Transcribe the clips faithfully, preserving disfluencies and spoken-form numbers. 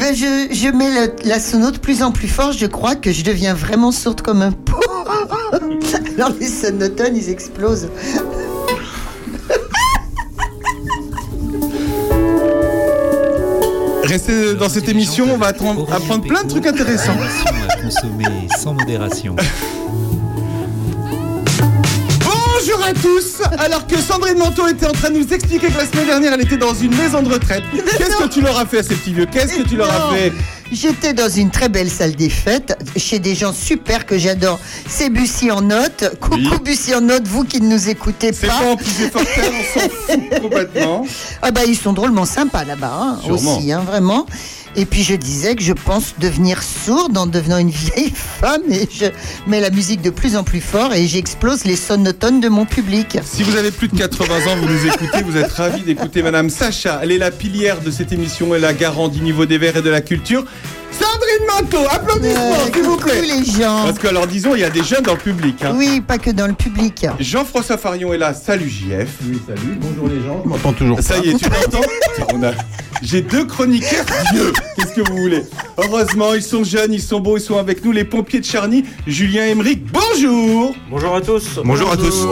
ben je, je mets le, la sono de plus en plus fort. Je crois que je deviens vraiment sourde comme un pot. Alors les sonotones, ils explosent. Restez dans cette émission, on va apprendre, apprendre plein de trucs intéressants. À consommer sans modération. Bonjour à tous. Alors que Sandrine Manteau était en train de nous expliquer que la semaine dernière elle était dans une maison de retraite. Qu'est-ce que tu leur as fait à ces petits vieux? Qu'est-ce que tu leur as fait? J'étais dans une très belle salle des fêtes, chez des gens super que j'adore. C'est Bussy en note. Coucou oui. Bussy en note, vous qui ne nous écoutez c'est pas. C'est pas en plus effortaire, on s'en fout complètement. Ah bah ils sont drôlement sympas là-bas, hein, aussi, hein, vraiment. Et puis je disais que je pense devenir sourde en devenant une vieille femme et je mets la musique de plus en plus fort et j'explose les sonotones de mon public. Si vous avez plus de quatre-vingts ans, vous nous écoutez, vous êtes ravis d'écouter Madame Sacha. Elle est la pilière de cette émission, elle est la garante du niveau des verts et de la culture. Sandrine Manteau, applaudissements euh, s'il vous plaît. Les gens. Parce que alors disons, il y a des jeunes dans le public. Hein. Oui, pas que dans le public. Jean-François Farion est là, salut J F. Oui, salut, bonjour les gens, je m'entends toujours pas. Ça y est, tu m'entends? On a... J'ai deux chroniqueurs vieux, qu'est-ce que vous voulez? Heureusement, ils sont jeunes, ils sont beaux, ils sont avec nous, les pompiers de Charny, Julien et Émeric, bonjour. Bonjour à tous. Bonjour, bonjour à tous.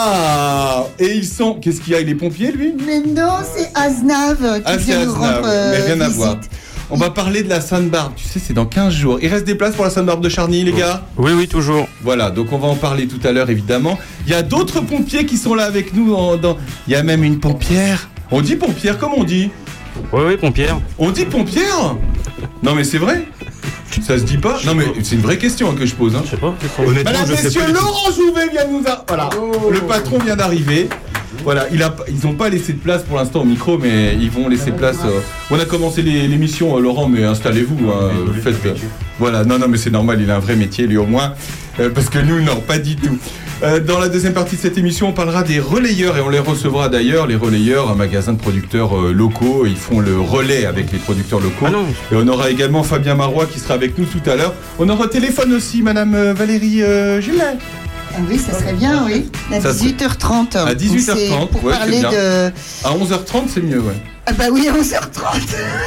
Waouh. Et ils sont, qu'est-ce qu'il y a, il est pompier lui? Mais non, c'est Aznav qui ah, vient nous rendre euh, mais rien visite. À voir. On va parler de la Sainte-Barbe, tu sais, c'est dans quinze jours. Il reste des places pour la Sainte-Barbe de Charny, les gars? Oui, oui, toujours. Voilà, donc on va en parler tout à l'heure, évidemment. Il y a d'autres pompiers qui sont là avec nous. En, dans... Il y a même une pompière. On dit pompière, comment on dit? Oui, oui, pompière. On dit pompière? Non, mais c'est vrai? Ça se dit pas? Non, mais c'est une vraie question hein, que je pose. Hein. Je sais pas. Honnêtement, Madame, je messieurs, sais pas Laurent Jouvet vient de nous... A... Voilà, oh. Le patron vient d'arriver. Voilà, il a, ils n'ont pas laissé de place pour l'instant au micro, mais ils vont laisser place. Euh, on a commencé les, l'émission, euh, Laurent, mais installez-vous. Hein, euh, faites, euh, voilà, non, non, mais c'est normal, il a un vrai métier, lui au moins. Euh, parce que nous, non, pas du tout. Euh, dans la deuxième partie de cette émission, on parlera des relayeurs et on les recevra d'ailleurs. Les relayeurs, un magasin de producteurs euh, locaux, ils font le relais avec les producteurs locaux. Ah non. Et on aura également Fabien Marois qui sera avec nous tout à l'heure. On aura au téléphone aussi Madame euh, Valérie euh, Julien. Ah oui, ça serait bien, oui. À ça dix-huit heures trente. À dix-huit heures trente, pour ouais, parler c'est bien. de... À onze heures trente, c'est mieux, ouais. Ah bah oui, à onze heures trente.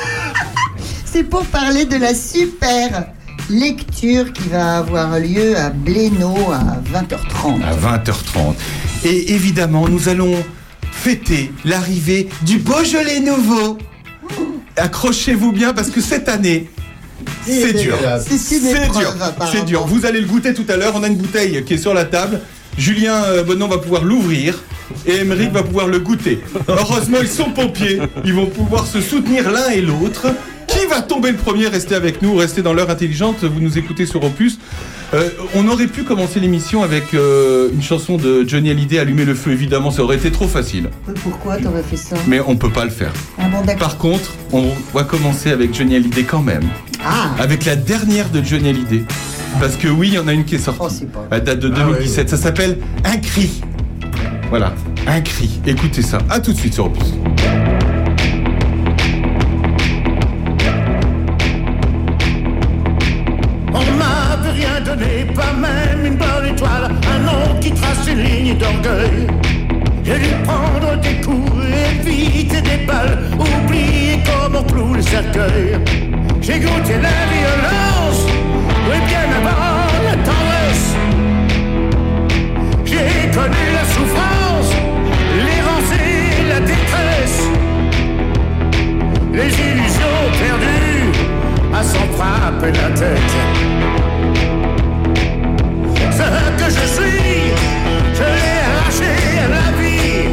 C'est pour parler de la super lecture qui va avoir lieu à Blénaud à vingt heures trente. À vingt heures trente. Et évidemment, nous allons fêter l'arrivée du Beaujolais nouveau. Accrochez-vous bien parce que cette année... C'est dur, c'est, c'est dur, c'est dur. Vous allez le goûter tout à l'heure. On a une bouteille qui est sur la table. Julien euh, Bonon va pouvoir l'ouvrir et Émeric va pouvoir le goûter. Heureusement, ils sont pompiers. Ils vont pouvoir se soutenir l'un et l'autre. Qui va tomber le premier? Restez avec nous, restez dans l'heure intelligente. Vous nous écoutez sur Opus. Euh, on aurait pu commencer l'émission avec euh, une chanson de Johnny Hallyday, Allumer le feu. Évidemment, ça aurait été trop facile. Pourquoi t'aurais fait ça? Mais on peut pas le faire. Ah bon, d'accord. Par contre, on va commencer avec Johnny Hallyday quand même. Ah. Avec la dernière de Johnny Hallyday. Parce que oui, il y en a une qui est sortie. Oh, c'est pas... Elle date de deux mille dix-sept. Ah, ouais. Ça s'appelle Un cri. Voilà, Un cri. Écoutez ça. À tout de suite sur Opus. Donné, pas même une bonne étoile, un nom qui trace une ligne d'orgueil. J'ai dû prendre des coups, éviter des balles, oublier comment on cloue le cercueil. J'ai goûté la violence, oui bien avant la tendresse. J'ai connu la souffrance, l'errance et la détresse. Les illusions perdues, à s'en frapper la tête. Ce que je suis, je l'ai arraché à la vie.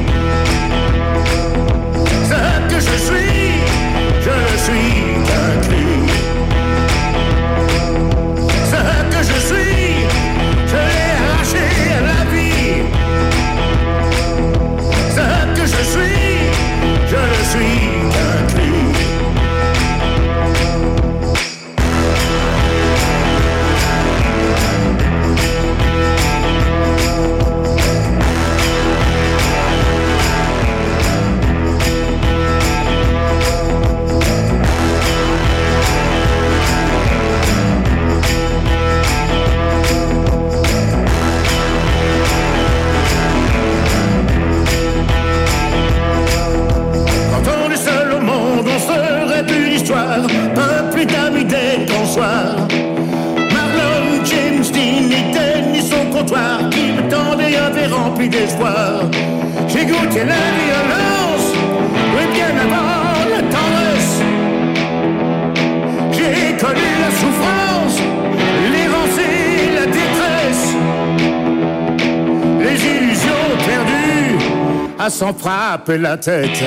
Ce que je suis, je ne suis qu'un cri. Ce que je suis, je l'ai arraché à la vie. Ce que je suis, je ne suis qu'un cri. rempli d'espoir. J'ai goûté la violence, oui bien avant la tendresse. J'ai connu la souffrance, l'errance et la détresse. Les illusions perdues à s'en frapper la tête.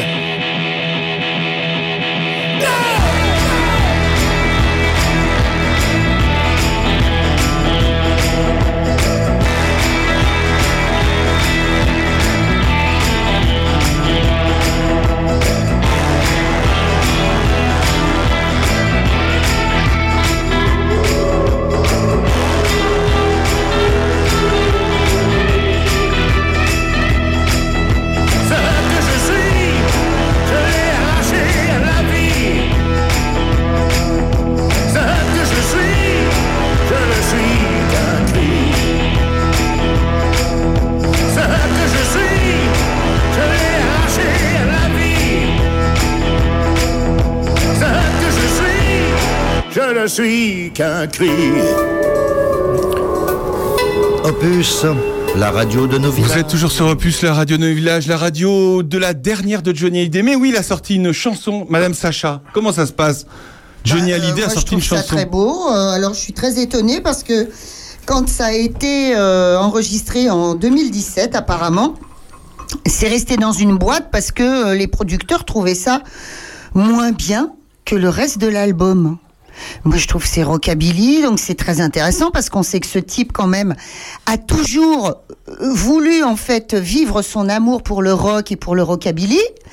Je ne suis qu'un cri. Opus, la radio de nos villages. Vous êtes toujours sur Opus, la radio de nos villages, la radio de la dernière de Johnny Hallyday. Mais oui, il a sorti une chanson, Madame Sacha. Comment ça se passe? Johnny bah, euh, Hallyday a sorti une chanson. Je trouve ça très beau. Euh, alors, je suis très étonnée parce que quand ça a été euh, enregistré en deux mille dix-sept, apparemment, c'est resté dans une boîte parce que euh, les producteurs trouvaient ça moins bien que le reste de l'album. Moi, je trouve que c'est rockabilly, donc c'est très intéressant parce qu'on sait que ce type, quand même, a toujours voulu, en fait, vivre son amour pour le rock et pour le rockabilly.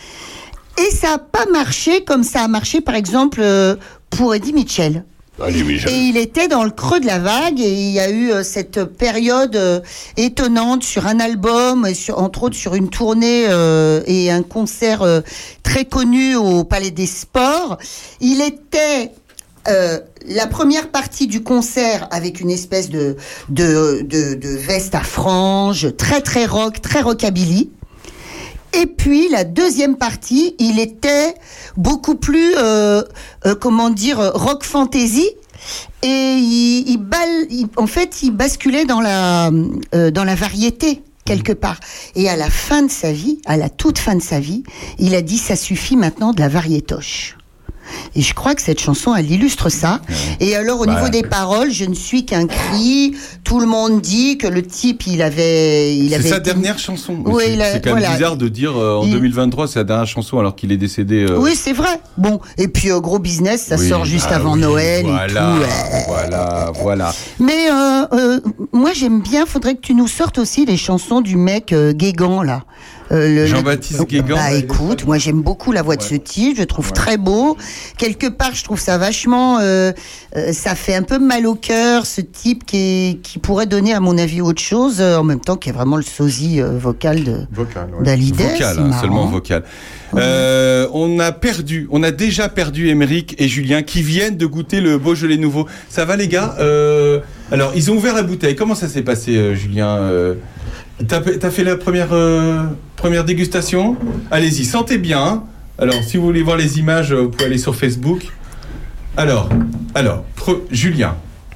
Et ça n'a pas marché comme ça a marché, par exemple, pour Eddie Mitchell. Allez, Michel. Et il était dans le creux de la vague et il y a eu cette période étonnante sur un album, et sur, entre autres sur une tournée euh, et un concert euh, très connu au Palais des Sports. Il était... Euh, la première partie du concert avec une espèce de, de, de, de veste à franges, très très rock, très rockabilly. Et puis la deuxième partie, il était beaucoup plus, euh, euh, comment dire, rock fantasy. Et il, il, bal, il, en fait, il basculait dans la, euh, dans la variété quelque part. Et à la fin de sa vie, à la toute fin de sa vie, il a dit ça suffit maintenant de la variétoche. Et je crois que cette chanson, elle illustre ça. Et alors, au bah, niveau des paroles, je ne suis qu'un cri. Tout le monde dit que le type, il avait... Il c'est avait sa été... dernière chanson. Oui, c'est, a, c'est quand même voilà. bizarre de dire euh, en il... deux mille vingt-trois, c'est la dernière chanson alors qu'il est décédé. Euh... Oui, c'est vrai. Bon, et puis euh, Gros Business, ça oui, sort juste ah, avant oui, Noël voilà, et tout. Ouais. Voilà, voilà. Mais euh, euh, moi, j'aime bien, faudrait que tu nous sortes aussi les chansons du mec euh, Guégan, là. Euh, le, Jean-Baptiste le... Guégan. Bah écoute, moi j'aime beaucoup la voix de ouais. ce type, je trouve ouais. très beau. Quelque part, je trouve ça vachement, euh, euh, ça fait un peu mal au cœur, ce type qui, est, qui pourrait donner, à mon avis, autre chose, euh, en même temps qui est vraiment le sosie euh, vocal de vocal, ouais. d'Hallyday. Vocal, hein, seulement vocal. Ouais. Euh, on a perdu, on a déjà perdu Émeric et Julien qui viennent de goûter le Beaujolais nouveau. Ça va les gars euh, Alors, ils ont ouvert la bouteille. Comment ça s'est passé, euh, Julien euh, T'as, t'as fait la première, euh, première dégustation. Allez-y, sentez bien. Alors, si vous voulez voir les images, vous pouvez aller sur Facebook. Alors, alors, pre- Julien.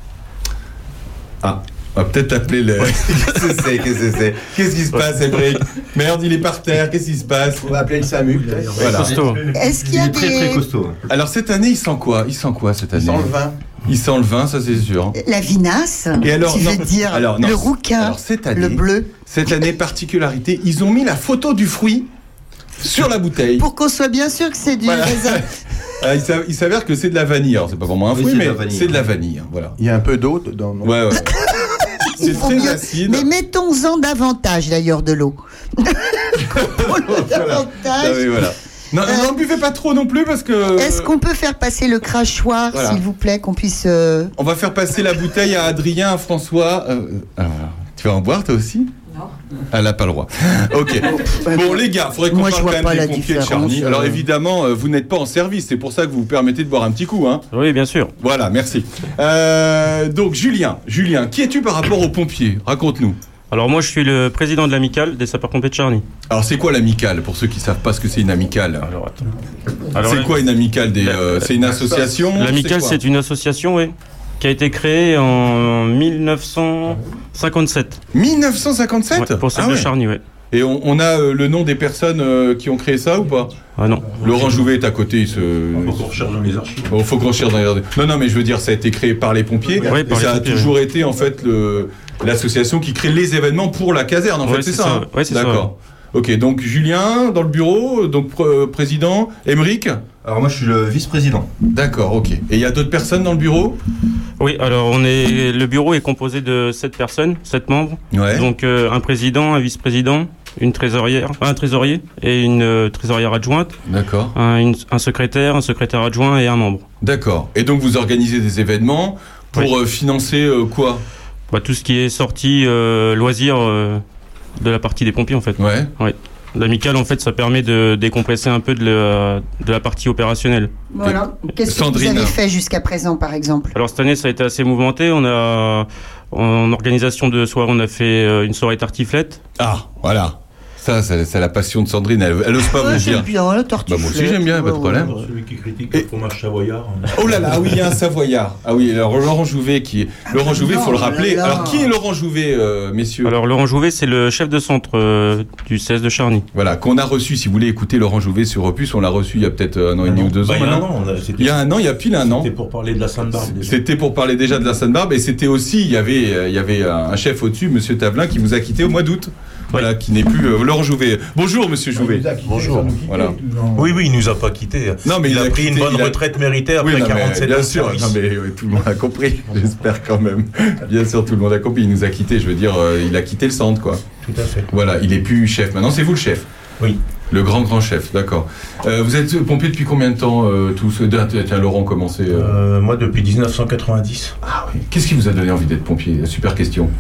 Ah, on va peut-être appeler le... Qu'est-ce que c'est, qu'est-ce que c'est Qu'est-ce qui se passe, Émeric? Merde, il est par terre, qu'est-ce qui se passe? On va appeler le SAMU. Voilà. Costaud. Est-ce qu'il y a il est des... très très costaud. Alors, cette année, il sent quoi Il sent quoi cette année? Il sent le vin. Il sent le vin, ça c'est sûr. La vinasse, et alors, qui non, veut dire alors, non, le rouquin, alors, cette année, le bleu. Cette année, particularité, ils ont mis la photo du fruit sur la bouteille. Pour qu'on soit bien sûr que c'est du voilà. raisin. Alors, il, s'avère, il s'avère que c'est de la vanille. Alors, c'est pas vraiment un fruit, oui, mais vanille, c'est de la vanille. Voilà. Il y a un peu d'eau dedans. Non ouais, ouais. C'est très mieux. acide. Mais mettons-en davantage d'ailleurs de l'eau. Pour le davantage. Ah, oui, voilà. Non, euh, n'en buvez pas trop non plus parce que... Est-ce qu'on peut faire passer le crachoir, voilà. s'il vous plaît, qu'on puisse... Euh... On va faire passer la bouteille à Adrien, à François. Euh, alors, tu vas en boire toi aussi? Non. Elle n'a pas le droit. Ok. Bon les gars, il faudrait qu'on Moi, parle quand même des pompiers de Charny. Alors évidemment, euh, vous n'êtes pas en service, c'est pour ça que vous vous permettez de boire un petit coup. Hein. Oui, bien sûr. Voilà, merci. Euh, donc Julien, Julien, qui es-tu par rapport aux pompiers? Raconte-nous. Alors moi je suis le président de l'amicale des sapeurs-pompiers de Charny. Alors c'est quoi l'amicale pour ceux qui ne savent pas ce que c'est une amicale? Alors attends. Alors, c'est quoi une amicale des, euh, C'est une association? L'amicale c'est, c'est une association, oui. qui a été créé en mille neuf cent cinquante-sept. mille neuf cent cinquante-sept ouais, pour celle ah de ouais. Charny, ouais. Et on, on a euh, le nom des personnes euh, qui ont créé ça ou pas? Ah non. Laurent Jouvet est à côté. Il se... Il faut qu'on recherche dans les archives. Il faut qu'on recherche dans les archives. Non, non, mais je veux dire, ça a été créé par les pompiers. Oui, et par ça les a pompiers, toujours oui. été en fait le, l'association qui crée les événements pour la caserne. En Ouais, fait, c'est, c'est ça. ça, hein ouais, c'est ça, D'accord. Ok, donc Julien dans le bureau, donc pr- président, Émeric. Alors moi je suis le vice-président. D'accord, ok. Et il y a d'autres personnes dans le bureau? Oui, alors on est le bureau est composé de sept personnes, sept membres. Ouais. Donc euh, un président, un vice-président, une trésorière, un trésorier et une euh, trésorière adjointe. D'accord. Un, une- un secrétaire, un secrétaire adjoint et un membre. D'accord. Et donc vous organisez des événements pour Oui. euh, financer euh, quoi? Bah, tout ce qui est sorti euh, loisirs euh, de la partie des pompiers en fait. Ouais. L'amicale en fait ça permet de décompresser un peu de la, de la partie opérationnelle. Voilà. Qu'est-ce Sandrine. que vous avez fait jusqu'à présent, par exemple? Alors cette année ça a été assez mouvementé. On a en organisation de soirée on a fait euh, une soirée tartiflette. Ah, voilà. Ça, c'est, c'est la passion de Sandrine. Elle, elle ose pas Ouais, vous j'aime dire. bien le tortue. Bah, moi aussi, j'aime bien, pas de problème. Celui qui critique Et- le fromage savoyard. Oh là là, ah oui, il y a un Savoyard. Ah oui, alors Laurent Jouvet qui est. Laurent Jouvet, il faut le Non, rappeler. là, là. Alors qui est Laurent Jouvet, euh, messieurs? Alors Laurent Jouvet c'est le chef de centre euh, du C S de Charny. Voilà, qu'on a reçu. Si vous voulez écouter Laurent Jouvet sur Opus, on l'a reçu il y a peut-être un an et demi ou deux Bah, ans il y a un maintenant. an, on a- c'était- Il y a un an, il y a pile un an. C'était pour parler de la Sainte-Barbe. déjà. C'était pour parler déjà de la Sainte-Barbe et c'était aussi, il y avait, euh, il y avait un chef au-dessus, Monsieur Tavelin, qui vous a quitté au mois d'août. Voilà, qui n'est plus euh, Laurent Jouvet. Bonjour, Monsieur Jouvet. Bonjour. Voilà. Oui, oui, il nous a pas quittés. Non, mais il, il a, a pris quitté, une bonne il a- retraite méritée après Oui, non, mais quarante-sept ans bien de sûr, service. non, mais oui, tout le monde a compris, j'espère quand même. Bien sûr, tout le monde a compris. Il nous a quittés, je veux dire, euh, il a quitté le centre, quoi. Tout à fait. Voilà, il est plus chef. Maintenant, c'est vous le chef. Oui. Le grand, grand chef, d'accord. Euh, vous êtes pompier depuis combien de temps, euh, tous Tiens, tiens, Laurent, commencez. euh. Euh, moi, depuis dix-neuf cent quatre-vingt-dix. Ah oui. Qu'est-ce qui vous a donné envie d'être pompier? Super question.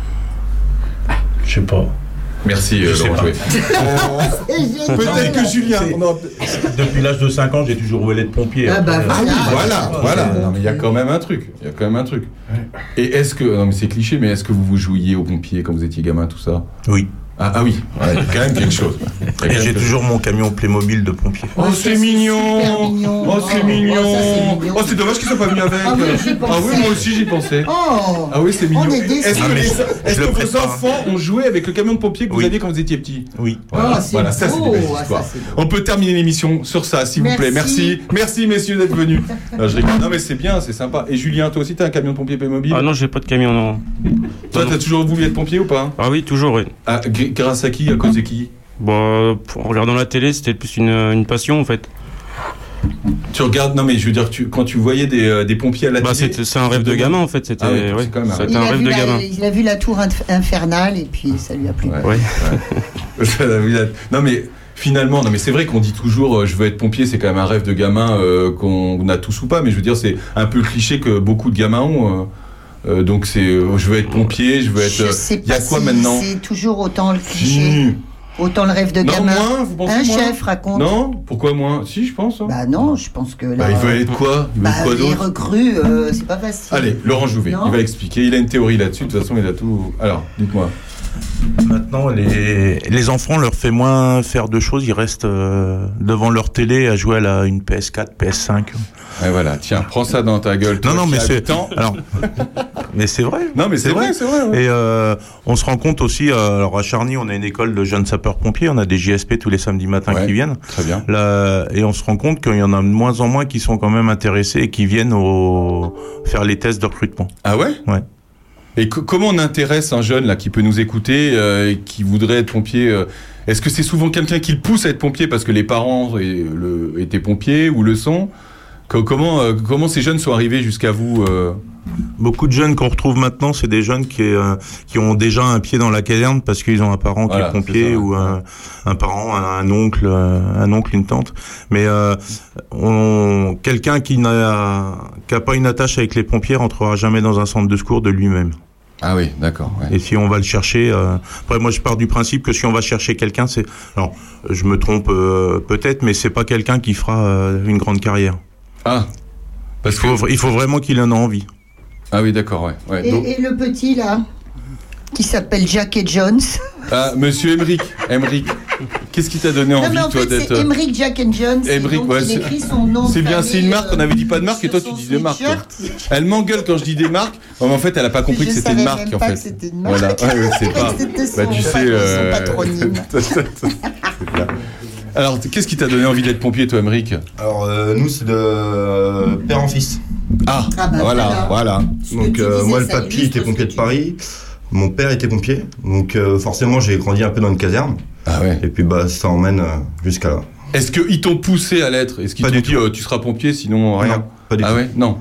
Je sais pas. Merci, Je euh, sais Laurent pas. Jouvet. Peut-être que Julien. on aura- Depuis l'âge de cinq ans, j'ai toujours voulu être pompier. Ah bah, Après, voilà. euh, Voilà, voilà. Non, mais il y a quand même un truc. Il y a quand même un truc. Et est-ce que, non mais c'est cliché, mais est-ce que vous vous jouiez aux pompiers quand vous étiez gamin, tout ça? Oui. Ah, ah oui, ouais, il y a quand même quelque chose. Il y a quand Et même j'ai quelque toujours mon camion Playmobil de pompier. Oh, c'est mignon. super mignon. Oh, c'est Oh, mignon oh, ça, c'est mignon. Oh, c'est dommage qu'ils soient pas venus avec. Ah oui, j'y pensais. Ah oui, moi aussi j'y pensais. Oh Ah oui, c'est mignon. On est déçus. Est-ce que, Ah, mais les- je- est-ce je que le vos prépare. enfants ont joué avec le camion de pompier que vous Oui. aviez quand vous étiez petit? Oui. Voilà, Oh, c'est voilà, ça c'est beau. des belles Ah, ça, histoires. c'est beau. On peut terminer l'émission sur ça, s'il vous plaît. Merci. Merci, merci messieurs d'être venus. Non, je rigole. Non mais c'est bien, c'est sympa. Et Julien, toi aussi t'as un camion de pompier Playmobil? Ah non j'ai pas de camion non. Toi non. t'as toujours voulu être pompier ou pas? Ah oui toujours oui. Ah, g- grâce à qui? À cause de qui? Bon, en regardant la télé, c'était plus une, une passion en fait. Tu regardes, non mais je veux dire, tu, quand tu voyais des, euh, des pompiers à la Bah, télé. c'était- c'est un rêve de gamin en fait. C'était Ah oui, ouais, c'est quand même un c'était Il un a, rêve vu de la, gamin. il a vu la tour inf- infernale et puis ça lui a plu. Ouais. Ouais. Ça, oui, là- non mais finalement, non mais c'est vrai qu'on dit toujours, euh, je veux être pompier, c'est quand même un rêve de gamin euh, qu'on a tous ou pas, mais je veux dire, c'est un peu le cliché que beaucoup de gamins ont. euh, euh, donc c'est, euh, je veux être pompier, je veux être. Je euh, sais Il y a pas quoi si maintenant? c'est toujours autant le cliché, Mmh. autant le rêve de Non, gamin. moins, vous pensez Un moins chef raconte. Non, pourquoi moins? Si, je pense. hein. Bah non, je pense que là. Bah, il veut être quoi? Il veut bah, être quoi les d'autre? recrues, euh, c'est pas facile. Allez, Laurent Jouvet, Non. il va expliquer. Il a une théorie là-dessus. De toute façon, il a tout. Alors, dites-moi. Maintenant, les, les enfants, on leur fait moins faire de choses. Ils restent euh, devant leur télé à jouer à la, une P S quatre, P S cinq. Ouais, voilà. Tiens, prends ça dans ta gueule. Non, toi non, qui mais as c'est. huit ans. Alors, mais c'est vrai. Non, mais c'est vrai, c'est vrai. ouais. Et euh, on se rend compte aussi, euh, alors à Charny, on a une école de jeunes sapeurs-pompiers, on a des J S P tous les samedis matins Ouais. qui viennent. Très bien. Là, et on se rend compte qu'il y en a de moins en moins qui sont quand même intéressés et qui viennent au... faire les tests de recrutement. Ah ouais? Ouais. Et co- comment on intéresse un jeune là qui peut nous écouter euh, et qui voudrait être pompier euh, Est-ce que c'est souvent quelqu'un qui le pousse à être pompier parce que les parents et, le, étaient pompiers ou le sont? Co- Comment, euh, comment ces jeunes sont arrivés jusqu'à vous euh Beaucoup de jeunes qu'on retrouve maintenant, c'est des jeunes qui, euh, qui ont déjà un pied dans la caserne parce qu'ils ont un parent Voilà, qui est pompier c'est ça, ou ouais. un, un parent, un, un oncle, euh, un oncle, une tante. Mais euh, on, quelqu'un qui n'a, qui a pas une attache avec les pompiers rentrera jamais dans un centre de secours de lui-même. Ah oui, d'accord. Ouais. Et si on va le chercher, euh... après moi je pars du principe que si on va chercher quelqu'un, c'est, alors je me trompe euh, peut-être, mais c'est pas quelqu'un qui fera euh, une grande carrière. Ah, parce Il faut, que il faut vraiment qu'il en ait envie. ah oui, d'accord, ouais. ouais. Et, Donc- et le petit là, qui s'appelle Jack et Jones. Ah, Monsieur Emeric, Emeric. Qu'est-ce qui t'a donné Non, envie, mais en toi, fait, d'être. c'est Emmerich Jack and Jones. Emmerich, ouais, il c'est- écrit son nom. C'est de bien, famille, c'est une marque, euh, on avait dit pas de marque, et toi, sur tu son disais marque. toi. sweatshirt. Elle m'engueule quand je dis des marques. Non, mais en fait, elle a pas compris Je que c'était une savais marque, même en pas fait. que c'était une marque. Voilà, ouais, ouais, c'est pas. C'était son Bah, tu sais. patron- son euh, patronyme. c'est bien. Alors, qu'est-ce qui t'a donné envie d'être pompier, toi, Emmerich? Alors, euh, nous, c'est de euh, père en fils. Ah, Ah bah voilà, voilà. voilà. Ce que Donc, tu euh, disais, moi, le ça papy illustre était ce pompier que de tu- Paris. Mon père était pompier. Donc, euh, forcément, j'ai grandi un peu dans une caserne. Ah ouais. Et puis, bah, ça emmène euh, jusqu'à là. Est-ce qu'ils t'ont poussé à l'être? Est-ce qu'ils Pas t'ont du dit, euh, tu seras pompier, sinon rien? Non, pas du Ah tout. ouais? Non.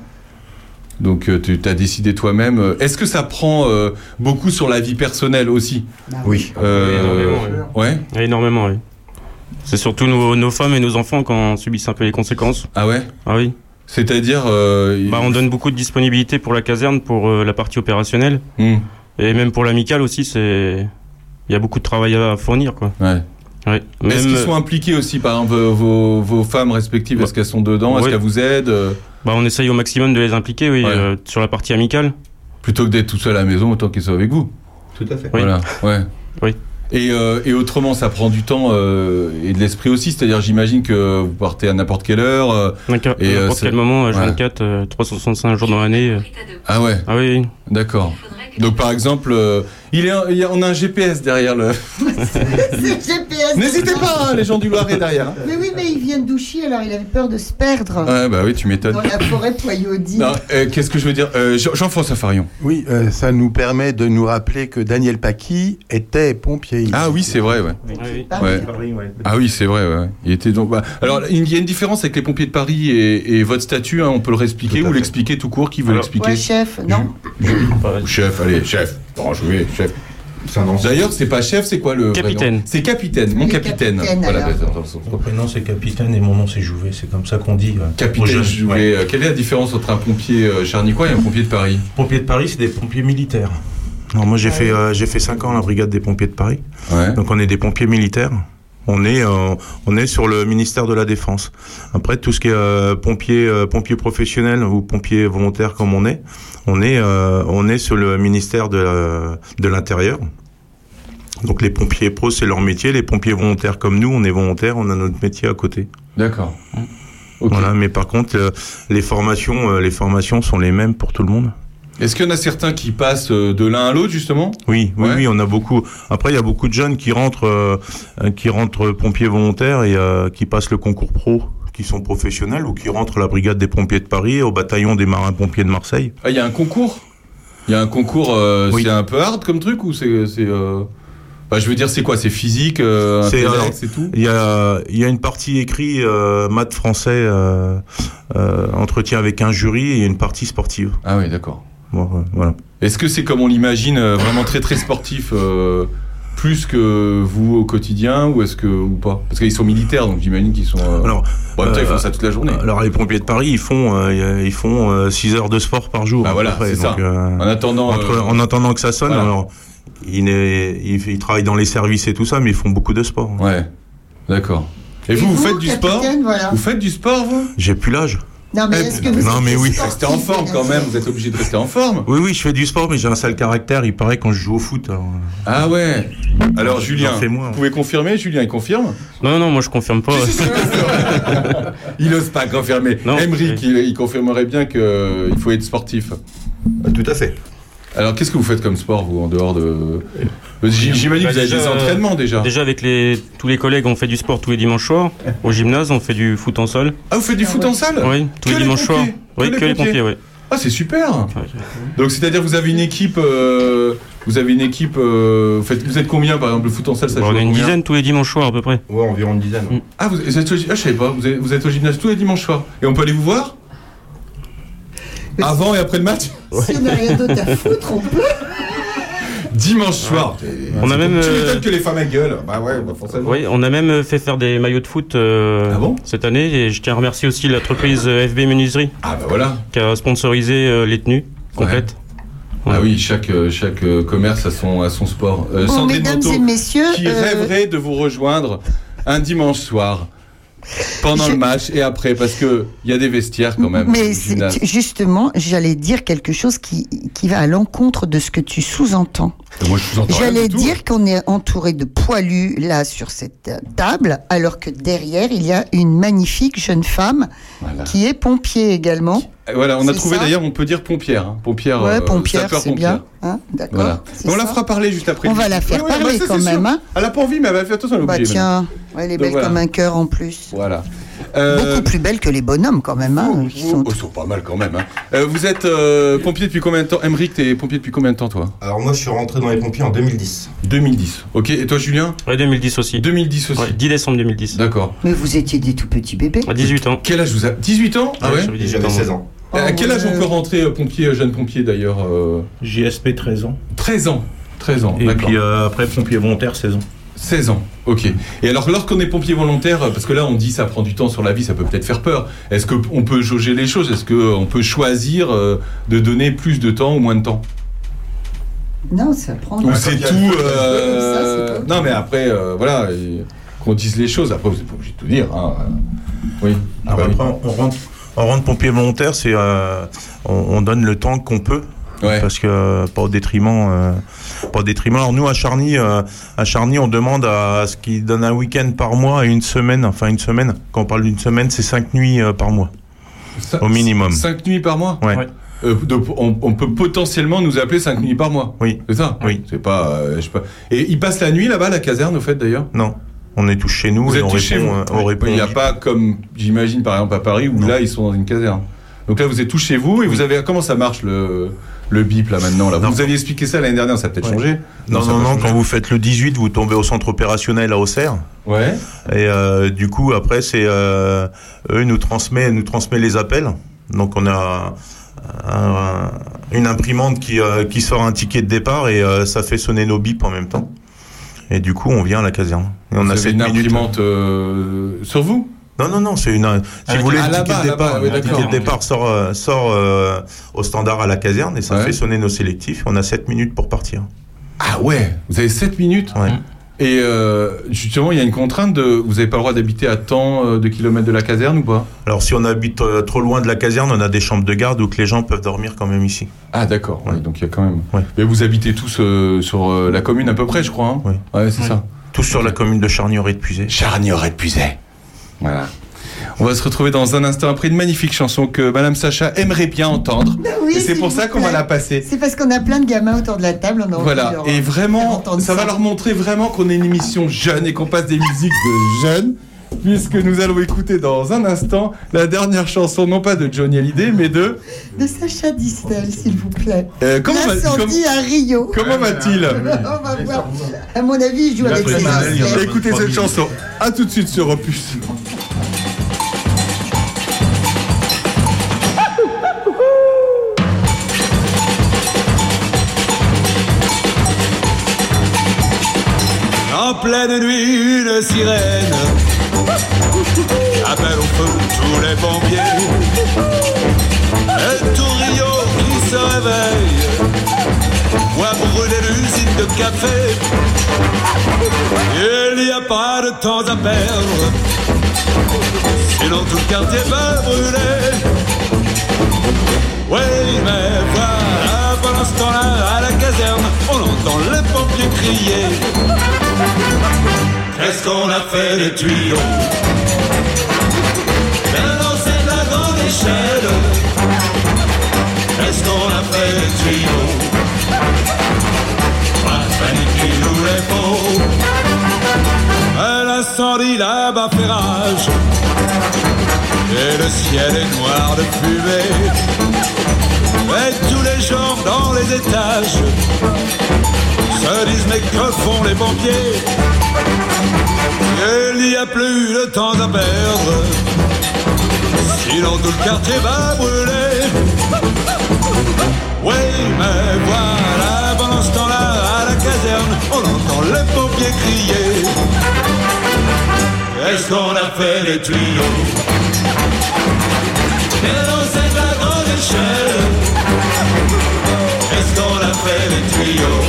Donc, euh, tu as décidé toi-même. euh, Est-ce que ça prend euh, beaucoup sur la vie personnelle aussi? Oui. Euh, énormément, ouais. Énormément, oui. C'est surtout nos, nos femmes et nos enfants qui en subissent un peu les conséquences. Ah ouais? Ah oui. C'est-à-dire. euh, Bah, on donne beaucoup de disponibilité pour la caserne, pour euh, la partie opérationnelle. Hmm, Et même pour l'amicale aussi, c'est. Il y a beaucoup de travail à fournir, quoi. ouais. Ouais. Est-ce Même, qu'ils sont impliqués aussi, par exemple, vos, vos, vos femmes respectives? Est-ce qu'elles sont dedans? Est-ce Ouais. qu'elles vous aident? euh, bah, on essaye au maximum de les impliquer, oui, Ouais. euh, sur la partie amicale. Plutôt que d'être tout seul à la maison, autant qu'ils soient avec vous. Tout à fait. Oui. Voilà, ouais. Oui. Et, euh, et autrement, ça prend du temps euh, et de l'esprit aussi. C'est-à-dire, j'imagine que vous partez à n'importe quelle heure. euh, Donc, à Et, euh, n'importe c'est- quel moment, ouais. H vingt-quatre, euh, trois cent soixante-cinq jours dans l'année. euh. Ah ouais, Ah oui, oui. d'accord. Donc, par exemple, euh, il est, un- il y a, on a un G P S derrière le. C'est le G P S. N'hésitez pas, hein, les gens du Loiret derrière. hein. Mais oui, mais il vient de Douchy, alors il avait peur de se perdre. Ouais, bah oui, tu m'étonnes. Dans la forêt Poyaudi. Non, euh, qu'est-ce que je veux dire euh, Jean- Jean-François Farion. Oui, euh, ça nous permet de nous rappeler que Daniel Paquis était pompier. Ah oui, c'est vrai, ouais. Ah oui. Ah Ouais. Ah oui, c'est vrai, ouais. Il était donc. Bah, alors, il y a une différence avec les pompiers de Paris et, et votre statut. Hein, on peut le réexpliquer Tout à ou fait. l'expliquer tout court. Qui veut Alors, l'expliquer? Ouais, chef, non. Chef, allez, chef. Bon, je vais, chef. C'est un ancien. D'ailleurs, c'est pas chef, c'est quoi le vrai Capitaine. nom? C'est capitaine, mon Allez, capitaine. capitaine, Voilà, alors. bah, attends, attends, Mon prénom c'est Capitaine et mon nom c'est Jouvet, c'est comme ça qu'on dit. euh, aux Capitaine jeunes. Jouvet. Ouais. Euh, Quelle est la différence entre un pompier euh, charnicois et un pompier de Paris? Pompiers de Paris, c'est des pompiers militaires. Alors moi j'ai fait euh, j'ai fait cinq ans à la brigade des pompiers de Paris. Ouais. Donc on est des pompiers militaires. On est euh, on est sur le ministère de la Défense. Après tout ce qui est euh, pompier euh, pompier professionnel ou pompier volontaire comme on est, on est euh, on est sur le ministère de euh, de l'Intérieur. Donc les pompiers pros c'est leur métier, les pompiers volontaires comme nous, on est volontaires, on a notre métier à côté. D'accord. Ok. Voilà, mais par contre euh, les formations euh, les formations sont les mêmes pour tout le monde. Est-ce qu'il y en a certains qui passent euh, de l'un à l'autre justement? Oui, oui, Ouais. oui, on a beaucoup. Après, il y a beaucoup de jeunes qui rentrent, euh, euh, qui rentrent pompiers volontaires et euh, qui passent le concours pro, qui sont professionnels ou qui rentrent à la brigade des pompiers de Paris, au bataillon des marins-pompiers de Marseille. Ah, il y a un concours. Il y a un concours. euh, Oui. C'est un peu hard comme truc ou c'est c'est. Euh... Bah, je veux dire, c'est quoi? C'est physique, euh, C'est, intellect, alors, c'est tout. Il y a, il y a une partie écrite, euh, maths français, euh, euh, entretien avec un jury, et il y a une partie sportive. Ah oui, d'accord. Bon, euh, voilà. Est-ce que c'est comme on l'imagine, euh, vraiment très très sportif, euh, plus que vous au quotidien, ou est-ce que ou pas? Parce qu'ils sont militaires, donc j'imagine qu'ils sont. euh, Alors, bon, en même temps, ils font euh, ça toute la journée. alors les pompiers de Paris, ils font, euh, ils font euh, six heures de sport par jour. Bah à voilà, peu près. c'est ça. Donc, euh, En attendant. Entre- euh, en attendant que ça sonne, voilà. alors ils, n'est- ils, ils travaillent dans les services et tout ça, mais ils font beaucoup de sport. Ouais, d'accord. Et, Et vous, vous vous, faites du sport? capitaine, voilà. Vous faites du sport, vous? J'ai plus l'âge. Non, mais Eh, est-ce que vous non, êtes mais oui. sportif, Restez en forme quand même, vous êtes obligé de rester en forme. Oui, oui, je fais du sport, mais j'ai un sale caractère. Il paraît quand je joue au foot. Alors, Ah ouais. Alors Julien, J'en fais moins, vous ouais. pouvez confirmer? Julien, il confirme? Non, non, moi je confirme pas. Il n'ose pas confirmer. Non. Emmerich, il, il confirmerait bien qu'il faut être sportif. Euh, Tout à fait. Alors qu'est-ce que vous faites comme sport, vous, en dehors de... J- J'imagine que Bah, vous avez déjà, des entraînements déjà. Déjà avec les tous les collègues, on fait du sport tous les dimanches soirs. Au gymnase, on fait du foot en salle. Ah, vous faites du foot en salle? Oui, tous Que les les dimanches soirs. pompiers Oui, que les pompiers, oui. Ah, c'est super. Donc c'est-à-dire que vous avez une équipe, euh, vous avez une équipe, euh, vous, faites, vous êtes combien par exemple le foot en salle, ça Bon, joue on à a une combien? dizaine tous les dimanches soirs à peu près. Ouais, environ une dizaine. Mm. Ah, vous êtes au, ah, je savais pas, vous êtes, vous êtes au gymnase tous les dimanches soirs. Et on peut aller vous voir? Mais Avant et après le match? Si on n'a rien d'autre à foutre, on peut. Dimanche soir. On a même, Tu euh, m'étonnes que les femmes elles gueulent. Bah ouais, bah forcément. Oui, on a même fait faire des maillots de foot euh, Ah bon cette année. Et je tiens à remercier aussi l'entreprise F B Menuiserie Ah bah voilà. qui a sponsorisé euh, les tenues complètes. Ah oui, chaque, euh, chaque euh, commerce a son, a son sport. Euh, Bon, Sandrine mesdames Manteau, et messieurs, qui euh, rêverait de vous rejoindre un dimanche soir. Pendant Je- le match et après, parce que il y a des vestiaires quand même. Mais au c'est- gymnase. justement, j'allais dire quelque chose qui, qui va à l'encontre de ce que tu sous-entends. Et moi, je vous entends rien J'allais du tout. dire qu'on est entouré de poilus là sur cette euh, table, alors que derrière il y a une magnifique jeune femme Voilà. qui est pompier également. Et Voilà, on a C'est trouvé ça d'ailleurs, on peut dire pompière. Hein. Pompière, Ouais, euh, pompière, c'est sapeur-pompière. bien. Hein, d'accord. Voilà. c'est Mais on la ça. fera parler juste après. On va la faire Ouais, ouais, parler bah, ça, quand c'est même. sûr. Hein. Elle a pas envie, mais elle va faire attention, elle est Bah obligée, tiens, ouais, elle est Donc, belle voilà. comme un cœur en plus. Voilà. Euh, Beaucoup plus belle que les bonhommes quand même. Hein, qui sont... oh, ils sont pas mal quand même. Hein. Euh, vous êtes euh, pompier depuis combien de temps? Emeric, t'es pompier depuis combien de temps, toi? Alors moi je suis rentré dans les pompiers en deux mille dix. deux mille dix. Ok. Et toi, Julien? Ouais, deux mille dix aussi. deux mille dix aussi. Ouais, dix décembre deux mille dix. D'accord. Mais vous étiez des tout petits bébés. À dix-huit ans. Quel âge vous avez? dix-huit ans? Ah ouais. j'avais Et dix-huit j'avais ans, seize moi. ans. Euh, à quel âge ouais. on peut rentrer euh, pompier, euh, jeune pompier d'ailleurs euh, J S P treize ans. treize ans. treize ans. Et D'accord. puis euh, après, pompier volontaire seize ans. seize ans, ok. Et alors, lorsqu'on est pompier volontaire, parce que là, on dit ça prend du temps sur la vie, ça peut peut-être faire peur. Est-ce qu'on peut jauger les choses? Est-ce qu'on peut choisir euh, de donner plus de temps ou moins de temps? Non, ça prend. Ou c'est comme tout... il y a- euh, Ça, c'est pas- Non, mais après, euh, voilà, et qu'on dise les choses. Après, vous n'êtes pas obligé de tout dire. Hein. Oui. Ah, bah Alors oui. après, on rentre, on rentre pompier volontaire, c'est euh, on, on donne le temps qu'on peut. Ouais. Parce que euh, pas au détriment, euh, pas au détriment. Alors nous à Charny, euh, à Charny, on demande à, ce qu'ils donnent un week-end par mois et une semaine. Enfin une semaine. Quand on parle d'une semaine, c'est cinq nuits euh, par mois Cin- au minimum. Cinq nuits par mois? Ouais. Ouais. Euh, donc, on, on peut potentiellement nous appeler cinq nuits par mois. Oui. C'est ça? Oui. C'est pas, euh, je sais pas. Et ils passent la nuit là-bas, à la caserne, au fait d'ailleurs? Non. On est tous chez nous Vous et êtes on tous chez répond. vous. euh, on répond Il n'y a oui. pas comme, j'imagine, par exemple à Paris, où Non. là, ils sont dans une caserne. Donc là, vous êtes tous chez vous et vous avez... Comment ça marche, le, le bip, là, maintenant là Vous Non. nous aviez expliqué ça l'année dernière, ça a peut-être Ouais. changé? Non, ça a non, pas non, changé. quand vous faites le dix-huit, vous tombez au centre opérationnel à Auxerre. Ouais. Et euh, du coup, après, c'est euh, eux nous transmet, nous transmet les appels. Donc, on a un- une imprimante qui, euh, qui sort un ticket de départ et euh, ça fait sonner nos bips en même temps. Et du coup, on vient à la caserne. Et on Vous a avez sept une minutes. imprimante euh, sur vous? Non, non, non, c'est une. Si vous voulez, ah, le ticket là-bas, de départ, là-bas, oui, le ticket d'accord. de départ sort, euh, sort euh, au standard à la caserne et ça Ouais. fait sonner nos sélectifs. On a sept minutes pour partir. Ah ouais. Vous avez sept minutes? Ouais. Et euh, justement, il y a une contrainte de... Vous n'avez pas le droit d'habiter à tant euh, de kilomètres de la caserne ou pas? Alors, si on habite euh, trop loin de la caserne, on a des chambres de garde où que les gens peuvent dormir quand même ici. Ah d'accord, ouais, Ouais. donc il y a quand même... Ouais. Mais vous habitez tous euh, sur euh, la commune à peu près, je crois. Hein Oui. Ouais, c'est ça. Tous sur la commune de Charny-Oré de Puisay. Charny-Oré de Puisay. Voilà. On va se retrouver dans un instant après une magnifique chanson que Madame Sacha aimerait bien entendre. Oui, et c'est s'il pour vous ça qu'on plaît. va la passer. C'est parce qu'on a plein de gamins autour de la table. On a envie de Voilà. leur- Et leur vraiment, entendre ça va leur montrer vraiment qu'on est une émission jeune et qu'on passe des musiques de jeunes. Puisque nous allons écouter dans un instant la dernière chanson, non pas de Johnny Hallyday, mais de... De Sacha Distel, s'il vous plaît. Euh, comment va- L'incendie à Rio. Comment va-t-il? On va voir. À mon avis, il joue avec ses instants. Écoutez cette chanson. À tout de suite sur Opus. En pleine nuit, une sirène appelle au feu tous les pompiers. Et tout Rio qui se réveille voit brûler l'usine de café. Il n'y a pas de temps à perdre, sinon tout le quartier va brûler. Oui, mais voilà, pendant ce temps-là, à la caserne, on entend les pompiers crier. Qu'est-ce qu'on a fait des tuyaux? Bien lancé de la grande échelle. Qu'est-ce qu'on a fait des tuyaux? Pas de panique, il nous les faut. Et l'incendie là-bas fait rage. Et le ciel est noir de fumée. Et tous les gens dans les étages se disent mais que font les pompiers? Il n'y a plus de temps à perdre, sinon tout le quartier va brûler. Oui, mais voilà, pendant ce temps-là, à la caserne, on entend les pompiers crier. Qu'est-ce qu'on a fait des tuyaux? Bien lancé de la grande échelle. Qu'est-ce qu'on a fait des tuyaux?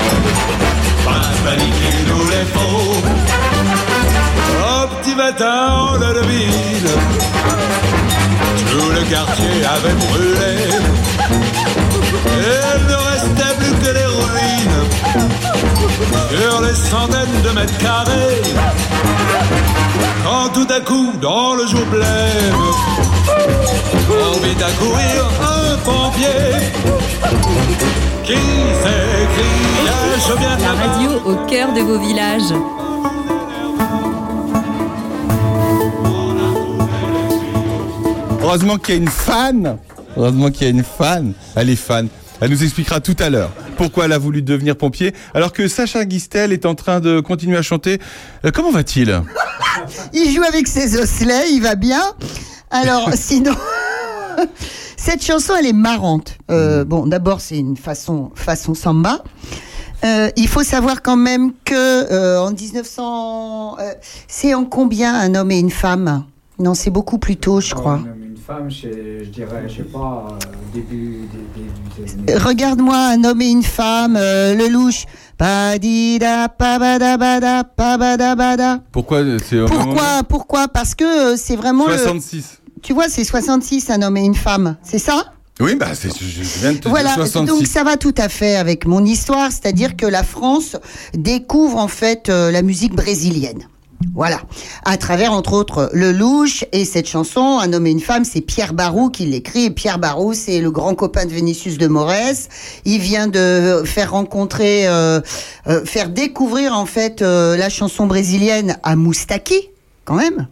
Pas de panique, il nous les faut. Au petit matin, fait brûler. Il ne restait plus que les ruines sur les centaines de mètres carrés. Quand tout à coup, dans le jour blême, on vit accourir un pompier qui s'écrie « Je viens de la radio au cœur de vos villages. Heureusement qu'il y a une fan. Heureusement qu'il y a une fan. Elle est fan. Elle nous expliquera tout à l'heure pourquoi elle a voulu devenir pompier, alors que Sacha Guistel est en train de continuer à chanter. Euh, comment va-t-il ? Il joue avec ses osselets, il va bien. Alors, sinon, cette chanson, elle est marrante. Euh, bon, d'abord, c'est une façon, façon samba. Euh, il faut savoir quand même que euh, en dix-neuf cents, euh, c'est en combien un homme et une femme ? Non, c'est beaucoup plus tôt, je crois. Un homme et une femme, je dirais, je sais pas, euh, début, début des années. Regarde-moi, un homme et une femme, euh, le louche. Padida, pabadabada, pabadabada. Pourquoi c'est au Pourquoi moment... Pourquoi Parce que euh, c'est vraiment soixante-six. Le... Tu vois, c'est soixante-six, un homme et une femme, c'est ça ? Oui, bah c'est, je viens de te voilà, dire soixante-six. Donc ça va tout à fait avec mon histoire, c'est-à-dire que la France découvre en fait euh, la musique brésilienne. Voilà, à travers entre autres le Louche et cette chanson, Un homme et une femme, c'est Pierre Barou qui l'écrit. Et Pierre Barou, c'est le grand copain de Vinicius de Moraes. Il vient de faire rencontrer, euh, euh, faire découvrir en fait euh, la chanson brésilienne à Moustaki, quand même.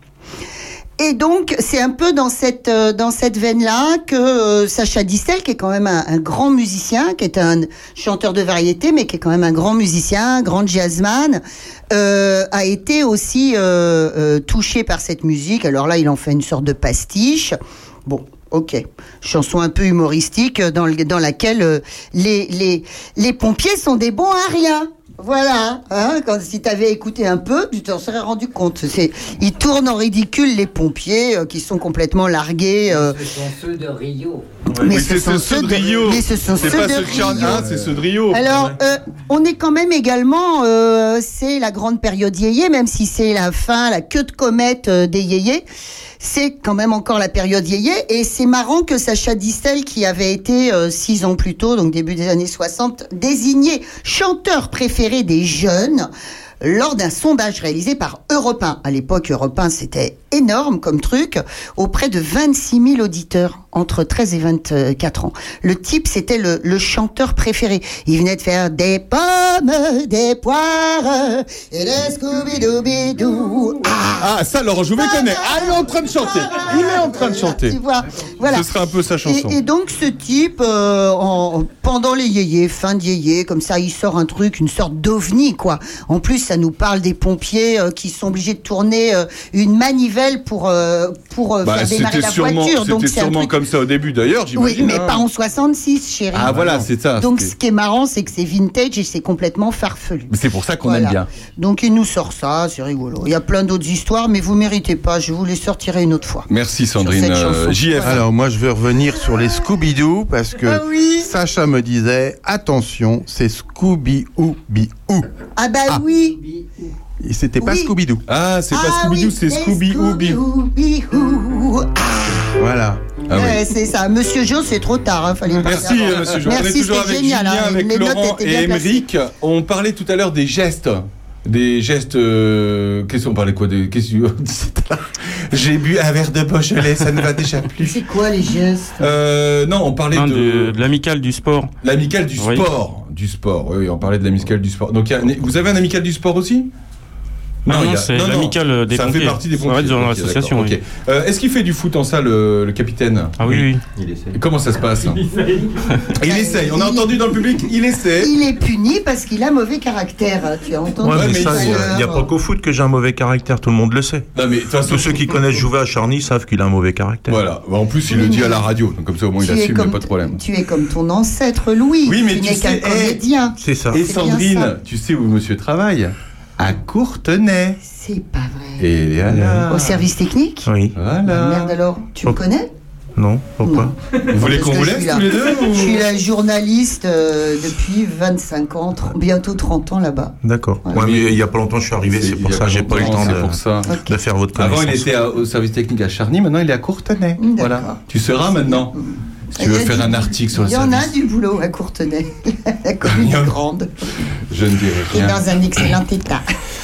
Et donc, c'est un peu dans cette euh, dans cette veine-là que euh, Sacha Distel, qui est quand même un, un grand musicien, qui est un chanteur de variété, mais qui est quand même un grand musicien, un grand jazzman, euh, a été aussi euh, euh, touché par cette musique. Alors là, il en fait une sorte de pastiche. Bon, ok, chanson un peu humoristique dans le, dans laquelle euh, les les les pompiers sont des bons à rien. Voilà, hein, quand, si tu avais écouté un peu, tu t'en serais rendu compte. C'est, ils tournent en ridicule les pompiers euh, qui sont complètement largués. Euh... Ce sont ceux de Rio. Ouais, mais, mais ce sont ceux de Rio. Mais ce sont c'est ceux pas de ceux Rio. De ah, c'est ceux de Rio. Alors, euh, on est quand même également, euh, c'est la grande période yéyé, même si c'est la fin, la queue de comète euh, des yéyés. C'est quand même encore la période yéyé, et c'est marrant que Sacha Distel, qui avait été euh, six ans plus tôt, donc début des années soixante, désigné chanteur préféré des jeunes lors d'un sondage réalisé par Europe un. À l'époque, Europe un, c'était énorme comme truc, auprès de vingt-six mille auditeurs entre treize et vingt-quatre ans. Le type, c'était le, le chanteur préféré. Il venait de faire des pommes, des poires et des Scooby-Dooby-Doo. Ah, ah, ça, Laurent Jouvet connaît. Ah, il est en train de chanter. Il est en train de chanter. Tu vois, voilà. Ce sera un peu sa chanson. Et, et donc, ce type, euh, en, pendant les yéyés, fin de yéyés, comme ça, il sort un truc, une sorte d'ovni, quoi. En plus, ça nous parle des pompiers euh, qui sont obligés de tourner euh, une manivelle pour, euh, pour euh, bah, faire démarrer la sûrement, voiture. C'était donc, sûrement truc... comme ça au début, d'ailleurs, j'imagine. Oui, mais hein. pas en soixante-six, chérie. Ah, voilà, c'est ça. Donc, c'était... ce qui est marrant, c'est que c'est vintage et c'est complètement farfelu. Mais c'est pour ça qu'on voilà. aime bien. Donc, il nous sort ça, c'est rigolo. Il y a plein d'autres histoires, mais vous méritez pas. Je vous les sortirai une autre fois. Merci, Sandrine. Euh, J F. Voilà. Alors, moi, je veux revenir sur les Scooby-Doo parce que ah oui. Sacha me disait attention, c'est Scooby-Ooby-Oo. Ah, bah ah. oui. Et c'était pas oui. Scooby-Doo. Ah, c'est ah, pas Scooby-Doo, oui, c'est Scooby-Ooby-Oo. Ah. Voilà. Ah, ouais, oui. C'est ça. Monsieur Jo, c'est trop tard. Hein, fallait Merci, euh, Monsieur Jo. Merci, on est toujours avec génial, Julien, hein. avec Les Laurent et Émeric. On parlait tout à l'heure des gestes. Des gestes. Euh, qu'est-ce qu'on parlait quoi des, qu'est-ce que, j'ai bu un verre de Beaujolais, ça ne va déjà plus. C'est quoi les gestes euh, Non, on parlait non, de, de, de l'amicale du sport. L'amicale du oui. sport. Du sport, oui, on parlait de l'amicale du sport. Donc, y a, vous avez un amical du sport aussi? Non, non, a, c'est non, l'amicale des ça pompiers. Ça fait partie des pompiers. Dans okay, l'association. Okay. Oui. Euh, est-ce qu'il fait du foot en salle, le, le capitaine? Ah oui, oui. Il essaye. Et comment ça se passe? Il essaye. Il essaye. On a entendu dans le public, il essaie. Il est puni parce qu'il a mauvais caractère. Tu as entendu? Ouais, mais ça, il n'y a pas qu'au foot que j'ai un mauvais caractère, tout le monde le sait. Non, mais, tous ceux qui connaissent Jouvet à Charny savent qu'il a un mauvais caractère. Voilà. En plus, il le dit à la radio. Donc, comme ça, au moins, il assume, il n'y a pas de problème. Tu es comme ton ancêtre Louis. Oui, mais tu tu n'es qu'un comédien. C'est ça. Et Sandrine, tu sais où monsieur travaille? À Courtenay. C'est pas vrai. Et voilà. Au service technique? Oui. Voilà. Merde alors, tu me connais? Non, pourquoi? Vous voulez qu'on vous laisse tous les deux ou... Je suis la journaliste euh, depuis vingt-cinq ans, trente, bientôt trente ans là-bas. D'accord. Voilà. Ouais, mais il n'y a pas longtemps, je suis arrivé, c'est, c'est pour ça que j'ai pas eu le temps de, okay. de faire votre connaissance. Avant, il était à, au service technique à Charny, maintenant il est à Courtenay. D'accord. Voilà. Tu seras maintenant. Si tu veux faire un article sur le service. Il y en a du boulot à Courtenay. La commune est grande. Je ne dirai rien. Et dans un excellent état.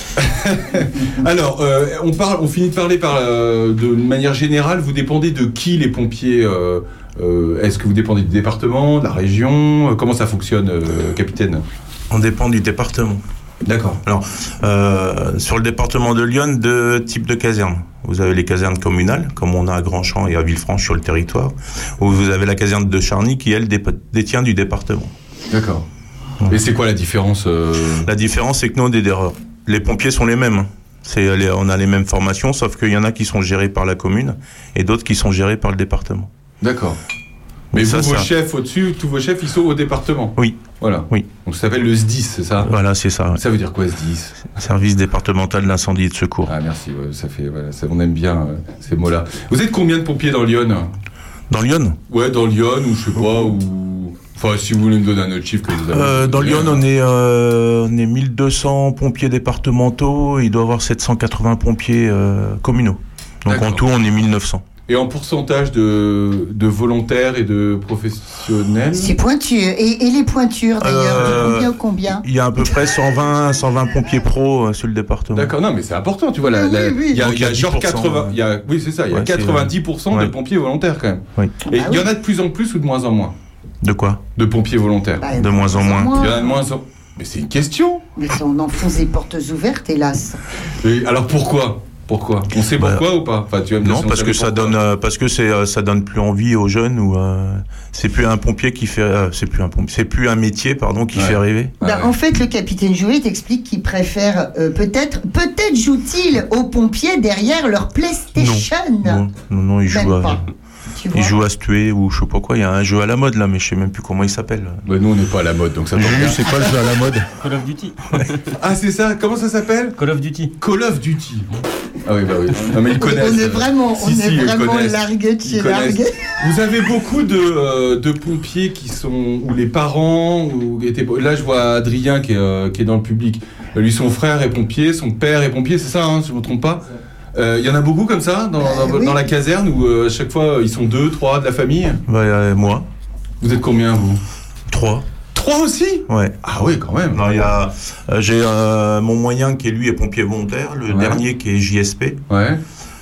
Alors, euh, on, parle, on finit de parler par, euh, de manière générale. Vous dépendez de qui, les pompiers euh, euh, Est-ce que vous dépendez du département, de la région? Comment ça fonctionne, euh, capitaine? On dépend du département. D'accord. Alors, euh, sur le département de Lyon, deux types de casernes. Vous avez les casernes communales, comme on a à Grandchamp et à Villefranche sur le territoire, où vous avez la caserne de Charny qui, elle, dé- détient du département. D'accord. Et c'est quoi la différence euh... La différence, c'est que nous, on est des... les pompiers sont les mêmes. C'est les... On a les mêmes formations, sauf qu'il y en a qui sont gérés par la commune et d'autres qui sont gérés par le département. D'accord. Mais ça, vous, vos ça... chefs au-dessus, tous vos chefs, ils sont au département? Oui. Voilà. Oui. Donc ça s'appelle le S D I S, c'est ça? Voilà, c'est ça. Ouais. Ça veut dire quoi, S D I S? Service départemental d'incendie et de secours. Ah, merci. Ouais, ça fait, voilà, ça, on aime bien euh, ces mots-là. Vous êtes combien de pompiers dans Lyon? Dans Lyon? Ouais, dans Lyon, ou je sais pas, ou... Enfin, si vous voulez me donner un autre chiffre que vous avez. Euh, dans Lyon, on est, euh, on est mille deux cents pompiers départementaux. Il doit y avoir sept cent quatre-vingts pompiers euh, communaux. Donc D'accord. En tout, on est mille neuf cents. Et en pourcentage de, de volontaires et de professionnels? C'est pointu. Et, et les pointures, d'ailleurs, euh, de combien au combien? Il y a à peu près cent vingt, cent vingt pompiers pros euh, sur le département. D'accord, non, mais c'est important, tu vois. La, oui, la, oui. Il y a, Donc, il y a genre quatre-vingts... Il y a, oui, c'est ça, il y a ouais, quatre-vingt-dix pour cent ouais. de pompiers volontaires, quand même. Oui. Et ah, il y oui. en a de plus en plus ou de moins en moins? De quoi? De pompiers volontaires. Bah, de moins en moins. Il y en a de moins en... Mais c'est une question. Mais on enfonce les portes ouvertes, hélas. Et alors pourquoi? Pourquoi? On sait pourquoi bah, ou pas? Enfin, tu vas me dire non, si parce que ça donne, euh, parce que c'est, euh, ça donne plus envie aux jeunes ou euh, c'est plus un pompier qui fait, euh, c'est plus un pompier, c'est plus un métier, pardon, qui ouais. fait rêver. Bah, ouais. En fait, le capitaine Jouet t'explique qu'il préfère euh, peut-être, peut-être joue-t-il aux pompiers derrière leur PlayStation. Non, non, non, il joue à, il joue à se tuer ou je sais pas quoi. Il y a un jeu à la mode là, mais je sais même plus comment il s'appelle. Bah, nous, on n'est pas à la mode, donc ça tombe bien. C'est quoi le jeu à la mode? Call of Duty. Ah, c'est ça. Comment ça s'appelle? Call of Duty. Call of Duty. Ah oui, bah oui. Non, mais ils connaissent. On est vraiment, si, on si, est vraiment largués de chez largués. Vous avez beaucoup de, euh, de pompiers qui sont, ou les parents, ou étaient, là je vois Adrien qui est, euh, qui est dans le public. Lui, son frère est pompier, son père est pompier, c'est ça, hein, si je ne me trompe pas. Il euh, y en a beaucoup comme ça dans, bah, dans, oui. dans la caserne où euh, à chaque fois ils sont deux, trois de la famille. Bah, euh, moi. Vous êtes combien vous? Trois. Trois aussi? Ouais. Ah oui, quand même. Non, il y a, euh, j'ai euh, mon moyen qui lui est pompier volontaire, le ouais. dernier qui est J S P. Ouais.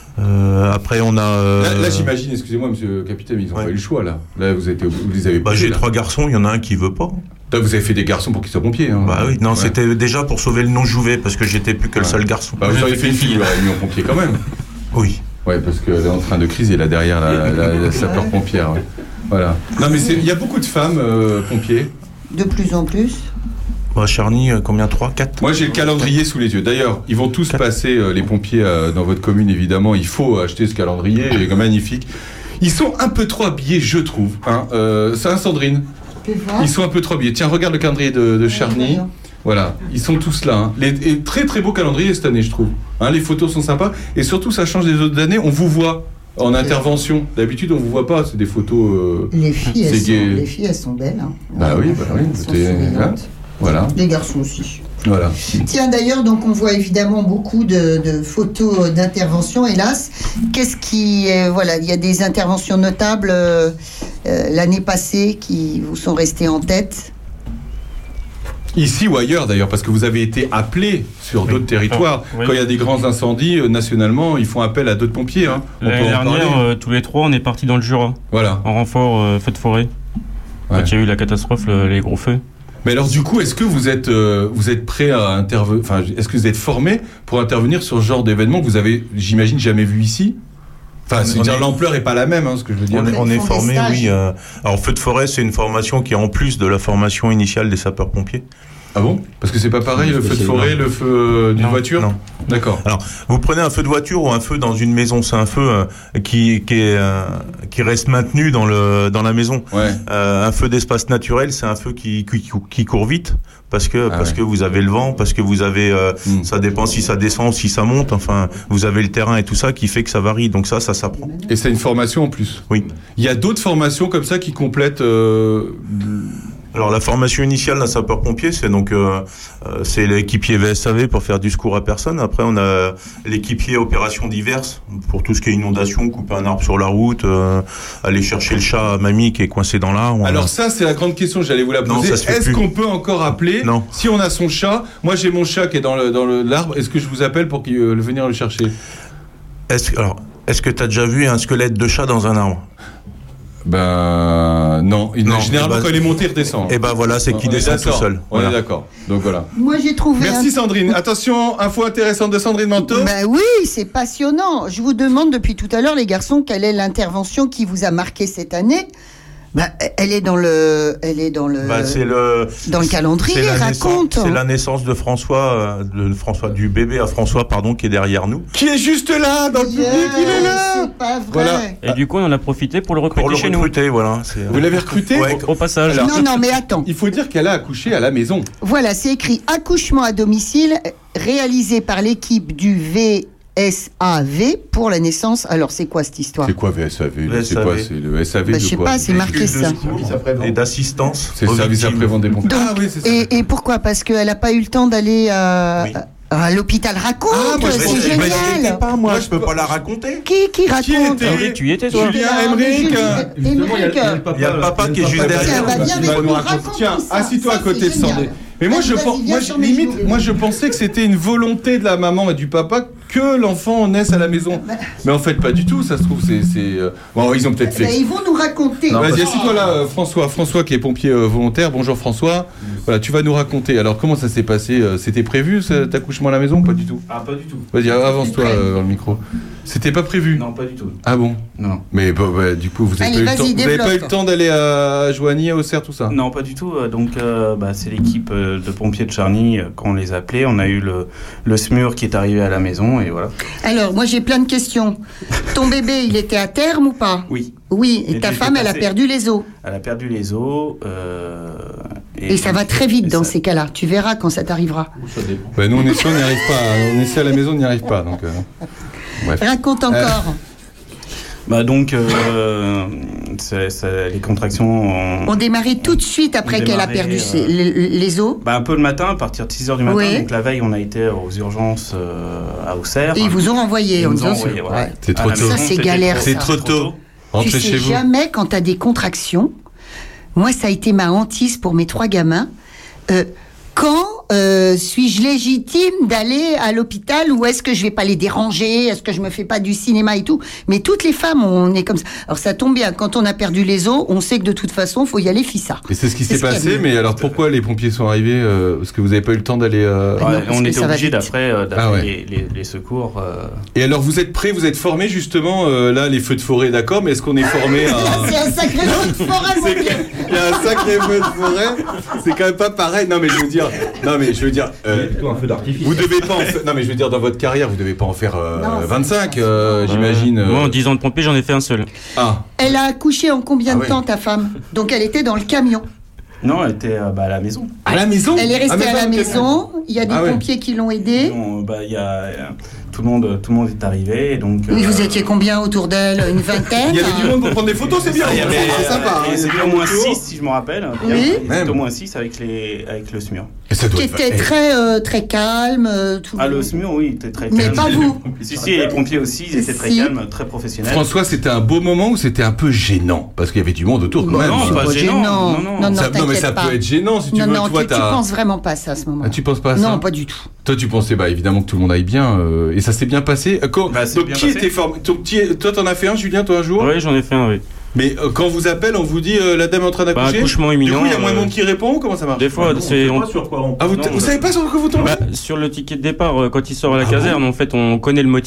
Euh, après on a. Euh... Là, là j'imagine, excusez-moi Monsieur le Capitaine, ils ont ouais. pas eu le choix là. Là vous, êtes, vous les avez. Bah poussés, j'ai là. trois garçons, il y en a un qui veut pas. Là, vous avez fait des garçons pour qu'ils soient pompiers. Hein. Bah oui, non, ouais. c'était déjà pour sauver le non-jouvet parce que j'étais plus que ouais. le seul garçon. Bah vous auriez fait une fille, vous l'auriez mis en pompier quand même. Oui. Ouais, parce qu'elle est en train de criser là derrière la, la, la sapeur-pompière. Ouais. Voilà. Non, mais il y a beaucoup de femmes euh, pompiers. De plus en plus. Bah, Charny, euh, combien? trois, quatre? Moi, j'ai le calendrier sous les yeux. D'ailleurs, ils vont tous quatre. passer, euh, les pompiers, euh, dans votre commune, évidemment. Il faut acheter ce calendrier, il est magnifique. Ils sont un peu trop habillés, je trouve. Hein. Euh, c'est un Sandrine. Ils sont un peu trop habillés. Tiens, regarde le calendrier de, de Charny. Voilà, ils sont tous là. Hein. Les, et très très beau calendrier cette année, je trouve. Hein, les photos sont sympas. Et surtout, ça change des autres années. On vous voit en intervention. D'habitude, on vous voit pas. C'est des photos. Euh, les, filles, elles sont, les filles, elles sont belles. Hein. Bah oui, bah oui. Hein, voilà. Les garçons aussi. Voilà. Tiens, d'ailleurs, donc on voit évidemment beaucoup de, de photos d'intervention, hélas. Qu'est-ce qui, euh, voilà, il y a des interventions notables euh, euh, l'année passée qui vous sont restées en tête. Ici ou ailleurs d'ailleurs, parce que vous avez été appelé sur oui. d'autres territoires. Oh, oui. Quand il y a des grands incendies, euh, nationalement, ils font appel à d'autres pompiers. Hein. L'année dernière, euh, tous les trois, on est partis dans le Jura. Voilà. En renfort euh, feu de forêt. Ouais. Quand il y a eu la catastrophe, le, les gros feux. Mais alors du coup, est-ce que vous êtes, euh, vous êtes prêt à intervenir, enfin, est-ce que vous êtes formé pour intervenir sur ce genre d'événement que vous avez, j'imagine, jamais vu ici? Enfin, c'est-à-dire est... l'ampleur est pas la même, hein, ce que je veux dire. On est, on est formé, oui. Euh... Alors, feu de forêt, c'est une formation qui est en plus de la formation initiale des sapeurs-pompiers. Ah bon? Parce que c'est pas pareil, le feu de forêt, le feu d'une voiture? Non. D'accord. Alors, vous prenez un feu de voiture ou un feu dans une maison, c'est un feu euh, qui qui, est, euh, qui reste maintenu dans le dans la maison. Ouais. Euh, un feu d'espace naturel, c'est un feu qui qui, qui court vite parce que Ah parce ouais. que vous avez le vent, parce que vous avez euh, Mm. ça dépend si ça descend, si ça monte. Enfin, vous avez le terrain et tout ça qui fait que ça varie. Donc ça, ça s'apprend. Et c'est une formation en plus? Oui. Il y a d'autres formations comme ça qui complètent. Euh... Alors la formation initiale d'un sapeur-pompier, c'est donc euh, euh, c'est l'équipier V S A V pour faire du secours à personne. Après, on a l'équipier opérations diverses pour tout ce qui est inondation, couper un arbre sur la route, euh, aller chercher le chat à mamie qui est coincé dans l'arbre. Alors ça, c'est la grande question, j'allais vous la Non, poser. ça se fait Est-ce plus. qu'on peut encore appeler Non. si on a son chat? Moi, j'ai mon chat qui est dans le dans le- l'arbre. Est-ce que je vous appelle pour qu'il euh, venir le chercher? Est-ce alors est-ce que tu as déjà vu un squelette de chat dans un arbre? Ben non, il, Non, généralement eh ben- quand il est monté, il redescend. Eh ben voilà, c'est qu'il On est descend tout d'accord, seul. On Voilà. est d'accord. Donc voilà. Moi, j'ai trouvé. Merci un- Sandrine. Attention, info intéressante de Sandrine Manteau. Ben oui, c'est passionnant. Je vous demande depuis tout à l'heure, les garçons, quelle est l'intervention qui vous a marqué cette année? Ben, elle est dans le, elle est dans le, Bah, c'est le dans le calendrier. c'est la Raconte. naissance- C'est la naissance de François, euh, de François du bébé à François, pardon, qui est derrière nous. Qui est juste là dans le public, il est là. C'est pas vrai. Voilà. Et du coup, on en a profité pour le recruter Pour le chez recruter, voilà. c'est- Vous l'avez recruté? Ouais. nous. Au passage. Alors- Non, non, mais attends. Il faut dire qu'elle a accouché à la maison. Voilà, c'est écrit accouchement à domicile réalisé par l'équipe du V S A V pour la naissance. Alors, c'est quoi cette histoire? C'est quoi V S A V? V S A V. C'est quoi? C'est le S A V Bah, de je sais quoi? pas, c'est marqué Excuse de ça. secours et d'assistance. C'est le aux service victimes. après-vente des pompiers. Donc, Ah oui, c'est ça. et, et pourquoi? Parce qu'elle n'a pas eu le temps d'aller à, Oui. à l'hôpital. Raconte, Ah, moi, je c'est pensais- Mais j'y étais génial. pas, moi, je peux pas la raconter. Qui, qui Qui raconte? était Oui, tu y étais, toi. Julien Non, mais Emmerich. Julie- Emmerich. Il y a le papa qui est juste Tiens, derrière. Tiens, bah, viens Il avec va nous, nous raconter. raconte Tiens, tout ça. assis-toi à Ça, côté c'est de Sandrine. génial. Mais moi, Vas-y, je vas-y, pense, viens moi, sur je- mes limite, genoux. moi, je pensais que c'était une volonté de la maman et du papa que l'enfant naisse à la maison. Mais en fait, pas du tout. Ça se trouve, c'est, c'est. euh, Bon, ils ont peut-être Ben, fait. ils vont nous raconter. Vas-y, assis-toi là, euh, François. François qui est pompier euh, volontaire. Bonjour François. Voilà, tu vas nous raconter. Alors, comment ça s'est passé? euh, C'était prévu cet accouchement à la maison ou pas du tout? Ah, pas du tout. Vas-y, avance-toi euh, dans le micro. C'était pas prévu. Non, pas du tout. Ah bon? Non. Mais bon, bah, du coup, vous avez Allez, pas eu le vas-y, temps. Vous avez pas eu développe. le temps d'aller à Joigny, à Auxerre, tout ça? Non, pas du tout. Euh, Donc, euh, bah, c'est l'équipe euh, de pompiers de Charny, euh, quand on les appelait. On a eu le, le S M U R qui est arrivé à la maison et voilà. Alors, moi, j'ai plein de questions. Ton bébé, il était à terme ou pas? Oui. Oui, et Et ta j'ai femme, fait elle a passer. perdu les os. Elle a perdu les os. euh, Et, ça va très vite et dans ça- ces cas-là. Tu verras quand ça t'arrivera. Bah, nous, on est sûr, on n'y arrive pas. On essaie à la maison, on n'y arrive pas. Donc, euh, bref. Raconte encore. Bah donc, euh, c'est- c'est- les contractions ont... On démarrait tout de suite après On qu'elle a démarrait, perdu euh, ses- les, les os. Bah un peu le matin, à partir de six heures du matin. Oui. Donc la veille, on a été aux urgences euh, à Auxerre. Et ils vous ont renvoyé Ils en nous disant ont c'est- envoyé, voilà. ouais. C'est À trop la tôt. maison, Ça, c'est c'était galère, trop- ça. C'est trop tôt. Tu Rentrez sais chez vous. jamais quand tu as des contractions. Moi, ça a été ma hantise pour mes trois gamins. Euh, quand euh, suis-je légitime d'aller à l'hôpital ou est-ce que je vais pas les déranger? Est-ce que je me fais pas du cinéma et tout? Mais toutes les femmes, on est comme ça. Alors ça tombe bien, quand on a perdu les os, on sait que de toute façon, faut y aller fissa. Et c'est ce qui C'est s'est ce qu'il y a passé, de- mais alors pourquoi les pompiers sont arrivés euh, Parce que vous n'avez pas eu le temps d'aller. euh, Ouais, non, parce on que était ça va obligé vite. d'après euh, d'appeler Ah ouais. les, les, les secours. euh. Et alors vous êtes prêts, vous êtes formés justement, euh, là les feux de forêt, d'accord, mais est-ce qu'on est formé à... C'est un sacré feu de forêt, mon C'est Dieu. que- Il y a un sacré feu de forêt, c'est quand même pas pareil. Non mais je veux dire, non mais je veux dire, euh, un feu d'artifice. vous devez pas en faire, non mais je veux dire dans votre carrière, vous devez pas en faire euh, Non, ça, vingt-cinq, ça, euh, j'imagine. euh. Moi, en dix ans de pompier, j'en ai fait un seul. Ah, Elle a accouché en combien Ah de ouais. temps, ta femme? Donc elle était dans le camion. Non, elle était euh, bah, à la maison. à la maison. Elle est Ah, restée mais à pas la dans le maison. Il y a des Ah ouais. pompiers qui l'ont aidée. Bon, bah, il y a, euh, tout, le monde, tout le monde est arrivé. Et donc, Oui, euh, vous étiez combien autour d'elle? Une vingtaine? Il y avait du monde pour prendre des photos, c'est bien. il y avait, c'est sympa. et hein, c'était il y au avait moins des photos. six, si je me rappelle. Oui. C'était Même. au moins six avec, les, avec le S M U R. Et ça doit Qui être- était eh, très, euh, très calme. euh, tout... Ah, le S M U R, oui, il était très Mais calme. pas vous. Si, si, les pompiers aussi, ils étaient très Si. calmes, très professionnels. François, c'était un beau moment ou c'était un peu gênant parce qu'il y avait du monde autour quand Bah, même. non, c'est pas pas gênant. gênant. Non, non. non, non, Ça- non, mais t'inquiète ça pas. peut être gênant si tu Non, veux. non, tu vois, tu, tu t'as- penses vraiment pas ça à ce moment. Ah, tu penses pas à ça? Non, pas du tout. Toi, tu pensais bah évidemment que tout le monde aille bien euh, et ça s'est bien passé. Euh, quand- Bah, c'est donc bien qui passé. était formé ton petit- Toi, t'en as fait un, Julien, toi un jour. Oui, j'en ai fait un, oui. Mais euh, quand on vous appelle, on vous dit euh, la dame est en train Bah, d'accoucher. accouchement Du imminent. coup, il y a moins de euh, monde qui répond ou comment ça marche? Des fois, c'est. on- sur quoi on... Ah, vous, Non, vous bah- savez pas sur quoi vous tombez? Bah, sur le ticket de départ, euh, quand il sort à la Ah caserne, en fait, on connaît le motif.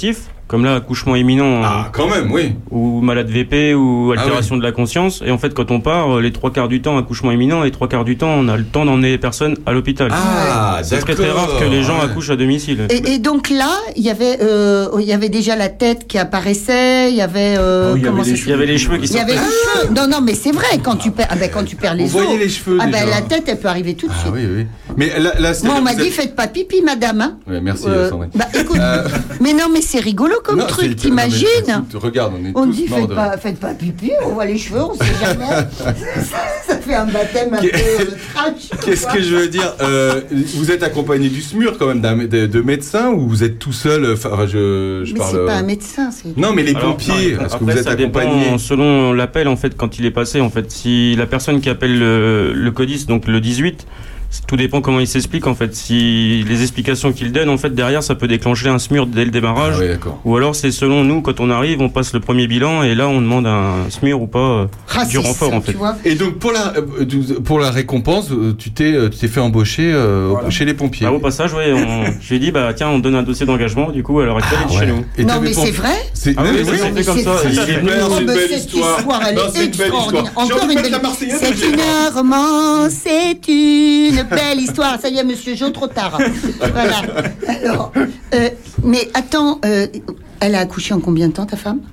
Comme là, accouchement imminent. Ah, quand même, oui. Ou malade V P, ou altération ah, oui. de la conscience. Et en fait, quand on part, les trois quarts du temps, accouchement imminent, les trois quarts du temps, on a le temps d'emmener les personnes à l'hôpital. Ah, c'est très très rare que les gens ouais. accouchent à domicile. Et, et donc là, il y avait, euh, il y avait déjà la tête qui apparaissait, il y avait, euh, oh, il, y avait les, il y avait les cheveux qui sortaient. Il y avait les cheveux. Non, non, mais c'est vrai, quand tu perds, ah ben, quand tu perds les os. Vous voyez les cheveux Ah déjà. ben, la tête, elle peut arriver tout de suite. Ah oui, oui. Mais là, là Moi, on m'a dit, faites pas pipi, madame. Hein. Ouais, merci, euh, Sandrine. Bah, écoute, euh... mais non, mais c'est rigolo comme non, truc, t'imagines? Regarde, on est on tous dit, faites pas, faites pas pipi, on voit les cheveux, on sait jamais. ça, ça fait un baptême un peu euh, trash. Qu'est-ce que je veux dire euh, Vous êtes accompagné du S M U R quand même, d'un, de, de médecins, ou vous êtes tout seul? Enfin, je, je mais parle. c'est pas un médecin, c'est. Non, mais les Alors, pompiers, non, est-ce après, que vous êtes ça accompagné dépend selon l'appel, en fait, quand il est passé, en fait. Si la personne qui appelle le, le CODIS, donc le dix-huit, tout dépend comment il s'explique, en fait. Si les explications qu'il donne, en fait, derrière, ça peut déclencher un S M U R dès le démarrage. Ah oui, d'accord. Ou alors, c'est selon nous, quand on arrive, on passe le premier bilan et là, on demande un S M U R ou pas euh, ah, du renfort, ça, en fait. Et donc, pour la, pour la récompense, tu t'es, tu t'es fait embaucher euh, voilà. chez les pompiers. Ah, au passage, oui. Je lui ai dit, bah, tiens, on donne un dossier d'engagement, du coup, à l'heure actuelle, il est chez nous. Et non, mais c'est vrai? C'est ah, oui, oui, c'est fait comme ça. C'est super, c'est une belle histoire. Elle non, est extraordinaire. Encore une belle histoire. C'est une romance, c'est une belle histoire. Ça y est, monsieur Jo, trop tard. Voilà. Alors, euh, mais attends, euh, elle a accouché en combien de temps, ta femme?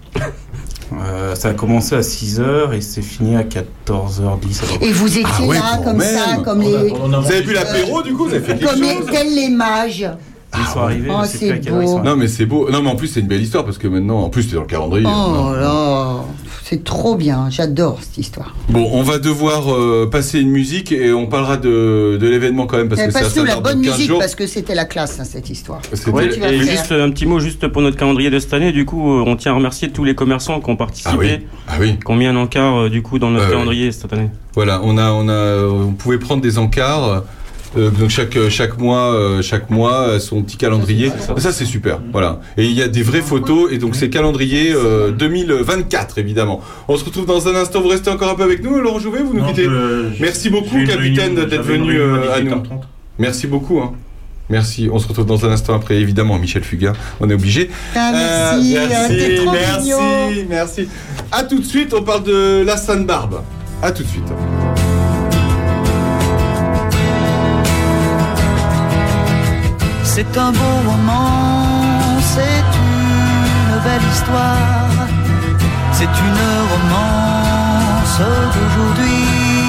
Euh, ça a commencé à six heures et c'est fini à quatorze heures dix. Et vous étiez ah ouais, là, comme même. ça, comme les... Vous avez bu l'apéro, du coup? Vous avez fait quelque comme chose les, tels les mages. Ils sont arrivés, oh, je sais plus à quelle heure ils sont. Non, mais c'est beau. Non, mais en plus, c'est une belle histoire parce que maintenant, en plus, t'es dans le calendrier. Oh là, c'est trop bien. J'adore cette histoire. Bon, on va devoir euh, passer une musique et on parlera de, de l'événement quand même parce que passe c'est la bonne musique jours. parce que c'était la classe, hein, cette histoire. Ouais, et juste un petit mot juste pour notre calendrier de cette année. Du coup, on tient à remercier tous les commerçants qui ont participé, ah oui. Ah oui. qui ont mis un encart du coup dans notre ah calendrier oui. cette année. Voilà, on a, on a, on pouvait prendre des encarts. Euh, donc chaque chaque mois euh, chaque mois son petit calendrier ça, ça c'est super voilà et il y a des vraies photos et donc c'est calendrier euh, deux mille vingt-quatre évidemment. On se retrouve dans un instant, vous restez encore un peu avec nous Laurent Jouvet, vous nous quittez. Merci beaucoup capitaine d'être venu euh, à nous. Merci beaucoup hein. Merci, on se retrouve dans un instant après évidemment Michel Fugain, on est obligé. Ah, merci, euh, merci, t'es trop merci, mignon. merci. À tout de suite, on parle de la Sainte-Barbe. À tout de suite. C'est un beau roman, c'est une belle histoire, c'est une romance d'aujourd'hui.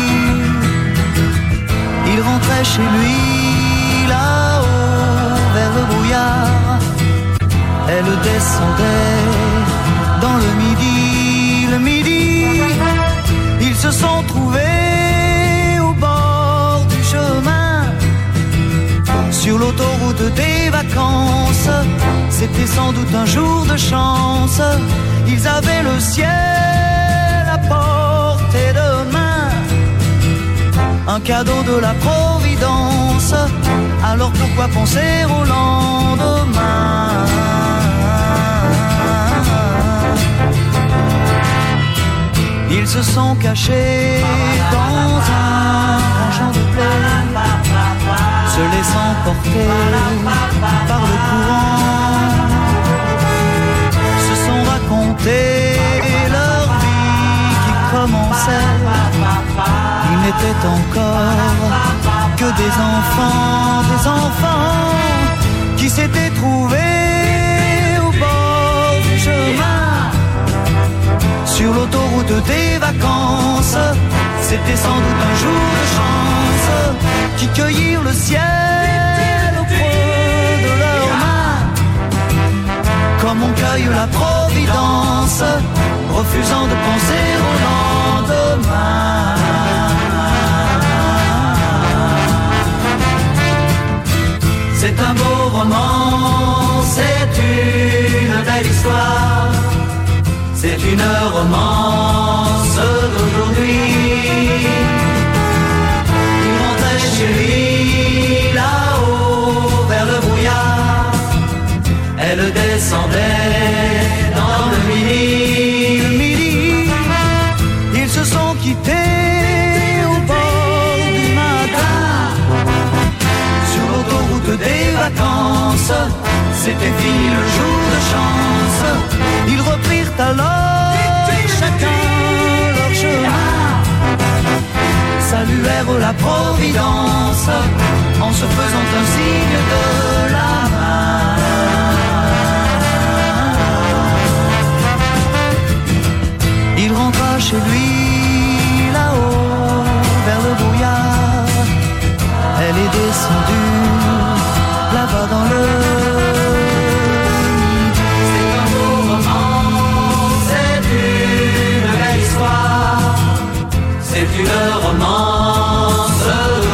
Il rentrait chez lui là-haut vers le brouillard, elle descendait dans le midi, le midi. Ils se sont trouvés au bord du chemin. Sur l'autoroute des vacances, c'était sans doute un jour de chance. Ils avaient le ciel à portée de main, un cadeau de la Providence. Alors pourquoi penser au lendemain? Ils se sont cachés dans un grand champ de blé, se laissant porter par le courant, se sont racontés leur vie qui commençait. Ils n'étaient encore que des enfants, des enfants qui s'étaient trouvés au bord du chemin. Sur l'autoroute des vacances, c'était sans doute un jour de chance, qui cueillirent le ciel au creux de leurs mains, comme on cueille la providence, refusant de penser au lendemain. C'est un beau roman, c'est une belle histoire, c'est une romance d'aujourd'hui. Chez lui, là-haut, vers le brouillard, elle descendait dans le midi, le midi. Ils se sont quittés c'était fini le jour de chance. Ils reprirent alors chacun leur chemin, saluèrent la Providence en se faisant un signe de la main. Il rentra chez lui là-haut vers le brouillard. Elle est descendue là-bas dans le midi. C'est un beau roman, c'est une belle histoire, c'est une romance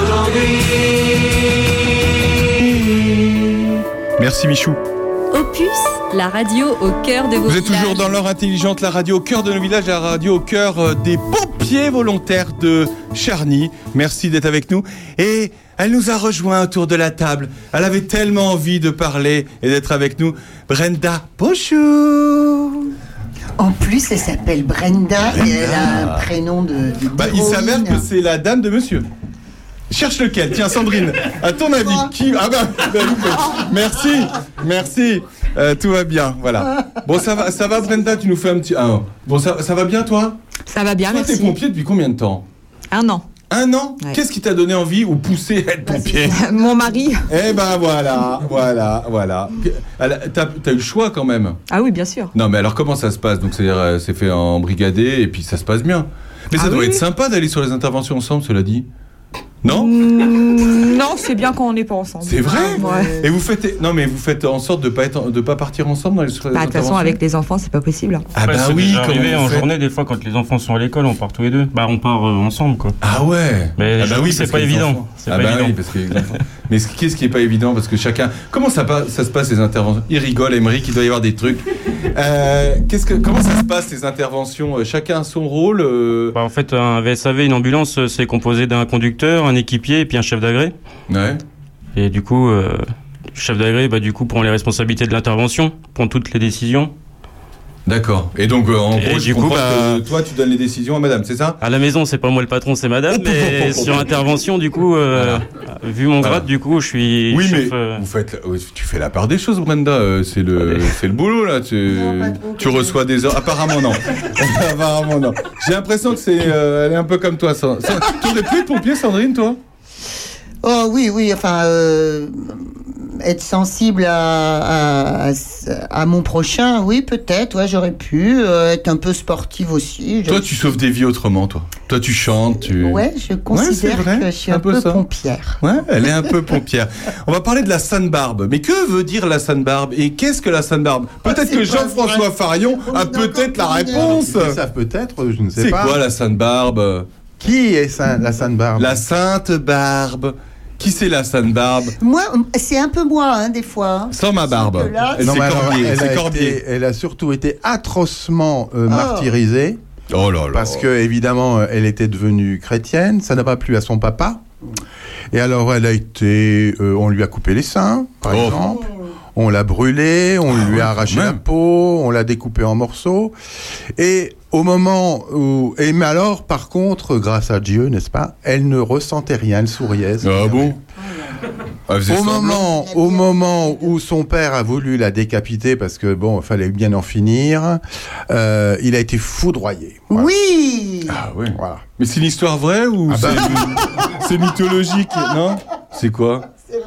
d'aujourd'hui. Merci Michou. Opus, la radio au cœur de vos Vous êtes villages. toujours dans l'heure intelligente, la radio au cœur de nos villages, la radio au cœur euh, des pompiers volontaires de Charny. Merci d'être avec nous. Et elle nous a rejoint autour de la table. Elle avait tellement envie de parler et d'être avec nous. Brenda, bonjour. En plus, elle s'appelle Brenda, Brenda. et elle a un prénom de, de Bah, il s'avère que c'est la dame de monsieur. Cherche lequel. Tiens, Sandrine, à ton avis, qui... Ah bah, bah, merci, merci. Euh, tout va bien, voilà. Bon, ça va, ça va, Brenda, tu nous fais un petit... Ah, bon, ça, ça va bien, toi? Ça va bien, toi, merci. Toi, t'es pompier depuis combien de temps? Un an. Un an? Ouais. Qu'est-ce qui t'a donné envie ou poussé à être pompier? Mon mari. Eh ben voilà, voilà, voilà. Alors, T'as, t'as eu le choix quand même. Ah oui, bien sûr. Non, mais alors comment ça se passe? Donc c'est-à-dire, euh, c'est fait en brigadé et puis ça se passe bien. Mais ça Ah doit oui, être oui. sympa d'aller sur les interventions ensemble, cela dit. Non? Mmh, non, c'est bien quand on n'est pas ensemble. C'est vrai? Ouais. Et vous faites, non mais vous faites en sorte de pas être, de pas partir ensemble dans les, sur les Bah, de toute façon, interventions? avec les enfants, c'est pas possible. Ah bah c'est oui, déjà comment arrivé vous en faites? journée, des fois, quand les enfants sont à l'école, on part tous les deux. Bah, on part euh, ensemble, quoi. Ah ouais. Mais ah bah oui, c'est parce pas que les évident. enfants- C'est ah pas bah évident. oui, parce que les enfants- Mais ce- qu'est-ce qui est pas évident parce que chacun. Comment ça, pa- ça se passe les interventions? Il rigole, Emery, qu'il doit y avoir des trucs. Euh, qu'est-ce que, comment ça se passe les interventions? Chacun a son rôle. euh... Bah, en fait, un V S A V, une ambulance, euh, c'est composé d'un conducteur, un équipier et puis un chef d'agré. Ouais. Et du coup, euh, le chef d'agré, bah, du coup, prend les responsabilités de l'intervention, prend toutes les décisions. D'accord. Et donc, euh, en Et gros, du je coup, comprends bah- que toi, tu donnes les décisions à madame, c'est ça? À la maison, c'est pas moi le patron, c'est madame. Mais sur intervention, du coup, euh, vu mon grade, Voilà. du coup, je suis Oui, chef, mais euh, vous faites, oui, tu fais la part des choses, Brenda. euh, C'est le, c'est le boulot là. Tu, tu reçois des heures. Apparemment non. Apparemment non. J'ai l'impression que c'est, euh, elle est un peu comme toi. Sa- Sa- Tu aurais pu être pompier, Sandrine, toi? Oh oui, oui, enfin, euh, être sensible à, à, à mon prochain, oui, peut-être, ouais, j'aurais pu. Euh, être un peu sportive aussi. Toi, tu sauves des vies autrement, toi. Toi, tu chantes, tu. Ouais, je considère c'est vrai, que je suis un un peu peu ça. pompière. Ouais, elle est un peu pompière. On va parler de la Sainte-Barbe. Mais que veut dire la Sainte-Barbe? Et qu'est-ce que la Sainte-Barbe? Peut-être que Jean-François Farion a peut-être la réponse. Ils savent peut-être, je ne sais C'est pas. quoi la Sainte-Barbe? Qui est Saint- la Sainte-Barbe? La Sainte-Barbe. Qui c'est la Sainte-Barbe? Moi, c'est un peu moi, hein, des fois. hein. Sans ma barbe. que là, Et Non, c'est mais alors, Corbier. elle, C'est a Corbier. été- elle a surtout été atrocement euh, Oh. martyrisée. Oh là là. Parce que, évidemment, elle était devenue chrétienne. Ça n'a pas plu à son papa. Et alors, elle a été. euh, on lui a coupé les seins, par Oh. exemple. On l'a brûlée, on lui a arraché quand la même. peau, on l'a découpée en morceaux. Et au moment où. Et mais alors, par contre, grâce à Dieu, n'est-ce pas, elle ne ressentait rien, elle souriait. Ah bon? Elle faisait Au semblant. moment, au moment où son père a voulu la décapiter, parce que bon, il fallait bien en finir, euh, il a été foudroyé. Voilà. Oui. Ah oui. Voilà. Mais c'est une histoire vraie ou Ah bah. c'est, c'est mythologique? Non? C'est quoi?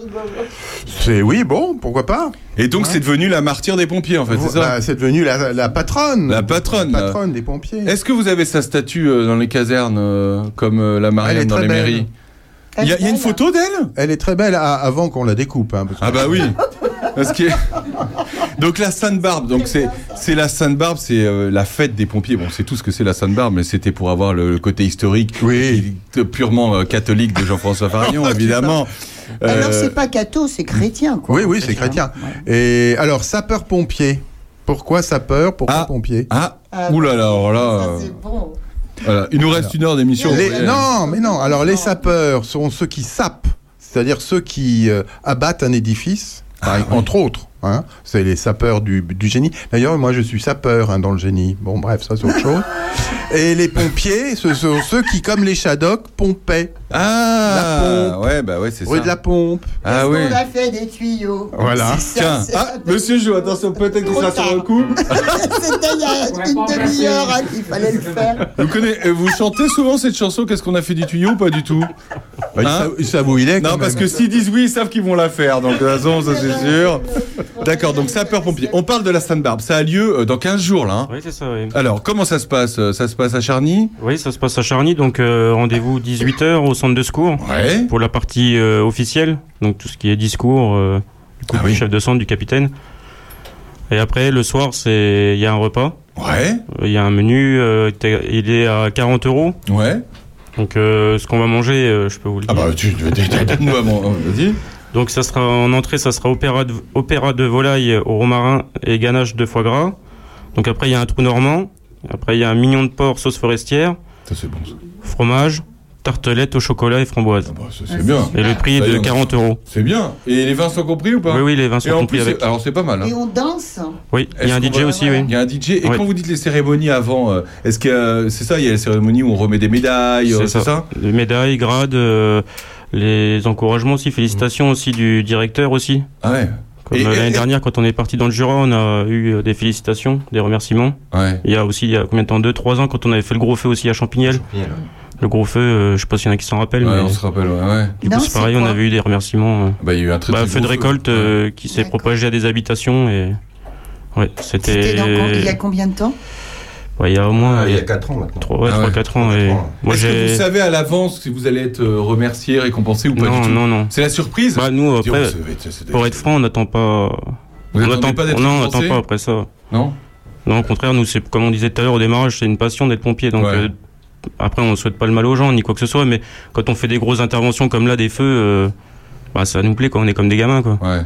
C'est oui, bon, pourquoi pas. Et donc c'est devenu la martyre des pompiers en fait, c'est ça? Bah, c'est devenu la, la patronne. La patronne. La là. patronne des pompiers. Est-ce que vous avez sa statue euh, dans les casernes euh, comme euh, la Elle Marianne est dans très les belle. mairies? Il y, a- il y a une photo d'elle? Elle est très belle à- avant qu'on la découpe. Hein, parce que- Ah bah oui. Parce que... Donc la Sainte-Barbe, donc c'est c'est la Sainte-Barbe, c'est euh, la fête des pompiers. Bon, c'est tout ce que c'est la Sainte-Barbe, mais c'était pour avoir le, le côté historique, Oui. et purement euh, catholique de Jean-François Farion, évidemment. Alors, Euh, c'est pas catho, c'est chrétien, quoi. Oui, oui, c'est chrétien. Et alors, sapeur-pompier. Pourquoi sapeur? Pourquoi Ah. pompier? Ah, Ah, oulala, alors là, Ça, euh, c'est bon. voilà. Il nous reste une heure d'émission. Les- vous voyez. non, mais non. Alors, les sapeurs sont ceux qui sapent, c'est-à-dire ceux qui euh, abattent un édifice. Par- Ah, oui. Entre autres. Hein, c'est les sapeurs du, du génie. D'ailleurs, moi, je suis sapeur hein, dans le génie. Bon, bref, ça, c'est autre chose. Et les pompiers, ce sont ceux qui, comme les Shadocks, pompaient. Ah, la pompe. ouais, bah ouais, c'est Rue ça. de la pompe. Ah oui. On a fait des tuyaux. Voilà. C'est Tiens, ça, c'est ah, ça. monsieur Jo, attention, peut-être qu'il sera sur le coup. C'était il y a une demi-heure hein, qu'il fallait le faire. Vous, connaissez, euh, vous chantez souvent cette chanson, qu'est-ce qu'on a fait du tuyau ou pas du tout? Bah, ils Hein savent- ils savent où il est. Non, quand parce même. que s'ils disent oui, ils savent qu'ils vont la faire. Donc, de toute façon, ça c'est sûr. D'accord, donc sapeur-pompier. On parle de la Sainte-Barbe. Ça a lieu euh, dans quinze jours, là. Hein. Oui, c'est ça, oui. Alors, comment ça se passe? Ça se passe à Charny? Oui, ça se passe à Charny, donc euh, rendez-vous dix-huit heures au centre de secours. Ouais. Pour la partie euh, officielle, donc tout ce qui est discours, euh, du, coup, Ah du oui. chef de centre, du capitaine. Et après, le soir, c'est il y a un repas. Ouais. Il y a un menu, euh, t'es- il est à quarante euros. Ouais. Donc euh, ce qu'on va manger, euh, je peux vous le dire. Ah bah, tu donne-nous avant. Vas-y. Donc ça sera en entrée, ça sera opéra de, opéra de volaille au romarin et ganache de foie gras. Donc après il y a un trou normand. Après il y a un mignon de porc sauce forestière. Ça c'est bon. Ça. Fromage, tartelette au chocolat et framboise. Ah bah, ça, c'est bien. Et le prix est Ça y de est, quarante euros. C'est bien. Et les vins sont compris ou pas? Oui, oui, les vins sont Et en compris plus, avec. c'est- alors c'est pas mal. Hein. Et on danse. Oui, il y a un Est-ce D J qu'on va- aussi, oui. Il y a un D J. Et Ouais. quand vous dites les cérémonies avant, euh, est-ce que euh, c'est ça? Il y a les cérémonies où on remet des médailles, euh, c'est ça? Les médailles, grades, euh, les encouragements aussi, félicitations aussi du directeur aussi. Ah ouais. Comme Et- euh, et- l'année et- dernière, quand on est parti dans le Jura, on a eu euh, des félicitations, des remerciements. Ouais. Il y a aussi, il y a combien de temps? deux trois ans, quand on avait fait le gros feu aussi à Champignelles. Le gros feu, euh, je sais pas s'il y en a qui s'en rappellent. Ouais, mais on se rappelle, ouais. ouais. Du Non, coup, c'est c'est pareil, on quoi avait eu des remerciements. euh. Bah, il y a eu un très, Bah, très feu de gros récolte Ouais. euh, qui s'est propagé à des habitations et ouais, C'était c'était. dans com- il y a combien de temps? Ouais, il y a au moins. Ah, il y a quatre ans maintenant. trois, ouais, Ah trois, ouais. quatre ans. Et moi, Est-ce que j'ai. vous savez à l'avance si vous allez être euh, remercié, récompensé ou pas Non, du tout? non, non. C'est la surprise? Bah, nous, Dis, après, oh, ça va être- ça doit pour être franc, on n'attend pas. Vous on attendez attend pas d'être Non, on récompensé n'attend pas après ça. Non? Non, au contraire, nous, c'est comme on disait tout à l'heure au démarrage, c'est une passion d'être pompier. Donc, Ouais. euh, après, on ne souhaite pas le mal aux gens ni quoi que ce soit, mais quand on fait des grosses interventions comme là, des feux, euh, bah, ça nous plaît, quoi. On est comme des gamins, quoi. Ouais.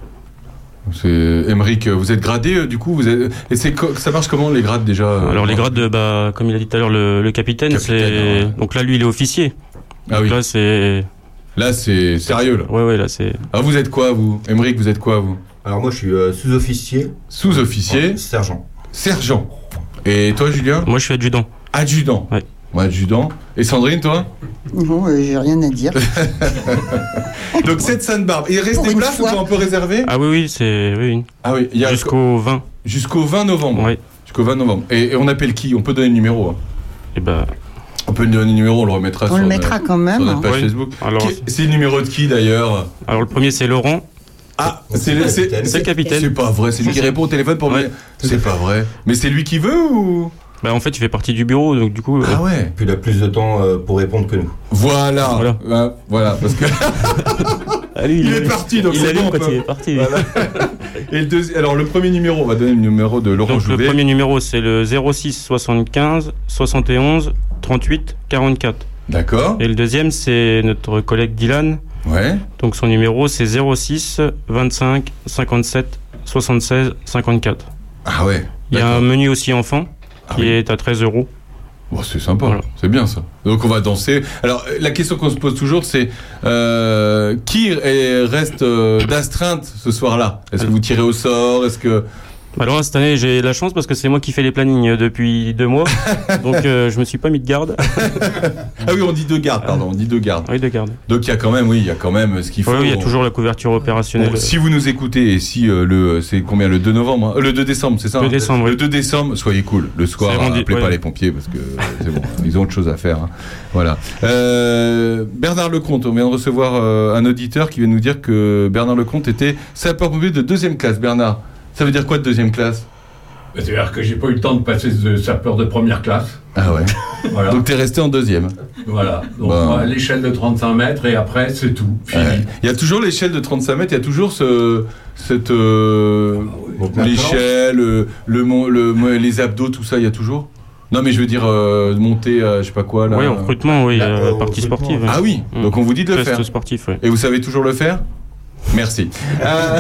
C'est Émeric, vous êtes gradé euh, du coup, vous êtes... et c'est co- ça marche comment les grades déjà euh, Alors, les grades, de, bah, comme il a dit tout à l'heure, le, le capitaine, Capitaine, c'est. ouais. Donc là, lui, il est officier. Ah Donc oui. Là, c'est. Là c'est sérieux là. Ouais, ouais, là, c'est. Ah vous êtes quoi vous? Émeric, vous êtes quoi vous? Alors moi je suis euh, sous-officier. Sous-officier. Sergent. Sergent. Et toi Julien? Moi, je suis adjudant. Adjudant. Ouais. Ouais, adjudant. Et Sandrine, toi? Non, euh, j'ai rien à dire. Donc cette Sainte-Barbe. Il reste Pour des une places ou fois. sont un peu réservées? Ah oui, oui, c'est. Oui, oui. Ah oui, il y a Jusqu'au vingt. jusqu'au vingt novembre. Oui. Jusqu'au vingt novembre. Et, et on appelle qui? On peut donner le numéro. Hein. Et bah. On peut lui donner le numéro, on le remettra On sur, le notre- mettra quand même. sur notre page Ouais. Facebook. Alors, Qui- C'est le numéro de qui d'ailleurs? Alors, le premier, c'est Laurent. Ah, c'est le, c'est, C'est le capitaine. C'est pas vrai, c'est lui qui répond au téléphone pour Ouais. me. C'est pas vrai. Mais c'est lui qui veut ou? Bah, en fait, il fait partie du bureau, donc du coup. Ah euh, ouais. Puis il a plus de temps euh, pour répondre que nous. Voilà. Voilà. Voilà, voilà, parce que ah, lui, il est parti, donc il c'est allume bon, on quand peut- il est parti. Voilà. Et le deuxième, alors le premier numéro, on va donner le numéro de Laurent Donc, le Jouvet. premier numéro, c'est le zéro six soixante-quinze soixante et onze trente-huit quarante-quatre. D'accord. Et le deuxième, c'est notre collègue Dylan. Ouais. Donc, son numéro, c'est zéro six vingt-cinq cinquante-sept soixante-seize cinquante-quatre. Ah ouais. Il y a d'accord. un menu aussi enfant Ah qui oui. est à treize euros. Bon, c'est sympa, Voilà. c'est bien ça. Donc on va danser. Alors la question qu'on se pose toujours, c'est euh, qui est- reste euh, d'astreinte ce soir-là? Est-ce que vous tirez au sort? Est-ce que Alors, cette année, j'ai la chance parce que c'est moi qui fais les plannings depuis deux mois. Donc, euh, je me suis pas mis de garde. ah oui, on dit deux gardes, pardon, on dit deux gardes. Oui, de garde. Donc il y a quand même, oui, il y a quand même ce qu'il faut. Oui, oui, il y a toujours la couverture opérationnelle. Bon, si vous nous écoutez et si euh, le c'est combien le deux novembre, hein Euh, le deux décembre, c'est ça? Le hein décembre, Le oui. deux décembre, soyez cool. Le soir, C'est rendu- appelez pas ouais. les pompiers parce que euh, c'est bon, ils ont autre chose à faire. hein. Voilà. Euh, Bernard Lecomte, on vient de recevoir euh, un auditeur qui vient nous dire que Bernard Lecomte était sapeur-pompier de deuxième classe. Bernard, ça veut dire quoi de deuxième classe? C'est-à-dire que j'ai pas eu le temps de passer de sapeur de première classe. Ah ouais. Voilà. Donc t'es resté en deuxième. Voilà. Donc Bon. moi, l'échelle de trente-cinq mètres et après c'est tout. Fini. Ouais. Il y a toujours l'échelle de trente-cinq mètres, il y a toujours ce, cette euh, l'échelle, le, le, mon- le- les abdos, tout ça, il y a toujours. Non mais je veux dire euh, monter, à, je sais pas quoi là. Oui, en recrutement, oui, Là, euh, au partie recrutement. sportive. Ah oui. Mm. Donc on vous dit de le Test faire. sportif, oui. Et vous savez toujours le faire? Merci. Euh,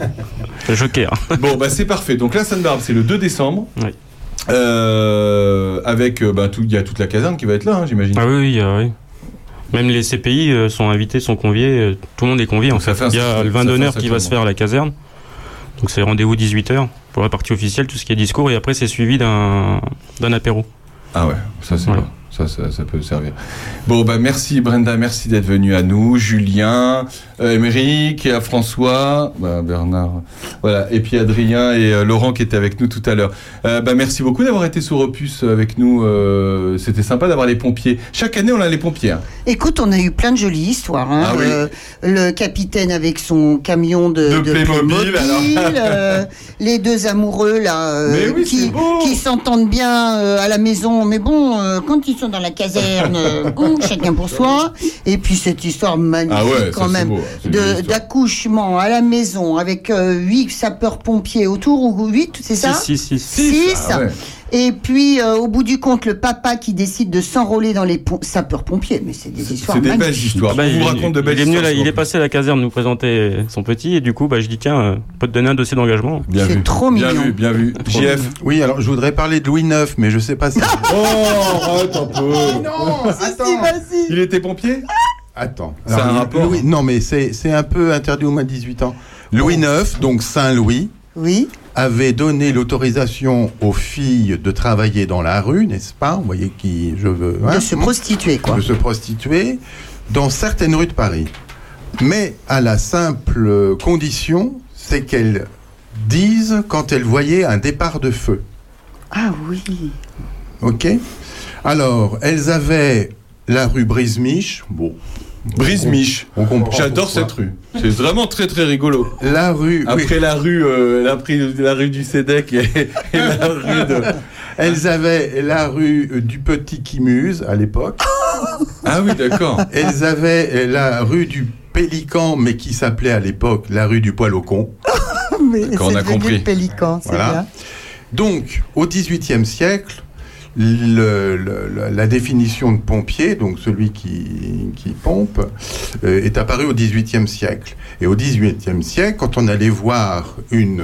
Joker. Bon, bah c'est parfait. Donc la Sainte-Barbe, c'est le deux décembre. Oui. Euh, avec, euh, bah, tout, il y a toute la caserne qui va être là, hein, j'imagine. Ah oui, oui, euh, oui. Même les C P I euh, sont invités, sont conviés, euh, tout le monde est convié. En fait. fait un, Il y a le vin d'honneur qui va se faire à la caserne. Donc c'est rendez-vous dix-huit heures pour la partie officielle, tout ce qui est discours, et après c'est suivi d'un, d'un apéro. Ah ouais, ça c'est voilà. bon. Ça, ça, ça peut servir. Bon, bah merci Brenda, merci d'être venu à nous. Julien, euh, Émeric, et à François, bah, Bernard, voilà, et puis Adrien et euh, Laurent qui étaient avec nous tout à l'heure. Euh, bah merci beaucoup d'avoir été sur Opus avec nous. Euh, c'était sympa d'avoir les pompiers. Chaque année, on a les pompiers. Hein. Écoute, on a eu plein de jolies histoires. Hein. Ah oui. euh, le capitaine avec son camion de, De de Playmobil, alors. euh, les deux amoureux là, euh, Mais oui, qui, c'est beau. qui s'entendent bien euh, à la maison. Mais bon, euh, quand ils sont dans la caserne, euh, bon, chacun pour soi. Et puis cette histoire magnifique Ah ouais, quand ça, même c'est beau, c'est une de, belle histoire. d'accouchement à la maison avec euh, huit sapeurs-pompiers autour, ou huit, c'est ça? Six, six, six. Six. Ah ouais. Et puis, euh, au bout du compte, le papa qui décide de s'enrôler dans les pom- sapeurs-pompiers. Mais c'est des histoires C'est des belles magnifiques. histoires. Bah, on il, vous raconte de belles il est venu histoires. là, il sur est passé à la caserne nous présenter son petit, et du coup, bah, je dis tiens, euh, on peut te donner un dossier d'engagement. Bien C'est vu. trop bien mignon. vu, bien vu. J F. Oui, alors je voudrais parler de Louis neuf, mais je sais pas si. Oh, arrête un peu. non, attends. Il était pompier? Attends. C'est un rapport. Louis- non, mais c'est, c'est un peu interdit aux moins de dix-huit ans. Louis neuf, donc Saint-Louis, Oui. avait donné l'autorisation aux filles de travailler dans la rue, n'est-ce pas? Vous voyez qui je veux. De se prostituer, quoi. De se prostituer dans certaines rues de Paris. Mais à la simple condition, c'est qu'elles disent quand elles voyaient un départ de feu. Ah oui. Ok? Alors, elles avaient la rue Brise-Miche. Bon. Brise-Miche. On comprend. J'adore pourquoi. cette rue. C'est vraiment très très rigolo. La rue. Après oui. la rue, euh, la, pri- la rue du Sédec et, et la rue de. Elles avaient la rue euh, du Petit Quimuse à l'époque. Ah oui, d'accord. Elles avaient euh, la rue du Pélican, mais qui s'appelait à l'époque la rue du Poil au con. Mais Quand on c'est a devenu compris. le pélican, c'est Voilà. bien. Donc, au dix-huitième siècle, le, le- le- la définition de pompier, donc celui qui, qui pompe, euh, est apparue au dix-huitième siècle. Et au dix-huitième siècle, quand on allait voir une,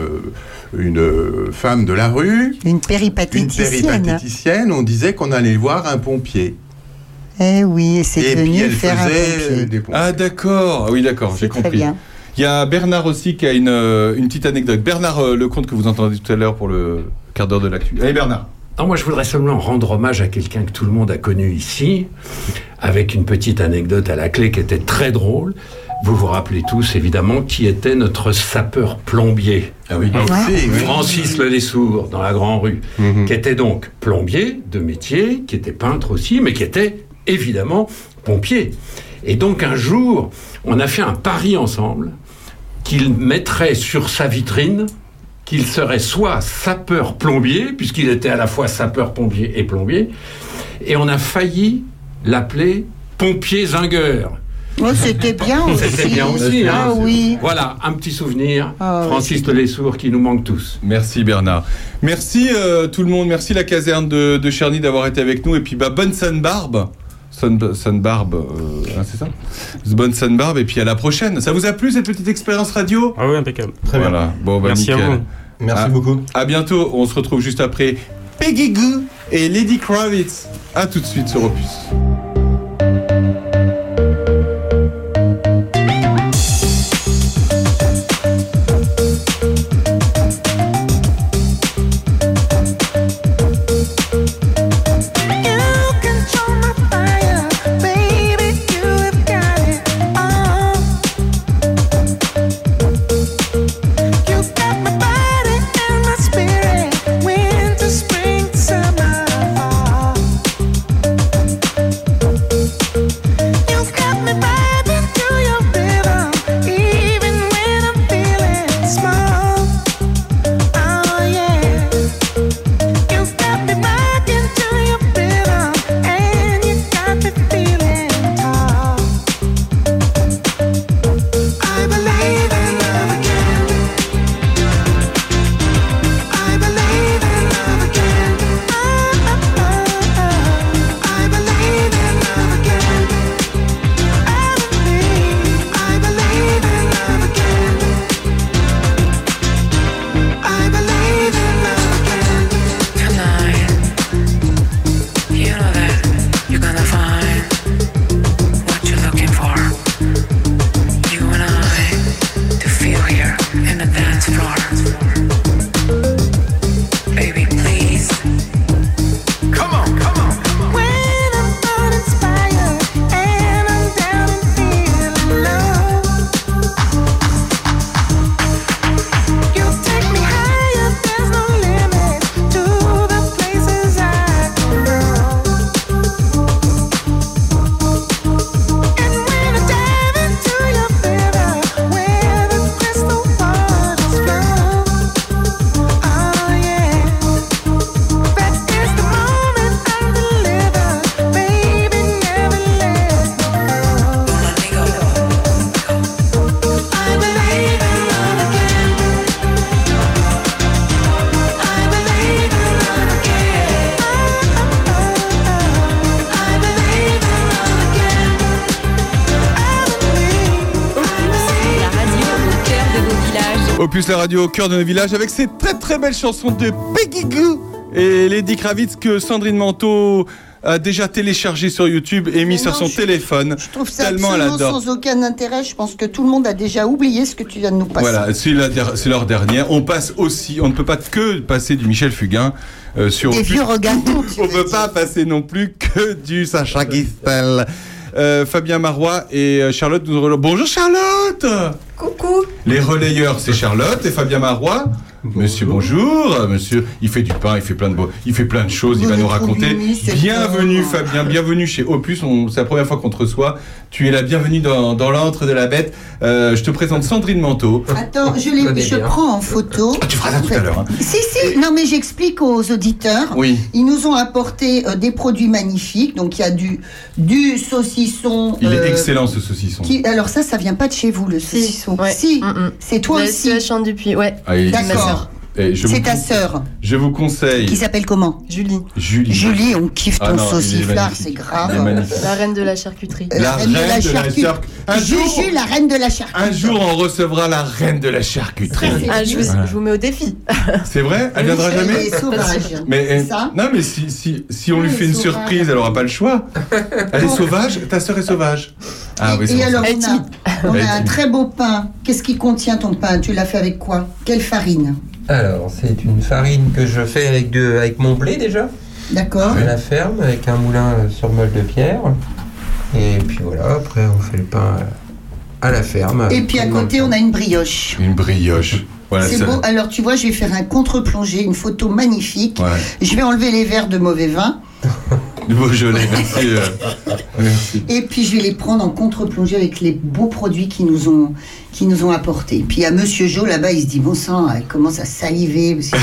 une femme de la rue, Une une péripatéticienne. péripatéticienne, on disait qu'on allait voir un pompier. Eh oui, et c'est Et devenu puis elle faire un faisait pompier. des pompiers. Ah d'accord. Ah oui, d'accord. J'ai C'est très compris. bien. Il y a Bernard aussi qui a une, euh, une petite anecdote. Bernard euh, Lecomte que vous entendez tout à l'heure pour le quart d'heure de l'actu. Allez Bernard. Non, moi, je voudrais seulement rendre hommage à quelqu'un que tout le monde a connu ici, avec une petite anecdote à la clé qui était très drôle. Vous vous rappelez tous, évidemment, qui était notre sapeur-plombier. Ah oui. Oui, oui. Francis Le Lessour, dans la Grand Rue, Mhm. qui était donc plombier de métier, qui était peintre aussi, mais qui était évidemment pompier. Et donc, un jour, on a fait un pari ensemble qu'il mettrait sur sa vitrine qu'il serait soit sapeur-plombier, puisqu'il était à la fois sapeur-pompier et plombier, et on a failli l'appeler pompier zingueur. Oh, c'était bien aussi. C'était bien aussi, hein. Ah oui. Voilà, un petit souvenir, Ah ouais, Francis c'est de Lessour qui nous manque tous. Merci Bernard. Merci euh, tout le monde. Merci la caserne de, de Cherny d'avoir été avec nous. Et puis bah, bonne Sainte-Barbe. Sainte- Sainte-Barbe, euh, hein, c'est ça? Bonne Sainte-Barbe. Et puis à la prochaine. Ça vous a plu cette petite expérience radio? Ah oui, impeccable. Très bien. Voilà. Bon, bah, Merci à nickel. vous. Merci Ah, beaucoup. À bientôt. On se retrouve juste après Peggy Goo et Lady Kravitz. À tout de suite sur Opus. Winter, spring, summer, fall. Opus, la radio au cœur de nos villages, avec ces très très belles chansons de Peggy Gou et Lady Kravitz que Sandrine Manteau a déjà téléchargé sur YouTube et mis Mais sur non, son je- téléphone. Je trouve ça tellement elle absolument adore. sans aucun intérêt. Je pense que tout le monde a déjà oublié ce que tu viens de nous passer. Voilà, c'est, la der- c'est leur dernière. On passe aussi, on ne peut pas que passer du Michel Fugain euh, sur Des Opus. vieux regardons. On peut pas passer non plus que du Sacha Guistel. Euh, Fabien Marois et euh, Charlotte nous rejoignent. Bonjour Charlotte. Coucou. Les relayeurs, c'est Charlotte et Fabien Marois. Monsieur, bonjour. Euh, Monsieur, il fait du pain, il fait plein de beaux, il fait plein de choses. Il va nous raconter. Bienvenue, Fabien. Bienvenue chez Opus. On- c'est la première fois qu'on te reçoit. Tu es la bienvenue dans, dans l'antre de la bête. Euh, je te présente Sandrine Manteau. Attends, je, les, je prends en photo. Tu feras ça tout à l'heure. hein. Si, si, non mais j'explique aux auditeurs. Oui. Ils nous ont apporté euh, des produits magnifiques. Donc il y a du, du saucisson. Il est euh, excellent ce saucisson. qui- alors ça, ça vient pas de chez vous le saucisson. ouais. Si, Mm, mm. c'est toi Je aussi. suis à Champ-Dupuis, ouais. Ah, il- D'accord. Et je C'est vous- ta sœur. Je vous conseille. Qui s'appelle comment? Julie. Julie. Julie, on kiffe ton Ah non, il est sauciflard, magnifique. c'est grave. Il est magnifique. La reine de la charcuterie. Euh, La reine de la charcuterie. charc- Un jour, Juju, la reine de la charcuterie. un jour, on recevra la reine de la charcuterie. Ah, je vous, Voilà. je vous mets au défi. C'est vrai? Elle viendra Elle jamais? est sauvage. Mais C'est euh, ça non, mais si, si, si on lui Elle fait est une sauvage. surprise, elle aura pas le choix. Elle est sauvage? Ta sœur est sauvage? Ah oui, c'est Et bon, alors, ça. on a, on Elle est a un timide. très beau pain. Qu'est-ce qui contient ton pain? Tu l'as fait avec quoi? Quelle farine? Alors, c'est une farine que je fais avec, de, avec mon blé déjà. D'accord. À la ferme, avec un moulin euh, sur meule de pierre. Et puis voilà, après on fait le pain à la ferme. Et puis à côté, on a une brioche. Une brioche. Voilà, C'est ça- beau. Alors, tu vois, je vais faire un contre-plongé, une photo magnifique. Ouais. Je vais enlever les verres de mauvais vin. Du Beaujolais, merci. euh, merci. Et puis, je vais les prendre en contre-plongée avec les beaux produits qui nous ont, qui nous ont apportés. Puis, il y a Monsieur Jo, là-bas, il se dit, bon sang, il commence à saliver. parce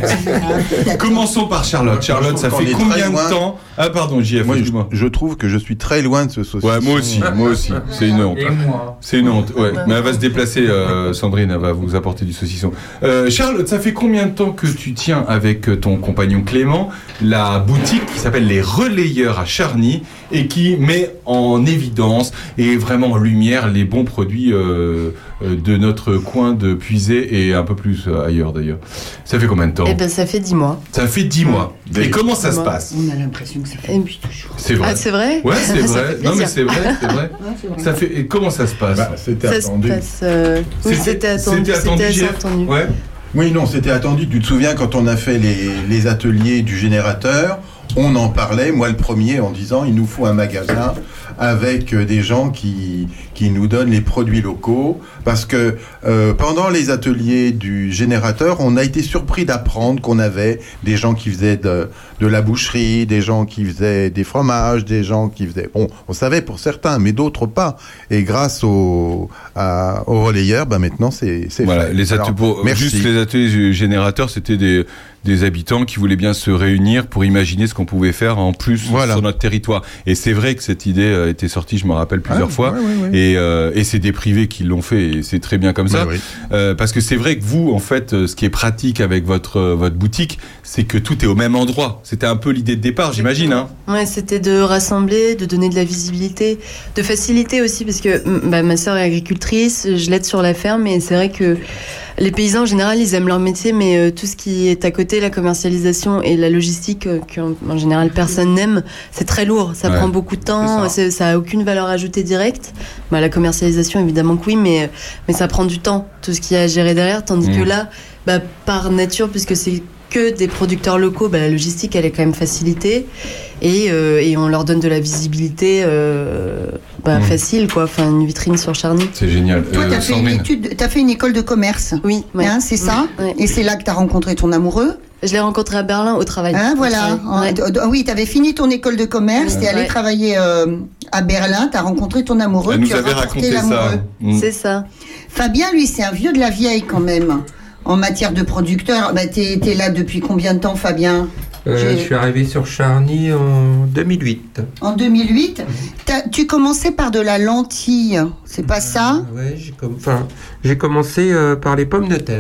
que- Commençons par Charlotte. Charlotte, ça qu'on fait est combien très loin. de temps? Ah, pardon, J F, Moi, je, excuse-moi. je trouve que je suis très loin de ce saucisson. Ouais, moi aussi, moi aussi. C'est une honte. Et moi. C'est une honte, ouais. Mais elle va se déplacer, euh, Sandrine, elle va vous apporter du saucisson. Euh, Charlotte, ça fait combien de temps que tu tiens avec ton compagnon Clément la boutique qui s'appelle Les Relayeurs à Charny et qui met en évidence et vraiment en lumière les bons produits euh, euh, de notre coin de Puisay et un peu plus euh, ailleurs d'ailleurs. Ça fait combien de temps? Eh ben, ça fait dix mois. Ça fait dix mois. Et comment ça se Dix mois. passe? On a l'impression que ça fait depuis toujours. C'est vrai. Ah, c'est vrai? Ouais, c'est Ça vrai. fait Non, mais plaisir. c'est vrai, c'est vrai. c'est vrai. Ça fait. Et comment ça se passe? Bah, c'était Ça se attendu. passe. euh, Oui, c'était attendu. c'était attendu, C'était assez Jeff. attendu. Ouais. Oui, non, c'était attendu. Tu te souviens quand on a fait les, les ateliers du générateur, on en parlait, moi le premier, en disant il nous faut un magasin avec euh, des gens qui, qui nous donnent les produits locaux. Parce que euh, pendant les ateliers du générateur, on a été surpris d'apprendre qu'on avait des gens qui faisaient de, de la boucherie, des gens qui faisaient des fromages, des gens qui faisaient... Bon, on savait pour certains, mais d'autres pas. Et grâce au, à, aux relayeurs, ben maintenant c'est c'est Voilà, fait. les Alors, ateliers, pour- merci. juste les ateliers générateurs, c'était des, des habitants qui voulaient bien se réunir pour imaginer ce qu'on pouvait faire en plus Voilà. sur notre territoire. Et c'est vrai que cette idée a été sortie, je me rappelle plusieurs Ah, fois, ouais, ouais, ouais. et, euh, et c'est des privés qui l'ont fait, et c'est très bien comme ça. Oui, oui. Euh, parce que c'est vrai que vous, en fait, euh, ce qui est pratique avec votre, euh, votre boutique, c'est que tout est au même endroit. C'était un peu l'idée de départ, j'imagine. Hein. Ouais, c'était de rassembler, de donner de la visibilité, de faciliter aussi, parce que m- bah, ma sœur est agricultrice, je l'aide sur la ferme, et c'est vrai que les paysans en général, ils aiment leur métier, mais euh, tout ce qui est à côté, la commercialisation et la logistique, euh, qu'en en général personne n'aime, c'est très lourd, ça Ouais, prend beaucoup de temps, c'est ça. c'est- ça a aucune valeur ajoutée directe. Bah, la commercialisation, évidemment que oui, mais, mais ça prend du temps, tout ce qu'il y a à gérer derrière, tandis Mmh. que là, bah, par nature, puisque c'est que des producteurs locaux, bah, la logistique, elle est quand même facilitée. Et, euh, et on leur donne de la visibilité euh, bah, Mmh. facile, quoi. Enfin, une vitrine sur Charny. C'est génial. Toi, tu as fait une étude, t'as fait une école de commerce. Oui, ouais. Hein, c'est ça. Ouais. Et c'est là que tu as rencontré ton amoureux. Je l'ai rencontré à Berlin au travail. Hein, Au voilà. travail. Ouais. En- d- Oui, tu avais fini ton école de commerce, tu es allé Ouais. travailler euh, à Berlin, tu as rencontré ton amoureux, Elle nous tu as avait rapporté raconté ça. l'amoureux. Mm. C'est ça. Fabien, lui, c'est un vieux de la vieille quand même, en matière de producteur. Bah, t'es, t'es là depuis combien de temps, Fabien? Euh, J'ai- je suis arrivé sur Charny en deux mille huit. En deux mille huit, t'as- tu commençais par de la lentille, c'est pas ça? Ouais, j'ai com- enfin, j'ai commencé euh, par les pommes de terre.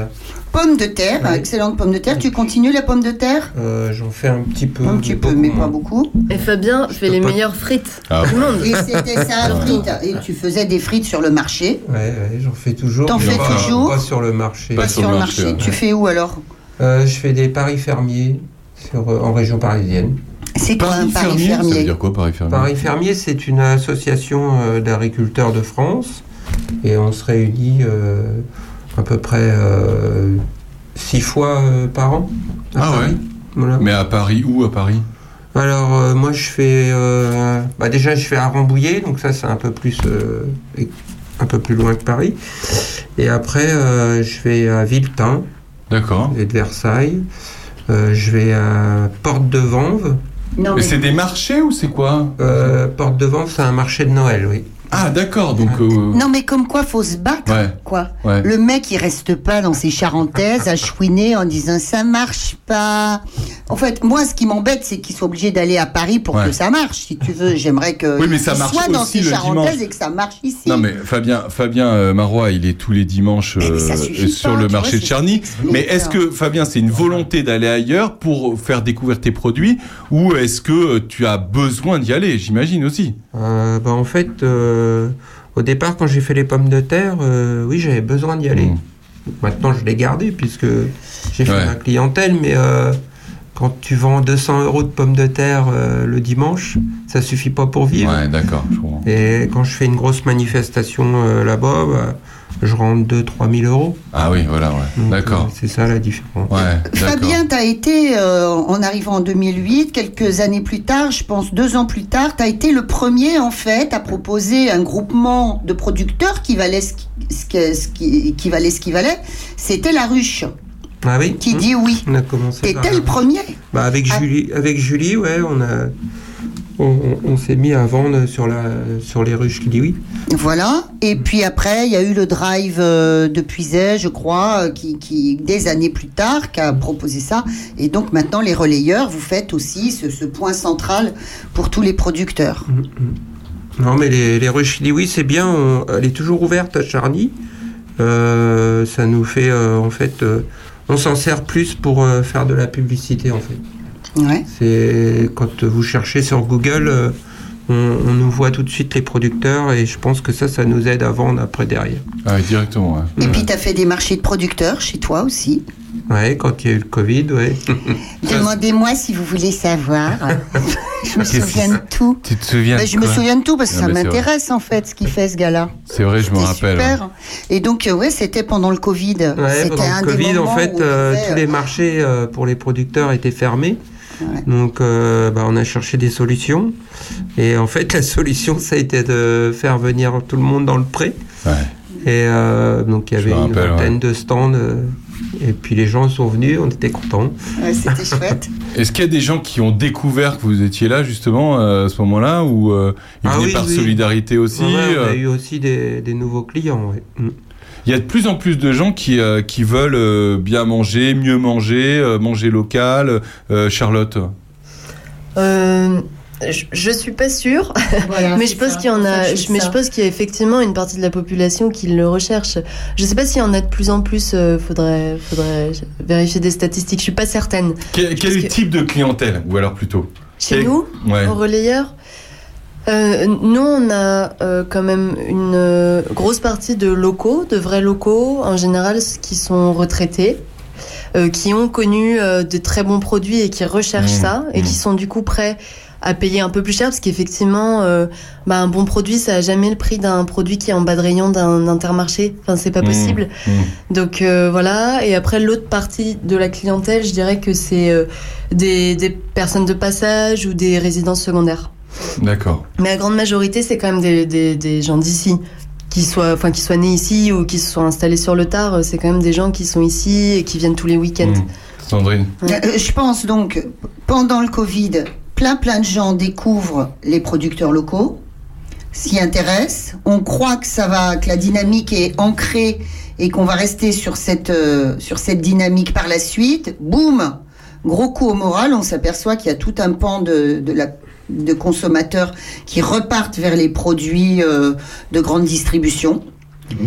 Pommes de terre, Ouais. excellente pomme de terre. Tu continues la pomme de terre? Euh, J'en fais un petit peu. Un petit peu, mais pas beaucoup. Et Fabien fait les meilleures frites Ah. du monde. Et c'était ça, frites. Et tu faisais des frites sur le marché. Ouais, ouais, j'en fais toujours. T'en mais fais pas- toujours Pas sur le marché. Pas sur le marché. ouais. Tu fais où alors? Euh, Je fais des paris fermiers sur, euh, en région parisienne. C'est quoi un pari Ça veut fermier? dire quoi, Paris fermier? Paris fermier, c'est une association euh, d'agriculteurs de France. Et on se réunit euh, à peu près euh, six fois euh, par an. à Ah Paris. ouais. Voilà. Mais à Paris, où à Paris? Alors euh, moi je fais euh, bah déjà je fais à Rambouillet, donc ça c'est un peu plus euh, un peu plus loin que Paris. Et après euh, je vais à Villepin. D'accord. Et de Versailles. Euh, je vais à Porte de Vanves. Non, mais c'est des marchés ou c'est quoi? euh, Porte de Vanves, c'est un marché de Noël, oui. Ah d'accord, donc... Euh... Non, mais comme quoi, faut se battre, Ouais. quoi. Ouais. Le mec, il reste pas dans ses charentaises à chouiner en disant ça marche pas. En fait, moi, ce qui m'embête, c'est qu'il soit obligé d'aller à Paris pour Ouais. que ça marche. Si tu veux, j'aimerais que Oui, mais ça qu'il marche soit dans aussi ses le charentaises dimanche. et que ça marche ici. Non mais Fabien, Fabien euh, Marois, il est tous les dimanches Mais ça euh, suffit sur pas, le tu marché vois, de c'est- Charny. c'est Mais expliqué, est-ce que Fabien, c'est une volonté d'aller ailleurs pour faire découvrir tes produits, ou est-ce que euh, tu as besoin d'y aller? J'imagine aussi. Euh, bah, en fait, euh, au départ, quand j'ai fait les pommes de terre, euh, oui, j'avais besoin d'y aller. Mmh. Maintenant, je l'ai gardé puisque j'ai fait Ouais. ma clientèle, mais euh, quand tu vends deux cents euros de pommes de terre euh, le dimanche, ça suffit pas pour vivre. Ouais, d'accord. je comprends. Et quand je fais une grosse manifestation euh, là-bas, bah, je rentre deux à trois mille euros. Ah oui, voilà, ouais. Donc, D'accord. euh, c'est ça la différence. Ouais, d'accord. Fabien, tu as été, euh, en arrivant en deux mille huit, quelques années plus tard, je pense deux ans plus tard, tu as été le premier, en fait, à proposer un groupement de producteurs qui valait ce qui, ce qui, ce qui- qui valait, ce qui valait. C'était La Ruche. Ah oui. Qui dit oui. On a commencé. T'étais par- le premier. Bah, avec Ah. Julie, avec Julie, ouais, on a, on, on- on s'est mis à vendre sur la, sur les ruches qui dit oui. Voilà. Et puis après, il y a eu le drive euh, de Puiset, je crois, euh, qui, qui, des années plus tard, qui a proposé ça. Et donc maintenant, les relayeurs, vous faites aussi ce, ce point central pour tous les producteurs. Non, mais les, les ruches qui dit oui, c'est bien. on- elle est toujours ouverte à Charny. Euh, ça nous fait, euh, en fait, euh, on s'en sert plus pour euh, faire de la publicité, en fait. Ouais. C'est quand vous cherchez sur Google, euh, on, on nous voit tout de suite les producteurs et je pense que ça, ça nous aide à vendre après derrière. Ah oui, directement, ouais. Et puis, tu as fait des marchés de producteurs chez toi aussi. Ouais, quand il y a eu le Covid, ouais. Demandez-moi si vous voulez savoir. Je me Qu'est-ce souviens de tout. Tu te souviens Ben, de je me quoi? souviens de tout parce que Ah, ça mais c'est m'intéresse en fait ce qu'il fait ce gars-là. C'est vrai, je me C'était rappelle. super. Et donc euh, ouais, c'était pendant le Covid. Ouais, c'était pendant un le des Covid, en moments fait, où on euh, pouvait, tous les marchés euh, pour les producteurs étaient fermés. Ouais. Donc, euh, bah, on a cherché des solutions. Et en fait, la solution, ça a été de faire venir tout le monde dans le pré. Ouais. Et euh, donc, il y Je avait me une rappelle, vingtaine ouais. de stands. euh, et puis, les gens sont venus, on était contents. Ouais, c'était chouette. Est-ce qu'il y a des gens qui ont découvert que vous étiez là justement euh, à ce moment-là, ou euh, ils Ah venaient oui, par oui. solidarité aussi? Ouais, ouais, on a euh, eu aussi des, des nouveaux clients. Ouais. Mm. Il y a de plus en plus de gens qui, euh, qui veulent euh, bien manger, mieux manger, euh, manger local. Euh, Charlotte? Euh, je, je suis pas sûre, Voilà, mais c'est je pense ça, qu'il y en c'est a. ça que je Je, dis mais ça. je pense qu'il y a effectivement une partie de la population qui le recherche. Je sais pas s'il y en a de plus en plus. euh, faudrait, faudrait vérifier des statistiques. Je suis pas certaine. Quel, quel Parce que- type de clientèle? Ou alors plutôt Chez Quel- nous, Ouais. au relayeur, euh, nous on a euh, quand même une euh, grosse partie de locaux, de vrais locaux, en général qui sont retraités. Euh, qui ont connu euh, de très bons produits et qui recherchent Mmh, ça et mmh. qui sont du coup prêts à payer un peu plus cher parce qu'effectivement euh, bah, un bon produit ça a jamais le prix d'un produit qui est en bas de rayon d'un Intermarché, enfin c'est pas Mmh, possible. mmh. Donc euh, voilà, et après l'autre partie de la clientèle, je dirais que c'est euh, des, des personnes de passage ou des résidences secondaires. D'accord. Mais la grande majorité, c'est quand même des, des, des gens d'ici, qui soient, enfin, qui soient nés ici ou qui se soient installés sur le tard. C'est quand même des gens qui sont ici et qui viennent tous les week-ends. Mmh. Sandrine? Euh, je pense donc pendant le Covid, plein plein de gens découvrent les producteurs locaux, s'y intéressent. On croit que ça va, que la dynamique est ancrée et qu'on va rester sur cette euh, sur cette dynamique par la suite. Boum, gros coup au moral. On s'aperçoit qu'il y a tout un pan de de la de consommateurs qui repartent vers les produits euh, de grande distribution.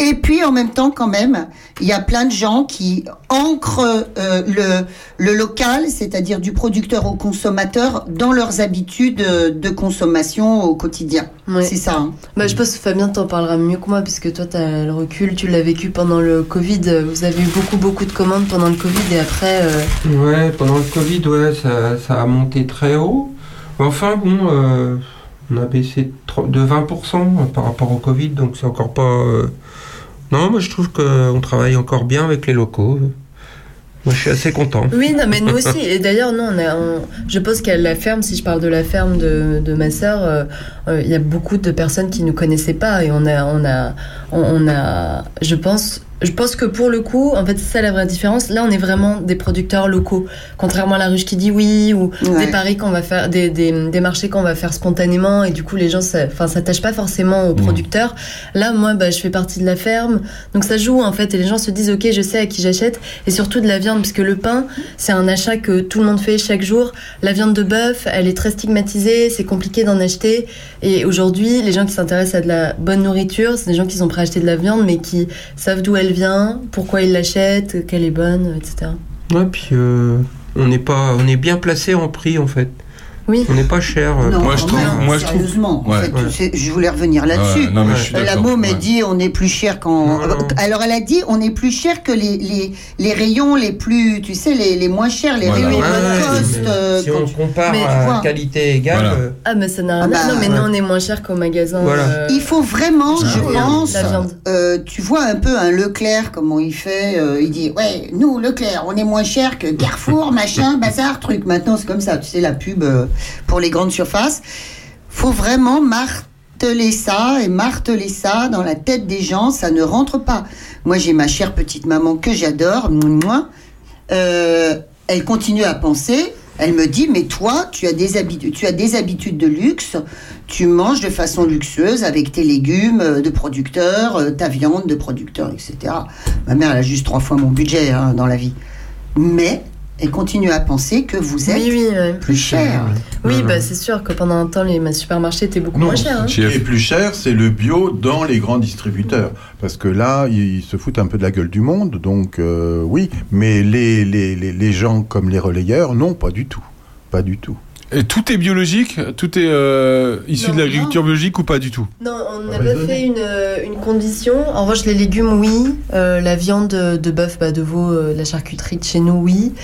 Et puis en même temps, quand même, il y a plein de gens qui ancrent euh, le, le local, c'est-à-dire du producteur au consommateur, dans leurs habitudes de consommation au quotidien. Ouais. C'est ça. Hein. Bah, je pense que Fabien t'en parlera mieux que moi, parce que toi, tu as le recul, tu l'as vécu pendant le Covid. Vous avez eu beaucoup, beaucoup de commandes pendant le Covid et après... Euh... Ouais, pendant le Covid, ouais, ça, ça a monté très haut. Enfin, bon, euh, on a baissé de vingt pour cent par rapport au Covid, donc c'est encore pas... Euh... Non, moi je trouve qu'on travaille encore bien avec les locaux. Moi je suis assez content. Oui, non, mais nous aussi. Et d'ailleurs, non, on a, on, je pense qu'à la ferme, si je parle de la ferme de, de ma sœur, il euh, euh, y a beaucoup de personnes qui ne nous connaissaient pas. Et on a, on a, on, on a je pense... Je pense que pour le coup, en fait, c'est ça la vraie différence. Là, on est vraiment des producteurs locaux. Contrairement à la ruche qui dit oui, ou ouais. des paris qu'on va faire, des, des, des marchés qu'on va faire spontanément, et du coup, les gens, enfin, s'attachent pas forcément aux mmh. producteurs. Là, moi, bah, je fais partie de la ferme. Donc, ça joue, en fait, et les gens se disent, ok, je sais à qui j'achète. Et surtout de la viande, parce que le pain, c'est un achat que tout le monde fait chaque jour. La viande de bœuf, elle est très stigmatisée, c'est compliqué d'en acheter. Et aujourd'hui, les gens qui s'intéressent à de la bonne nourriture, c'est des gens qui sont prêts à acheter de la viande, mais qui savent d'où elle vient, pourquoi il l'achète, qu'elle est bonne, et cetera. Ouais, puis euh, on est pas, on est bien placé en prix en fait. Oui. On n'est pas cher. Non, moi je trouve, non, moi sérieusement. je trouve. En fait, ouais. je voulais revenir là-dessus. Ouais, non, mais je suis la môme ouais. dit on est plus cher quand. Non, non. Alors elle a dit on est plus cher que les, les, les rayons les plus, tu sais, les, les moins chers, les voilà. rayons ouais, low cost. Ouais, euh, si on compare mais, à vois. qualité égale. Voilà. Euh... Ah mais ça n'a rien. Ah bah, non mais ouais. nous on est moins cher qu'au magasin. Voilà. Euh... Il faut vraiment, ah, je oui, pense. La viande. Euh, tu vois un peu un Leclerc comment il fait. Euh, il dit ouais nous Leclerc on est moins cher que Carrefour machin bazar truc. Maintenant c'est comme ça. Tu sais la pub euh, pour les grandes surface, faut vraiment marteler ça et marteler ça dans la tête des gens, ça ne rentre pas. Moi j'ai ma chère petite maman que j'adore, moi, euh, elle continue à penser, elle me dit mais toi tu as des habitudes, tu as des habitudes de luxe, tu manges de façon luxueuse avec tes légumes de producteur, ta viande de producteur, et cetera. Ma mère elle a juste trois fois mon budget hein, dans la vie, mais et continue à penser que vous êtes oui, oui, oui. plus cher. Oui, oui bah, c'est sûr que pendant un temps, les supermarchés étaient beaucoup non, moins chers. Hein. Ce qui est plus cher, c'est le bio dans les grands distributeurs. Parce que là, ils se foutent un peu de la gueule du monde, donc euh, oui. Mais les, les, les, les gens comme les relayeurs, non, pas du tout. Pas du tout. Et tout est biologique? Tout est euh, issu non, de l'agriculture non. biologique ou pas du tout? Non, on n'a pas fait une, une condition. En revanche, les légumes, oui. Euh, la viande de bœuf, bah, de veau, euh, la charcuterie de chez nous, oui.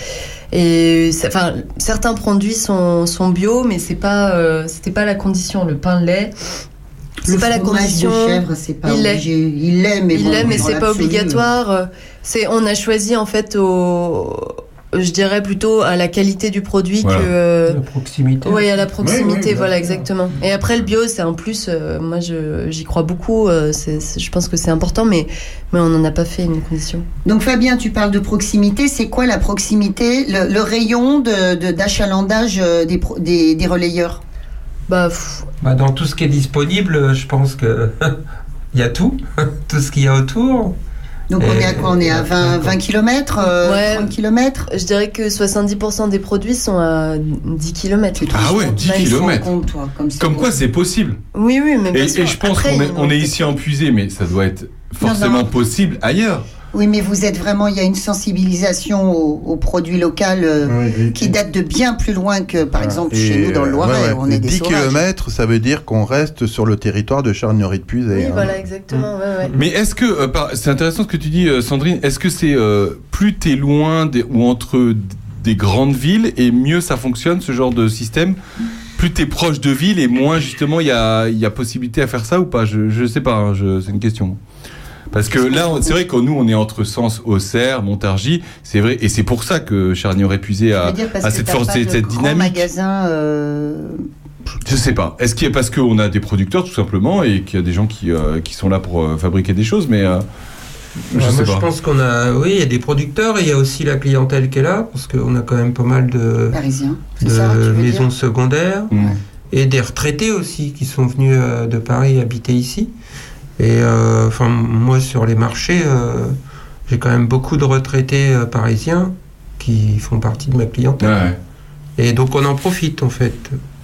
Et enfin, certains produits sont, sont bio, mais c'est pas, euh, c'était pas la condition. Le pain, le lait. C'est le pas la condition. De chèvre, c'est pas il obligé. Il l'est, mais il bon, l'est, mais c'est pas obligatoire. C'est, on a choisi en fait au. Je dirais plutôt à la qualité du produit voilà. que euh... la proximité. Oui, à la proximité, oui, oui, voilà exactement. Ouais. Et après le bio, c'est un plus. Euh, moi, je, j'y crois beaucoup. Euh, c'est, c'est, je pense que c'est important, mais mais on n'en a pas fait une condition. Donc Fabien, tu parles de proximité. C'est quoi la proximité? Le, le rayon de, de d'achalandage des, des des relayeurs? Bah, pff. bah dans tout ce qui est disponible, je pense que il y a tout, tout ce qu'il y a autour. Donc on est à quoi? On est à vingt kilomètres, euh, ouais, trente kilomètres? Je dirais que soixante-dix pour cent des produits sont à dix kilomètres. Ah ouais, dix kilomètres. Toi, comme comme quoi c'est possible. Oui, oui, mais bien et, sûr. Et je pense Après, qu'on est, on est ici en Puisé, mais ça doit être forcément non, non. possible ailleurs. Oui, mais vous êtes vraiment, il y a une sensibilisation aux, aux produits locaux euh, oui, oui, qui date de bien plus loin que, par voilà. exemple, et chez nous dans le Loiret, ouais, ouais. on est des dix kilomètres, ça veut dire qu'on reste sur le territoire de Chargnerie de Puisé. Oui, hein. voilà, exactement. Mmh. Ouais, ouais. Mais est-ce que, euh, par, c'est intéressant ce que tu dis, euh, Sandrine, est-ce que c'est euh, plus t'es loin des, ou entre des grandes villes et mieux ça fonctionne, ce genre de système? Plus t'es proche de ville et moins, justement, il y a, y a possibilité à faire ça ou pas? Je, je sais pas, hein, je, c'est une question. Parce que là, c'est vrai que nous, on est entre Sens, Auxerre, Montargis, c'est vrai, et c'est pour ça que Chargnerie-Puisé a, a cette force, cette, cette dynamique. Magasin, euh... Je sais pas. Est-ce qu'il y a parce qu'on a des producteurs tout simplement et qu'il y a des gens qui euh, qui sont là pour euh, fabriquer des choses, mais euh, je ouais, sais moi, pas. Je pense qu'on a, oui, il y a des producteurs et il y a aussi la clientèle qui est là parce qu'on a quand même pas mal de Parisiens, de ça, maisons secondaires mmh. et des retraités aussi qui sont venus euh, de Paris habiter ici. Et enfin, euh, moi sur les marchés, euh, j'ai quand même beaucoup de retraités euh, parisiens qui font partie de ma clientèle. Ouais. Et donc on en profite en fait.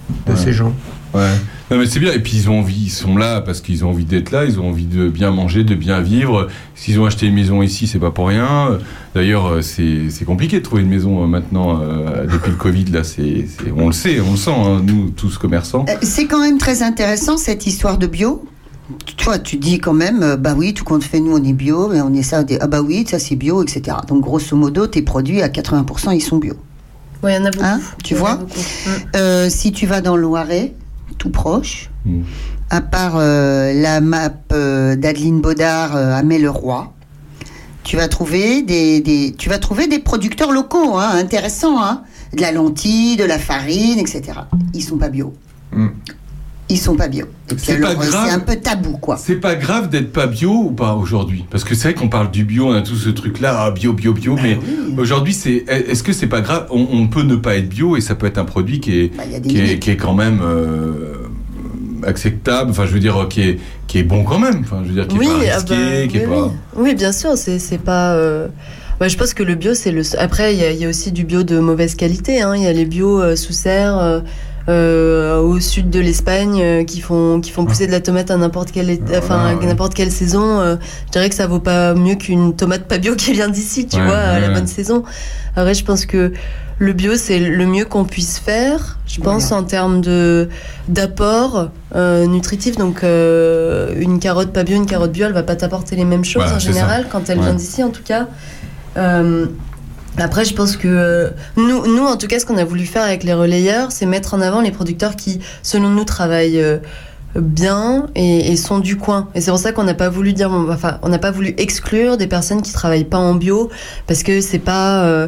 de Ouais. ces gens. Ouais. Non mais c'est bien, et puis ils ont envie, ils sont là parce qu'ils ont envie d'être là, ils ont envie de bien manger, de bien vivre. S'ils ont acheté une maison ici, c'est pas pour rien. D'ailleurs, c'est, c'est compliqué de trouver une maison maintenant, euh, depuis le Covid, là, c'est, c'est, on le sait, on le sent, hein, nous, tous commerçants. Euh, C'est quand même très intéressant cette histoire de bio. Toi, tu dis quand même, euh, bah oui, tout compte fait, nous on est bio, mais on est ça, des, ah bah oui, ça c'est bio, et cetera. Donc grosso modo, tes produits à quatre-vingts pour cent ils sont bio. Oui, il y en a beaucoup. Hein, tu Il y en a vois beaucoup. Euh, Si tu vas dans le Loiret, tout proche, Mm. à part euh, la map euh, d'Adeline Baudard euh, à Mai-le-Roi, tu vas trouver des, des, tu vas trouver des producteurs locaux, hein, intéressants, hein, de la lentille, de la farine, et cetera. Ils sont pas bio. Mm. Ils sont pas bio. Et puis C'est alors, pas euh, grave. c'est un peu tabou, quoi. C'est pas grave d'être pas bio ou pas aujourd'hui? Parce que c'est vrai qu'on parle du bio, on a tout ce truc-là, ah, bio, bio, bio, mais aujourd'hui, c'est, est-ce que c'est pas grave? on, on peut ne pas être bio et ça peut être un produit qui est, Bah, y a des qui est, limites. qui est quand même euh, acceptable, enfin je veux dire, qui est, qui est bon quand même, enfin je veux dire, qui Oui, est pas ah risqué, bah, qui est oui, pas... oui. Oui, bien sûr, c'est, c'est pas. euh, bah, je pense que le bio, c'est le. Après, il y, a- il y a aussi du bio de mauvaise qualité. hein. Il y a les bio euh, sous serre. euh, euh, au sud de l'Espagne euh, qui font qui font pousser de la tomate à n'importe quelle é- enfin à ouais. n'importe quelle saison. euh, je dirais que ça vaut pas mieux qu'une tomate pas bio qui vient d'ici, tu Ouais, vois, à la ouais. bonne saison. Après, je pense que le bio, c'est le mieux qu'on puisse faire, je pense, en termes de d'apport euh, nutritif. Donc, euh, une carotte pas bio, une carotte bio, elle va pas t'apporter les mêmes choses Voilà, en c'est général ça. quand elle Ouais. vient d'ici, en tout cas. Euh, Après, je pense que euh, nous, nous, en tout cas, ce qu'on a voulu faire avec les relayeurs, c'est mettre en avant les producteurs qui, selon nous, travaillent euh, bien et, et sont du coin. Et c'est pour ça qu'on n'a pas voulu dire, bon, enfin, on n'a pas voulu exclure des personnes qui travaillent pas en bio parce que c'est pas, euh,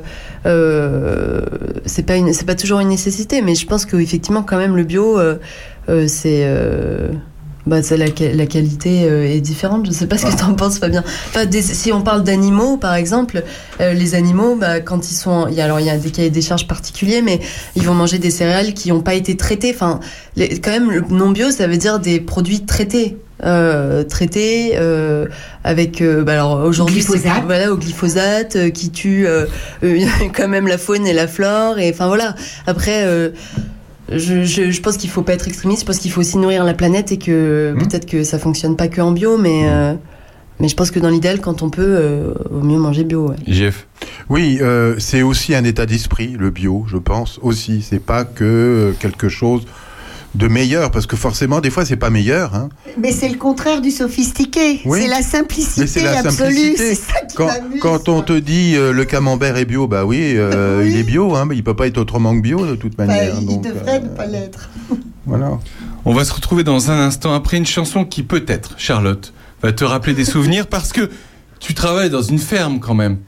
euh, c'est pas une, c'est pas toujours une nécessité. Mais je pense qu'effectivement, quand même, le bio, euh, euh, c'est euh, bah, c'est la, la qualité euh, est différente. Je sais pas ce que tu en penses, Fabien. Enfin, des, si on parle d'animaux, par exemple, euh, les animaux, bah, quand ils sont, il y a, alors il y a des cahiers des charges particuliers, mais ils vont manger des céréales qui n'ont pas été traitées. Enfin, les, quand même, le non bio, ça veut dire des produits traités. Euh, traités euh, avec euh, bah alors aujourd'hui c'est Glyphosate. voilà au glyphosate euh, qui tue euh, euh, quand même la faune et la flore et enfin voilà après euh, je, je, je pense qu'il faut pas être extrémiste, je pense qu'il faut aussi nourrir la planète et que Mmh. peut-être que ça fonctionne pas que en bio, mais, euh, mais je pense que dans l'idéal, quand on peut, euh, vaut mieux manger bio. Ouais. Jeff. Oui, euh, c'est aussi un état d'esprit, le bio, je pense aussi. C'est pas que euh, quelque chose de meilleur, parce que forcément, des fois, c'est pas meilleur. Hein. Mais c'est le contraire du sophistiqué. Oui. C'est la simplicité Mais c'est la absolue. simplicité. C'est ça qui Quand, m'amuse. quand on te dit euh, le camembert est bio, bah oui, euh, il est bio, hein, mais il peut pas être autrement que bio de toute Bah, manière. il donc, devrait euh, ne pas l'être. voilà. On va se retrouver dans un instant après une chanson qui peut-être, Charlotte, va te rappeler des souvenirs parce que tu travailles dans une ferme quand même.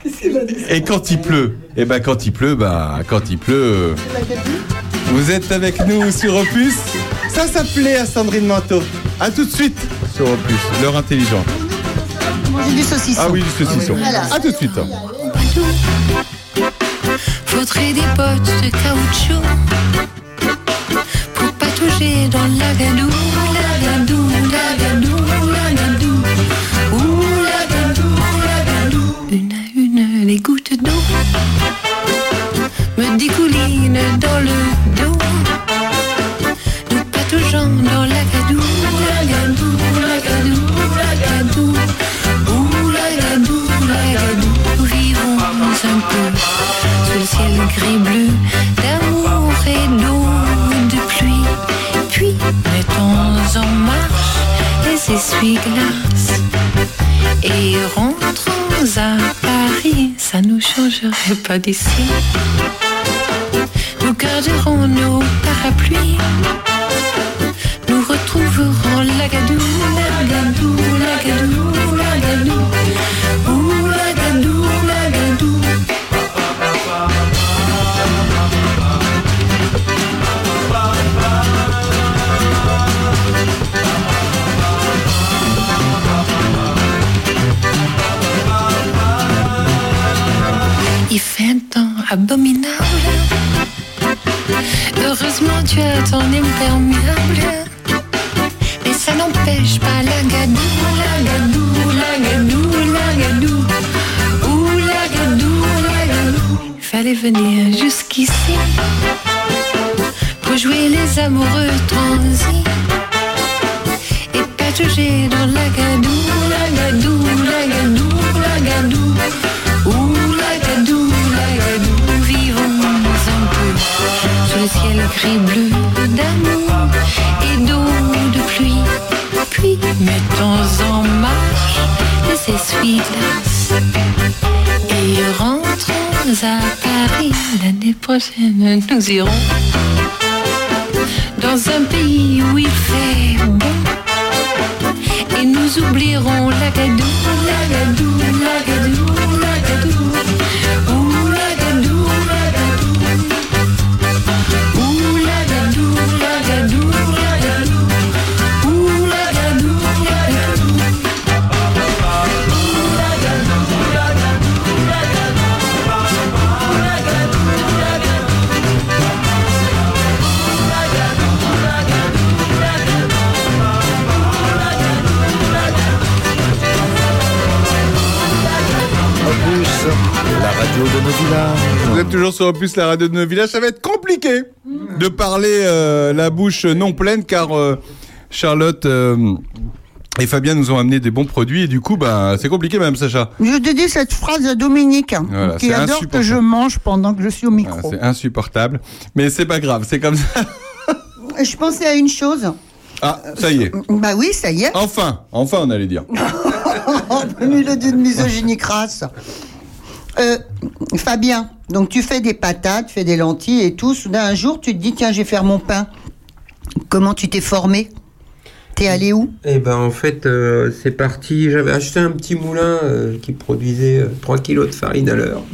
Et quand il pleut, et ben quand il pleut, bah quand il pleut, vous êtes avec nous sur Opus. Ça, ça plaît à Sandrine Manteau. À tout de suite sur Opus, l'heure intelligente. Manger du saucisson. Ah oui, du saucisson. Voilà. À tout de suite. Faudrait des bottes de caoutchouc pour pas toucher dans l'agadou, l'agadou, l'agadou, l'agadou. Ouh, l'agadou, l'agadou. Une à une, les gouttes d'eau me dégoulinent dans le dos. Nous pataugeons dans l'agadou, l'agadou, l'agadou, l'agadou. Ouh, l'agadou, l'agadou. Nous vivons un peu sous le ciel gris-bleu d'amour et d'eau de pluie. Puis mettons en marche les essuie-glaces et rentrons à Paris. Ça nous changerait pas d'ici. Nous garderons nos parapluies. Nous retrouverons l'agadou, l'agadou, l'agadou, l'agadou. Ouh, l'agadou, l'agadou. Il fait un temps abominable. Heureusement tu as ton imperméable. Mais ça n'empêche pas l'agadou, l'agadou, l'agadou, l'agadou. Ouh, l'agadou, l'agadou. Fallait venir jusqu'ici pour jouer les les amoureux transis et patauger dans la gadoue, la gadoue, la gadoue, la gadoue. Ouh, la gadoue, la gadoue, vivons un peu sous le ciel gris bleu d'amour et d'eau de pluie. Puis mettons en marche les essuie-glaces et rentrons à Paris. L'année prochaine, nous irons dans un pays où il fait bon et nous oublierons la gadoue, la gadoue, la gadoue, la gadoue. Ouh, la gadoue, la gadoue. Ouh, la gadoue, la gadoue, la gadoue. Ouh, la gadoue, la gadoue. La radio de nos villages. Vous êtes toujours sur Opus, la radio de nos villages. Ça va être compliqué de parler euh, la bouche non pleine car euh, Charlotte euh, et Fabien nous ont amené des bons produits et du coup, bah, c'est compliqué, Madame Sacha. Je te dis cette phrase à Dominique, Voilà, qui c'est adore que insupportable. je mange pendant que je suis au micro. Voilà, c'est insupportable, mais c'est pas grave, c'est comme ça. Je pensais à une chose. Ah, ça y est. Bah oui, ça y est. Enfin, enfin, on allait dire. Au milieu d'une misogynie crasse. Euh, Fabien, donc tu fais des patates, tu fais des lentilles et tout. Soudain, un jour, tu te dis, tiens, je vais faire mon pain. Comment tu t'es formé? T'es allé où? Eh ben en fait, euh, c'est parti. J'avais acheté un petit moulin euh, qui produisait euh, trois kilos de farine à l'heure.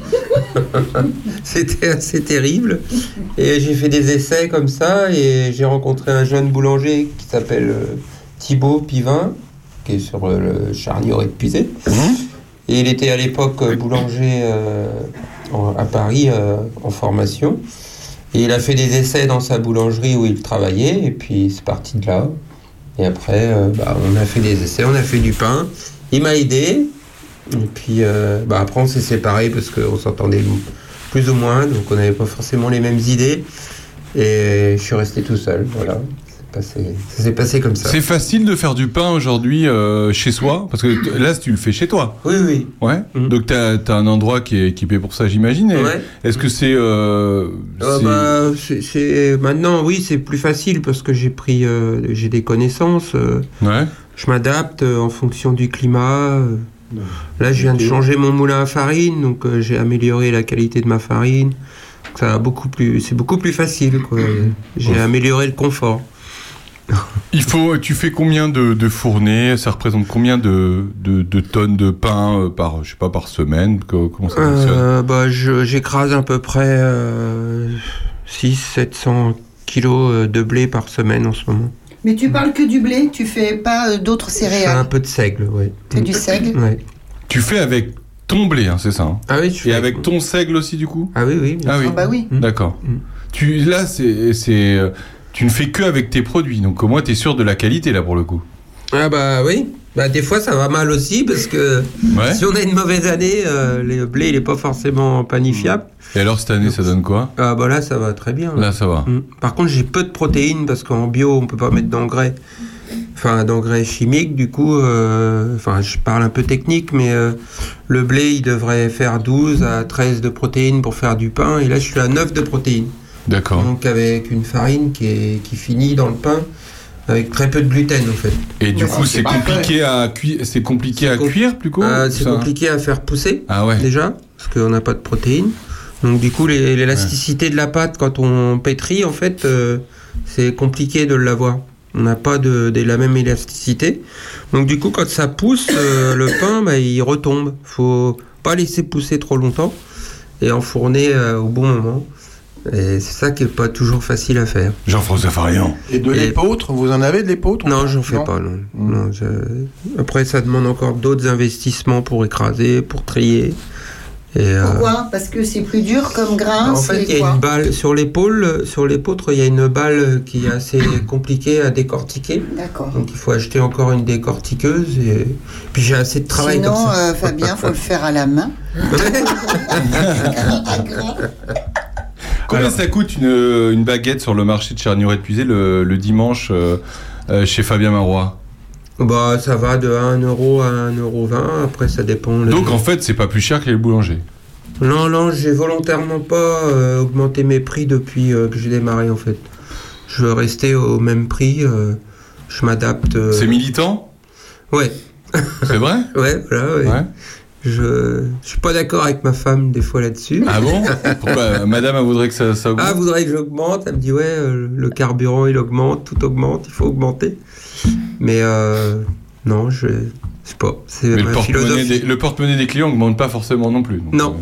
C'était assez terrible. Et j'ai fait des essais comme ça et j'ai rencontré un jeune boulanger qui s'appelle euh, Thibaut Pivin, qui est sur euh, le Charny au Rez-de-Puisé. Et il était à l'époque euh, boulanger euh, en- à Paris euh, en formation. Et il a fait des essais dans sa boulangerie où il travaillait et puis c'est parti de là. Et après, euh, bah, on a fait des essais, on a fait du pain. Il m'a aidé. Et puis euh, bah, après, on s'est séparés parce qu'on s'entendait plus ou moins. Donc on n'avait pas forcément les mêmes idées. Et je suis resté tout seul. Voilà. C'est passé- ça s'est passé comme ça. C'est facile de faire du pain aujourd'hui euh, chez soi parce que t- là, tu le fais chez toi. Oui, oui. Ouais. Donc t'as as un endroit qui est équipé pour ça, j'imagine. Et Ouais. Est-ce que c'est euh, Euh, c'est- bah, c'est- c'est- maintenant, oui, c'est plus facile parce que j'ai pris, euh, j'ai des connaissances. euh, Ouais. Je m'adapte euh, en fonction du climat. euh. Là, je viens de changer mon moulin à farine, donc euh, j'ai amélioré la qualité de ma farine. Ça a beaucoup plus, c'est beaucoup plus facile, quoi. J'ai amélioré le confort. Il faut, tu fais combien de, de fournées? Ça représente combien de, de, de tonnes de pain euh, par, je sais pas, par semaine? Co- Comment ça fonctionne? Euh, bah, je- j'écrase à peu près euh, six cents à sept cents kilos euh, de blé par semaine en ce moment. Mais tu parles que du blé, tu fais pas euh, d'autres Je fais un céréales. peu de seigle, oui. Fais du seigle. Ouais. Tu fais avec ton blé, hein, c'est ça hein? Ah oui, je Et avec ton seigle aussi, du coup? Ah oui, oui. Ah oui. Ah bah oui. D'accord. Tu, là, c'est, c'est, euh, tu ne fais que avec tes produits, donc au moins tu es sûr de la qualité, là, pour le coup. Ah bah oui. Bah des fois ça va mal aussi parce que Ouais. si on a une mauvaise année, euh, le blé il est pas forcément panifiable. Et alors, cette année, ça donne quoi? Ah bah là ça va très bien. Là, ça va. Mm. Par contre j'ai peu de protéines parce qu'en bio on peut pas mettre d'engrais, enfin d'engrais chimiques. Du coup, euh, enfin je parle un peu technique, mais euh, le blé il devrait faire douze à treize de protéines pour faire du pain et là je suis à neuf de protéines. D'accord. Donc avec une farine qui est qui finit dans le pain avec très peu de gluten en fait. Et du coup, c'est compliqué à cuire, c'est compliqué à cuire, plus court? Euh, c'est ça compliqué à faire pousser Ah ouais. déjà parce qu'on n'a pas de protéines. Donc du coup, les- l'élasticité de la pâte quand on pétrit, en fait, euh, c'est compliqué de l'avoir. On n'a pas de, de la même élasticité. Donc du coup, quand ça pousse, euh, le pain, bah, il retombe. Faut pas laisser pousser trop longtemps et enfourner euh, au bon moment. Et c'est ça qui est pas toujours facile à faire. Jean-François Farion. Et de l'épeautre, vous en avez de l'épeautre? Non, j'en fais pas, non. Non, je- Après, ça demande encore d'autres investissements pour écraser, pour trier. Et, euh, Pourquoi? Parce que c'est plus dur comme grain. En fait, c'est il y a quoi une balle sur l'épaule, sur l'épeautre, il y a une balle qui est assez compliquée à décortiquer. D'accord. Donc il faut acheter encore une décortiqueuse. Et puis j'ai assez de travail Sinon, comme ça. euh, Fabien, faut le faire à la main. Combien Alors- ça coûte une, une baguette sur le marché de Charny-Épuisé le, le dimanche euh, euh, chez Fabien Marois? Bah, ça va de un euro à un euro vingt. Après, ça dépend. le- Donc en fait, c'est pas plus cher que les boulangers. Non, non, j'ai volontairement pas euh, augmenté mes prix depuis euh, que j'ai démarré, en fait. Je veux rester au même prix. euh, je m'adapte. euh, C'est militant? Ouais. C'est vrai? Ouais, voilà, ouais. Ouais. Je, je suis pas d'accord avec ma femme des fois là-dessus. Ah bon? Pourquoi? Madame, elle voudrait que ça, ça augmente? Ah, voudrait que j'augmente. Elle me dit, ouais, euh, le carburant, il augmente, tout augmente, il faut augmenter. Mais euh, non, je sais pas. C'est Mais le ma porte-monnaie philosophie. des, le porte-monnaie des clients augmente pas forcément non plus. donc, Non.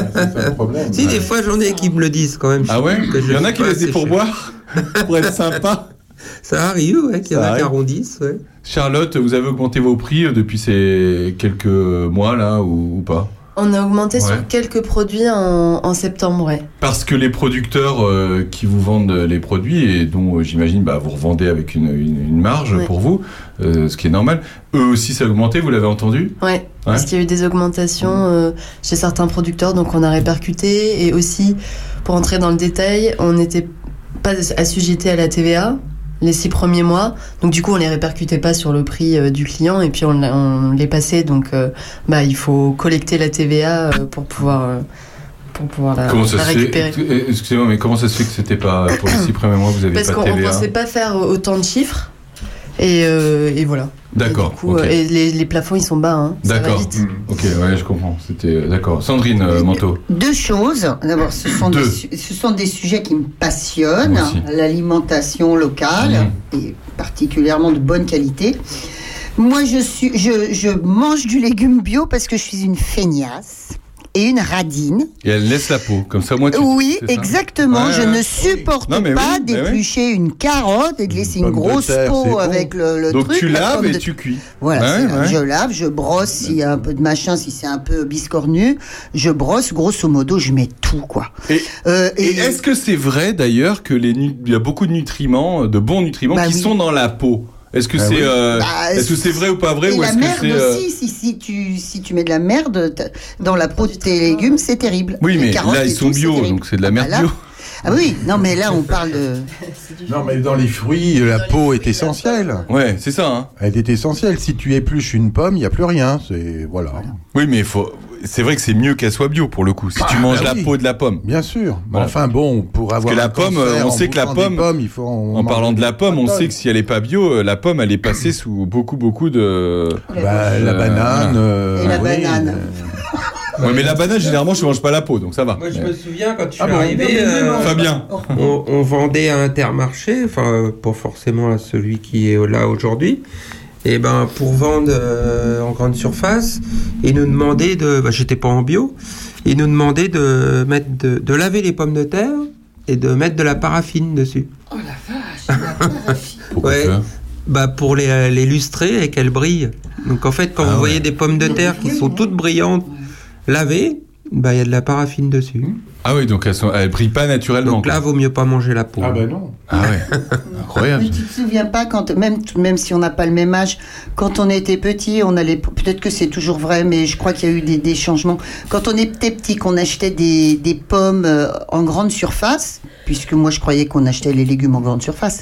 euh, Si, des fois, j'en ai qui me le disent quand même. Ah ouais? Que je Il y en a suis qui pas laissent des assez cher. pourboires pour être sympa. Ça arrive, ouais, qu'il y en Ça a qui arrive. arrondissent, ouais. Charlotte, vous avez augmenté vos prix euh, depuis ces quelques mois là ou, ou pas? On a augmenté Ouais. sur quelques produits en, en septembre, ouais. Parce que les producteurs euh, qui vous vendent les produits et dont euh, j'imagine bah, vous revendez avec une, une, une marge Ouais. pour vous, euh, ce qui est normal, eux aussi ça a augmenté, vous l'avez entendu? Ouais, parce qu'il y a eu des augmentations euh, chez certains producteurs, donc on a répercuté. Et aussi, pour entrer dans le détail, on n'était pas assujetté à la T V A les six premiers mois. Donc du coup, on les répercutait pas sur le prix euh, du client et puis on, l'a- on les passait. Donc euh, bah, il faut collecter la T V A euh, pour pouvoir, euh, pour pouvoir la, Comment ça la se fait? récupérer. Euh, Excusez-moi, mais comment ça se fait que c'était pas pour les six premiers mois vous avez Parce pas qu'on de ne T V A? pensait pas faire autant de chiffres. Et, euh, et voilà. D'accord. Du coup, ok. euh, et les, les plafonds, ils sont bas. Hein. Ça va D'accord. vite. Mm. Ok, ouais, je comprends. C'était euh, d'accord. Sandrine euh, Manteau. Deux choses. D'abord, ce sont, Deux. des, su- ce sont des sujets qui me passionnent. Moi aussi. L'alimentation locale, et particulièrement de bonne qualité. Moi, je, suis, je, je mange du légume bio parce que je suis une feignasse et une radine. Et elle laisse la peau, comme ça moi. Tu, Oui, c'est ça exactement. Ouais, je ouais. ne supporte Non, mais pas oui, mais d'éplucher une carotte et de laisser une pomme de grosse terre, c'est peau bon. avec le, le Donc truc. tu la laves pomme et de- tu cuis. Voilà, Ouais, c'est- ouais. je lave, je brosse s'il y a un peu de machin, si c'est un peu biscornu, je brosse, grosso modo, je mets tout, quoi. Et, Euh, et est-ce que c'est vrai d'ailleurs que les nu- il y a beaucoup de nutriments, de bons nutriments Bah qui oui. sont dans la peau? Est-ce que Ah c'est oui. euh, Bah, est-ce que c'est vrai ou pas vrai Et ou la est-ce que merde c'est euh, aussi, si, si, tu, si tu mets de la merde t- dans la peau de tes légumes, c'est terrible. Oui, Les mais carottes là et ils sont tout, c'est bio, terrible. donc c'est de la Ah, merde bah là- bio. Ah oui, non mais là on parle de... Non, mais dans les fruits, la peau est essentielle. Ouais, c'est ça. Hein. Elle est essentielle. Si tu épluches une pomme, il n'y a plus rien. C'est voilà. Oui, mais il faut. C'est vrai que c'est mieux qu'elle soit bio pour le coup. Si tu Ah, manges bah la oui. peau de la pomme. Bien sûr. Mais Voilà. enfin bon, pour Parce avoir que la un pomme, cancer on en sait que la bouffant des pomme, pommes, il faut en, En parlant de la pomme, on tonnes. sait que si elle est pas bio, euh, la pomme, elle est passée sous beaucoup, beaucoup de. Bah, la Euh, banane. voilà. euh, Et la oui, banane. Ouais, mais la banane, généralement, je mange pas la peau, donc ça va. Moi, je me souviens quand je suis Ah bon arrivé, Non, mais même euh, en- Fabien. on, on vendait à Intermarché, enfin pas forcément à celui qui est là aujourd'hui. Et ben pour vendre euh, en grande surface, ils nous demandaient de, bah, j'étais pas en bio, ils nous demandaient de mettre, de, de laver les pommes de terre et de mettre de la paraffine dessus. Oh la vache, la paraffine. Pourquoi Ouais. ça Bah pour les, les lustrer et qu'elles brillent. Donc en fait, quand Ah vous ouais. voyez des pommes de terre qui sont toutes brillantes, lavées, bah il y a de la paraffine dessus. Ah oui, donc elles, sont, elles brillent pas naturellement. Donc là, quoi. vaut mieux pas manger la peau. Ah ben non. Ah ouais, incroyable. Mais tu te souviens pas quand même même si on n'a pas le même âge, quand on était petit, on allait peut-être que c'est toujours vrai, mais je crois qu'il y a eu des, des changements. Quand on était petit, qu'on achetait des, des pommes euh, en grande surface, puisque moi je croyais qu'on achetait les légumes en grande surface.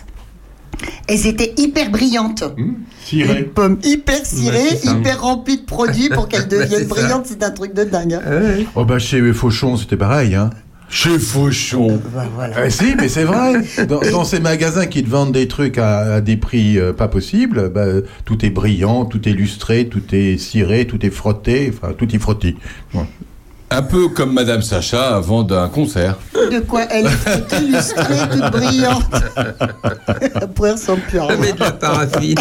Elles étaient hyper brillantes. Les Ciré. pommes hyper cirées, Ouais, c'est ça. hyper remplies de produits pour qu'elles Bah, deviennent c'est ça. brillantes. C'est un truc de dingue. hein. Oh bah chez Fauchon, c'était pareil. Hein. Chez Fauchon. Bah, voilà. Eh si, mais c'est vrai. Dans, dans ces magasins qui te vendent des trucs à, à des prix euh, pas possibles, bah, tout est brillant, tout est lustré, tout est ciré, tout est frotté, enfin tout est frotté. Ouais. Un peu comme Madame Sacha avant d'un concert. De quoi elle est toute illustrée, toute brillante. Après, elle ressemble plus à rien. Met de la paraffine.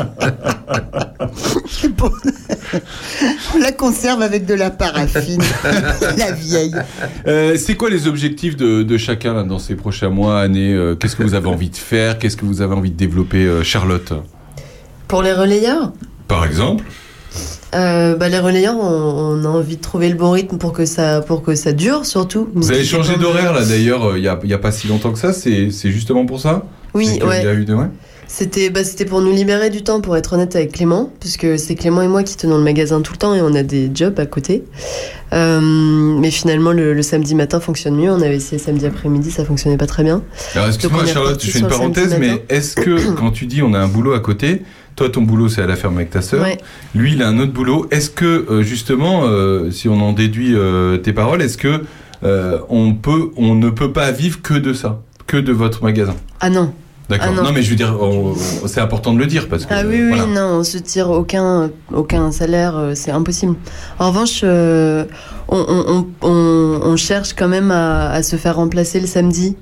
Bon. On la conserve avec de la paraffine, la vieille. Euh, c'est quoi les objectifs de, de chacun là, dans ces prochains mois, années euh, Qu'est-ce que vous avez envie de faire Qu'est-ce que vous avez envie de développer, euh, Charlotte? Pour les relayeurs, Par exemple euh, bah, les relayeurs, on, on a envie de trouver le bon rythme pour que ça, pour que ça dure, surtout. Vous avez changé d'horaire là d'ailleurs, il n'y a, y a pas si longtemps que ça, c'est c'est justement pour ça? Oui, C'est qu'il ouais. y a eu de- ouais. C'était bah, c'était pour nous libérer du temps, pour être honnête avec Clément, puisque c'est Clément et moi qui tenons le magasin tout le temps et on a des jobs à côté. Euh, mais finalement, le, le samedi matin fonctionne mieux. On avait essayé samedi après-midi, ça fonctionnait pas très bien. Alors excuse-moi Charlotte, je fais une parenthèse, mais est-ce que quand tu dis on a un boulot à côté, toi ton boulot c'est à la ferme avec ta sœur, ouais. Lui il a un autre boulot, est-ce que euh, justement, euh, si on en déduit euh, tes paroles, est-ce que euh, on peut, on ne peut pas vivre que de ça, que de votre magasin? Ah non. D'accord. Ah non. non, mais je veux dire, on, on, c'est important de le dire parce que. Ah oui, euh, oui, voilà. non, on se tire aucun, aucun salaire, euh, c'est impossible. En revanche, euh, on, on, on, on cherche quand même à, à se faire remplacer le samedi,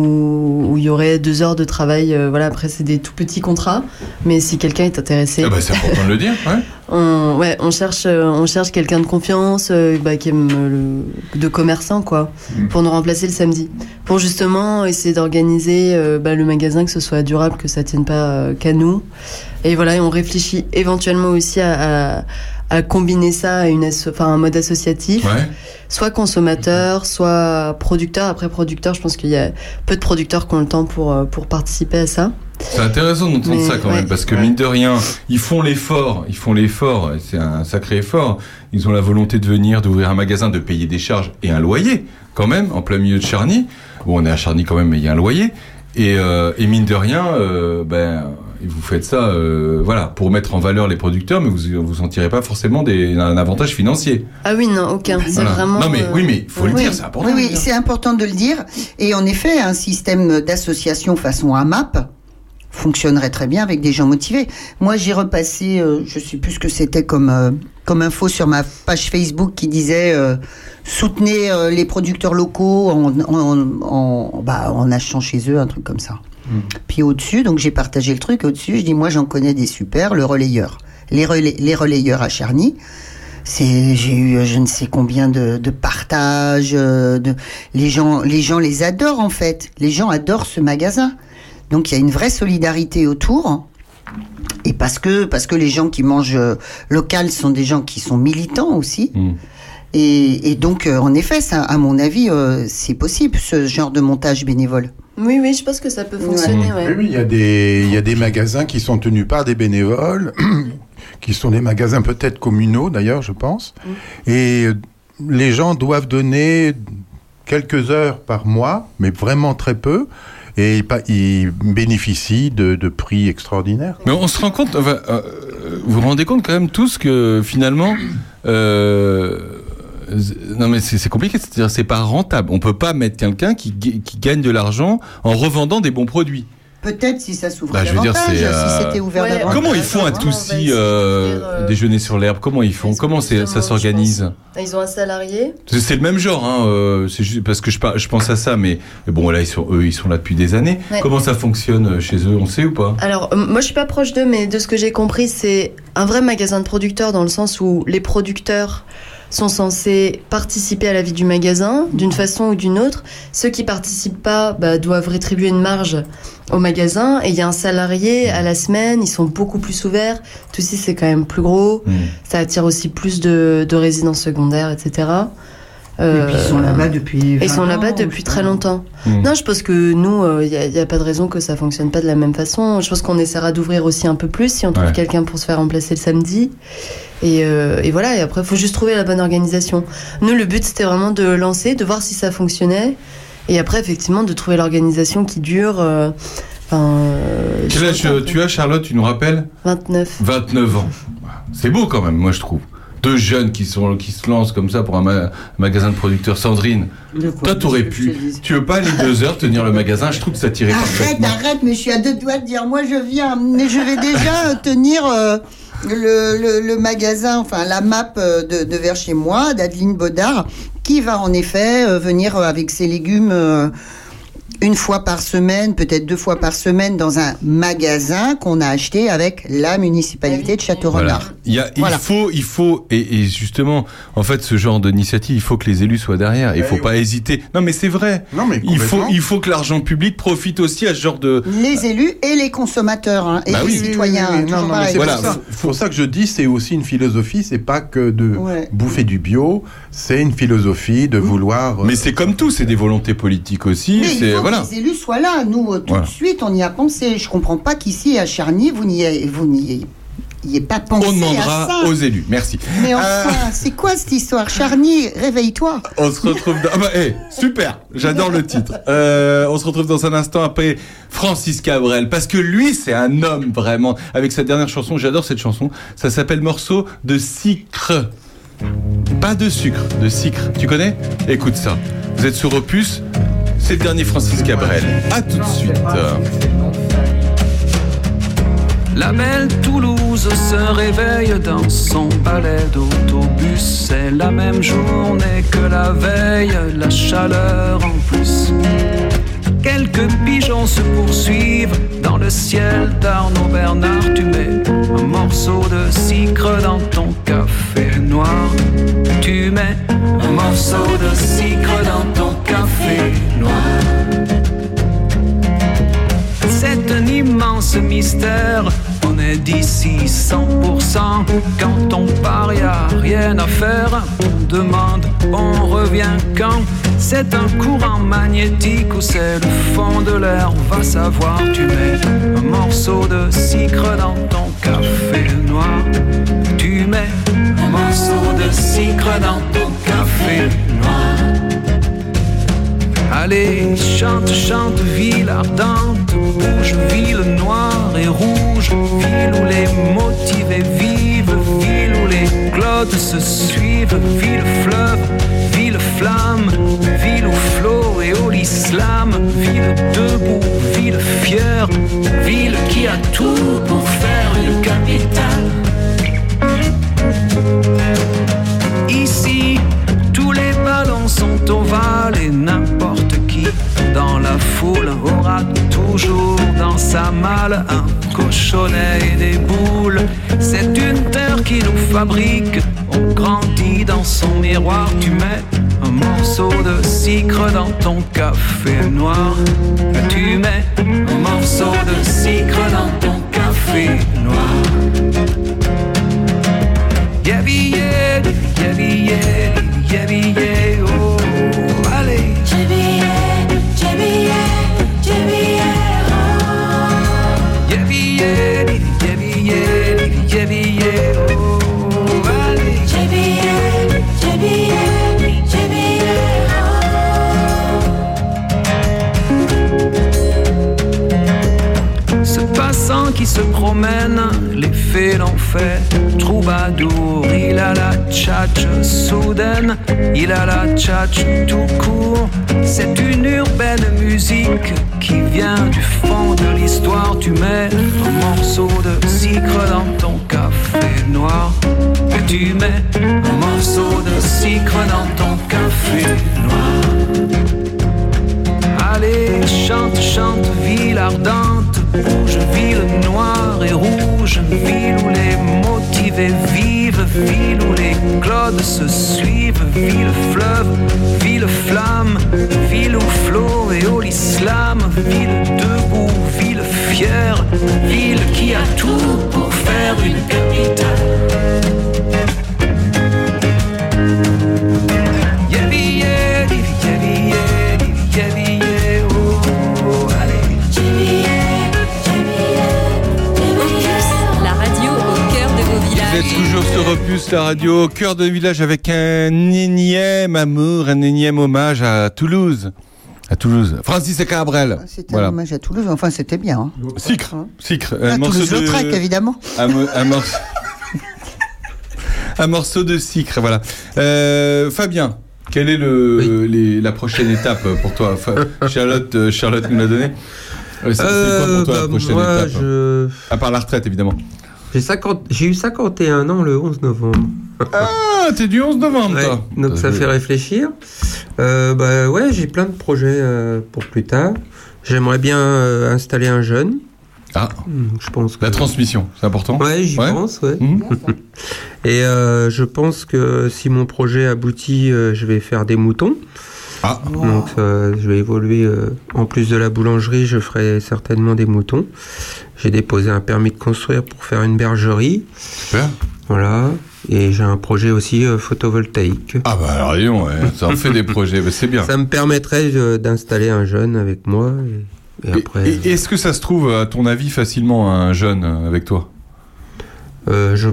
où il y aurait deux heures de travail. Euh, voilà, après c'est des tout petits contrats, mais si quelqu'un est intéressé. Ah bah c'est important de le dire, ouais. On, ouais, on cherche, on cherche quelqu'un de confiance, euh, bah, qui aime le, de commerçant, quoi, mmh. pour nous remplacer le samedi. Pour justement essayer d'organiser euh, bah, le magasin, que ce soit durable, que ça tienne pas euh, qu'à nous. Et voilà, et on réfléchit éventuellement aussi à, à, à combiner ça à une asso- enfin, un mode associatif. Ouais. Soit consommateur, soit producteur. Après producteur, je pense qu'il y a peu de producteurs qui ont le temps pour, pour participer à ça. C'est intéressant d'entendre Mais, ça quand ouais. même, parce que mine de rien, ils font l'effort, ils font l'effort, et c'est un sacré effort. Ils ont la volonté de venir, d'ouvrir un magasin, de payer des charges et un loyer, quand même, en plein milieu de Charny. Bon, on est à Charny quand même, mais il y a un loyer. Et, euh, et mine de rien, euh, ben, vous faites ça, euh, voilà, pour mettre en valeur les producteurs, mais vous vous en tirez pas forcément des, un avantage financier. Ah oui, non, aucun. C'est voilà. vraiment. Non mais oui, mais faut oui. le dire, c'est important. Oui, oui, c'est important de le dire. Et en effet, un système d'association façon A M A P fonctionnerait très bien avec des gens motivés. Moi, j'ai repassé, euh, je sais plus ce que c'était comme euh, comme info sur ma page Facebook qui disait euh, soutenez euh, les producteurs locaux en en, en, bah, en achetant chez eux, un truc comme ça. Mmh. Puis au-dessus, donc j'ai partagé le truc au-dessus, je dis moi j'en connais des super, le relayeur, les relais, les relayeurs à Charny. C'est, j'ai eu je ne sais combien de, de partages, de les gens les gens les adorent en fait, les gens adorent ce magasin. Donc il y a une vraie solidarité autour. Et parce que parce que les gens qui mangent local sont des gens qui sont militants aussi. Mmh. Et, et donc euh, en effet, ça, à mon avis, euh, c'est possible ce genre de montage bénévole. Oui, oui, je pense que ça peut fonctionner. Ouais. Oui, oui, il y a des il y a des magasins qui sont tenus par des bénévoles, qui sont des magasins peut-être communaux d'ailleurs, je pense. Mmh. Et les gens doivent donner quelques heures par mois, mais vraiment très peu. Et ils bénéficient de, de prix extraordinaires. Mais on se rend compte, enfin, euh, vous vous rendez compte quand même tous que finalement, euh, non mais c'est, c'est compliqué, c'est-à-dire c'est pas rentable. On peut pas mettre quelqu'un qui, qui gagne de l'argent en revendant des bons produits. Peut-être si ça s'ouvre bah, davantage, je veux dire, c'est, euh... si c'était ouvert ouais, davantage. Comment ils font un Toussi euh, euh... déjeuner sur l'herbe? Comment ils font? Comment c'est, ça s'organise? Ils ont un salarié. C'est, c'est le même genre, hein, euh, c'est juste parce que je, je pense à ça, mais, mais bon là ils sont eux ils sont là depuis des années. Ouais. Comment ça fonctionne chez eux, on sait ou pas? Alors euh, moi je suis pas proche d'eux, mais de ce que j'ai compris, c'est un vrai magasin de producteurs dans le sens où les producteurs sont censés participer à la vie du magasin d'une façon ou d'une autre. Ceux qui participent pas bah, doivent rétribuer une marge au magasin, et il y a un salarié à la semaine, ils sont beaucoup plus ouverts. Tout ci c'est quand même plus gros, mmh. ça attire aussi plus de, de résidences secondaires, et cetera. Euh, et puis ils sont là-bas depuis Ils sont là-bas depuis très longtemps. Mmh. Non, je pense que nous, il euh, n'y a, a pas de raison que ça fonctionne pas de la même façon. Je pense qu'on essaiera d'ouvrir aussi un peu plus si on trouve ouais. quelqu'un pour se faire remplacer le samedi. Et, euh, et voilà, et après, il faut juste trouver la bonne organisation. Nous, le but, c'était vraiment de lancer, de voir si ça fonctionnait. Et après, effectivement, de trouver l'organisation qui dure... Euh, euh, Quel âge tu as, Charlotte, tu nous rappelles? vingt-neuf. vingt-neuf ans. C'est beau quand même, moi, je trouve. Deux jeunes qui, sont, qui se lancent comme ça pour un ma- magasin de producteurs. Sandrine, toi, t'aurais pu... Tu veux pas aller deux heures tenir le magasin? Je trouve que ça tirait arrête, parfaitement. Arrête, arrête, mais je suis à deux doigts de dire, moi, je viens. Mais je vais déjà tenir... Euh... Le, le, le magasin, enfin la map de, de vers chez moi, d'Adeline Baudard, qui va en effet euh, venir avec ses légumes euh, une fois par semaine, peut-être deux fois par semaine, dans un magasin qu'on a acheté avec la municipalité de Château-Renard. Voilà. Il, y a, voilà. il faut, il faut, et, et justement, en fait, ce genre d'initiative, il faut que les élus soient derrière. Il faut eh pas oui. hésiter. Non, mais c'est vrai. Non, mais il faut, il faut que l'argent public profite aussi à ce genre de. Les élus et les consommateurs, hein, et bah les oui. citoyens. Oui, oui, oui. Non, non, mais c'est voilà. pour, ça. pour ça que je dis, c'est aussi une philosophie. C'est pas que de ouais. bouffer du bio. C'est une philosophie de vouloir. Mais c'est comme tout. C'est des volontés politiques aussi. Mais c'est il faut voilà. les élus soient là. Nous, euh, tout Voilà. de suite, on y a pensé. Je comprends pas qu'ici, à Charny, vous n'y ayez, vous n'y ayez pas pensé On à demandera ça. aux élus. Merci. Mais enfin, Euh, c'est quoi cette histoire? Charny, réveille-toi. On se retrouve dans... Ah bah, hey, super, j'adore le titre. Euh, on se retrouve dans un instant après Francis Cabrel, parce que lui, c'est un homme vraiment. Avec sa dernière chanson, j'adore cette chanson. Ça s'appelle Morceau de sucre. Pas de sucre, de sucre. Tu connais? Écoute ça. Vous êtes sur Opus. C'est le dernier Francis Cabrel. À tout de suite. La belle Toulouse se réveille dans son balai d'autobus. C'est la même journée que la veille, la chaleur en plus. Quelques pigeons se poursuivent dans le ciel d'Arnaud Bernard. Tu mets un morceau de sucre dans ton café noir. Tu mets un morceau de sucre dans ton café noir. C'est un immense mystère. On est d'ici cent pour cent. Quand on part, y a rien à faire. On demande, on revient quand. C'est un courant magnétique ou c'est le fond de l'air. Va savoir, tu mets un morceau de sucre dans ton café noir. Tu mets un morceau de sucre dans ton café noir. Allez, chante, chante, ville ardente, bouge, ville noire et rouge, ville où les motivés vivent, ville où les clodes se suivent, ville fleuve, ville flamme, ville où flot et au l'islam, ville debout, ville fière, ville qui a tout pour faire une capitale. Ici, tous les ballons sont ovales et n'importe qui dans la foule aura toujours dans sa malle un cochonnet et des boules. C'est une terre qui nous fabrique, on grandit dans son miroir. Tu mets un morceau de sucre dans ton café noir. Tu mets un morceau de sucre dans ton café noir. Yabi yedi, yabi yedi, yabi yedi, oh, allez. Yabi yedi, yabi yedi, yabi yedi, oh. Yabi yedi, yabi yedi, yabi yedi, oh, allez. Yabi yedi, yabi yedi, yabi yedi, oh. Ce passant qui se promène, l'effet l'en fait troubadour. Il a la tchatche soudaine, il a la tchatche tout court. C'est une urbaine musique qui vient du fond de l'histoire. Tu mets un morceau de sucre dans ton café noir. Et tu mets un morceau de sucre dans ton café noir. Allez, chante, chante, ville ardente, bouge, ville noire et rouge, ville où les motivés vivent, ville où les clodes se suivent, ville fleuve, ville flamme, ville où flot et au l'islam, ville debout, ville fière, ville qui a tout pour faire une capitale. Yabi yedi, yabi yedi, yabi yedi. Vous êtes toujours sur Opus, la radio au cœur de village, avec un énième amour, un énième hommage à Toulouse. À Toulouse. Francis Cabrel. C'était voilà. un hommage à Toulouse, enfin c'était bien. Hein. Sucre. Sucre. À Un morceau Toulouse-Lautrec, de... évidemment. Un, mo- un morceau... un morceau de sucre, voilà. Euh, Fabien, quelle est le, oui. les, la prochaine étape pour toi? Charlotte, Charlotte nous l'a donné. Euh, c'est, euh, c'est quoi pour toi bah, la prochaine moi, étape je... À part la retraite, évidemment. J'ai, cinquante... J'ai eu cinquante et un ans le onze novembre. Ah, t'es du onze novembre, ouais, toi. Donc ça fait réfléchir. Euh, bah ouais, j'ai plein de projets euh, pour plus tard. J'aimerais bien euh, installer un jeune. Ah, je pense que... La transmission, c'est important. Ouais, j'y ouais. pense, ouais. Mmh. Et euh, je pense que si mon projet aboutit, euh, je vais faire des moutons. Ah. Donc euh, je vais évoluer. Euh, en plus de la boulangerie, je ferai certainement des moutons. J'ai déposé un permis de construire pour faire une bergerie. Super. Voilà. Et j'ai un projet aussi euh, photovoltaïque. Ah bah alors, dis donc, ouais, ça en fait des projets, mais c'est bien. Ça me permettrait euh, d'installer un jeune avec moi. Et, et après. Et, et est-ce que ça se trouve, à ton avis, facilement un jeune avec toi? euh, Je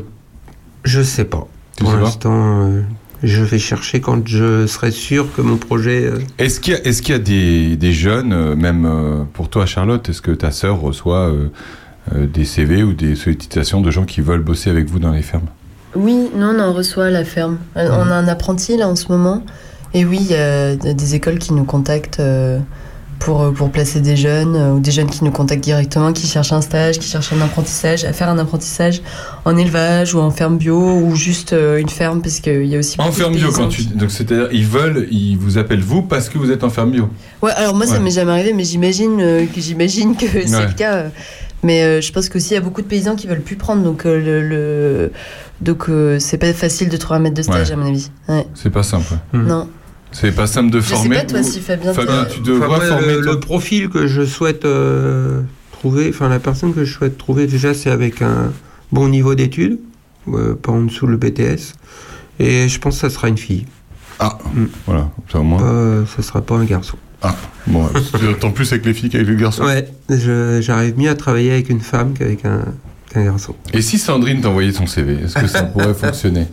je sais pas. Tu Pour sais pas l'instant, euh, je vais chercher quand je serai sûr que mon projet. Euh... Est-ce qu'il y a, est-ce qu'il y a des, des jeunes, euh, même euh, pour toi, Charlotte, est-ce que ta sœur reçoit euh, euh, des C V ou des sollicitations de gens qui veulent bosser avec vous dans les fermes? Oui, nous on en reçoit à la ferme. On a un apprenti là en ce moment. Et oui, il y a des écoles qui nous contactent euh, pour, pour placer des jeunes, euh, ou des jeunes qui nous contactent directement, qui cherchent un stage, qui cherchent un apprentissage, à faire un apprentissage en élevage ou en ferme bio ou juste euh, une ferme, parce qu'il y a aussi. En ferme bio, quand tu. Donc c'est-à-dire, ils veulent, ils vous appellent vous parce que vous êtes en ferme bio. Ouais, alors moi ça Ouais. m'est jamais arrivé, mais j'imagine euh, que j'imagine que c'est Ouais. le cas. euh. Mais euh, je pense qu'aussi il y a beaucoup de paysans qui veulent plus prendre, donc euh, le, le... donc euh, c'est pas facile de trouver un maître de stage Ouais. à mon avis. Ouais. C'est pas simple. Non. C'est pas simple de Je sais former. pas, toi, si Fabien, Fabien, t'as- tu devras Enfin, moi, former. le, toi. le profil que je souhaite euh, trouver, enfin la personne que je souhaite trouver déjà, c'est avec un bon niveau d'études, euh, pas en dessous le B T S, et je pense que ça sera une fille. Ah, voilà, ça au moins. Pas, ça sera pas un garçon. Ah, bon, tant plus avec les filles qu'avec les garçons. Ouais, je- j'arrive mieux à travailler avec une femme qu'avec un, qu'un garçon. Et si Sandrine t'envoyait son C V, est-ce que ça pourrait fonctionner?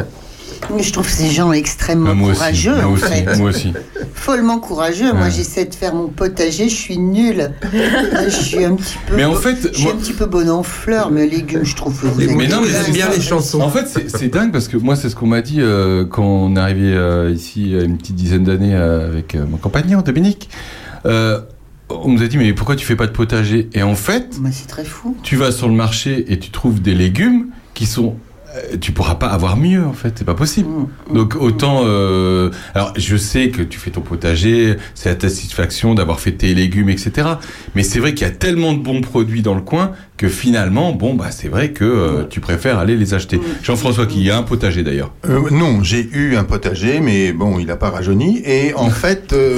Mais je trouve ces gens extrêmement Ah, moi aussi, courageux, moi en aussi, fait. moi aussi. Follement courageux. Moi, Ouais. j'essaie de faire mon potager, je suis nulle. je suis un petit peu. Mais en fait, je suis moi- un petit peu bonne en fleurs, mais légumes, je trouve que vous êtes Mais non, mais bien c'est bien les chansons. En fait, c'est- c'est dingue parce que moi, c'est ce qu'on m'a dit euh, quand on est arrivé euh, ici il y a une petite dizaine d'années euh, avec euh, mon compagnon Dominique. Euh, on nous a dit, mais pourquoi tu fais pas de potager? Et en fait, Mais c'est très fou. tu vas sur le marché et tu trouves des légumes qui sont. euh, Tu pourras pas avoir mieux en fait, c'est pas possible. Donc autant. euh, alors je sais que tu fais ton potager, c'est la satisfaction d'avoir fait tes légumes, et cetera. Mais c'est vrai qu'il y a tellement de bons produits dans le coin que finalement, bon bah c'est vrai que euh, tu préfères aller les acheter. Jean-François, qui a un potager d'ailleurs. Euh, non, j'ai eu un potager, mais bon, il n'a pas rajeuni. Et en fait, euh,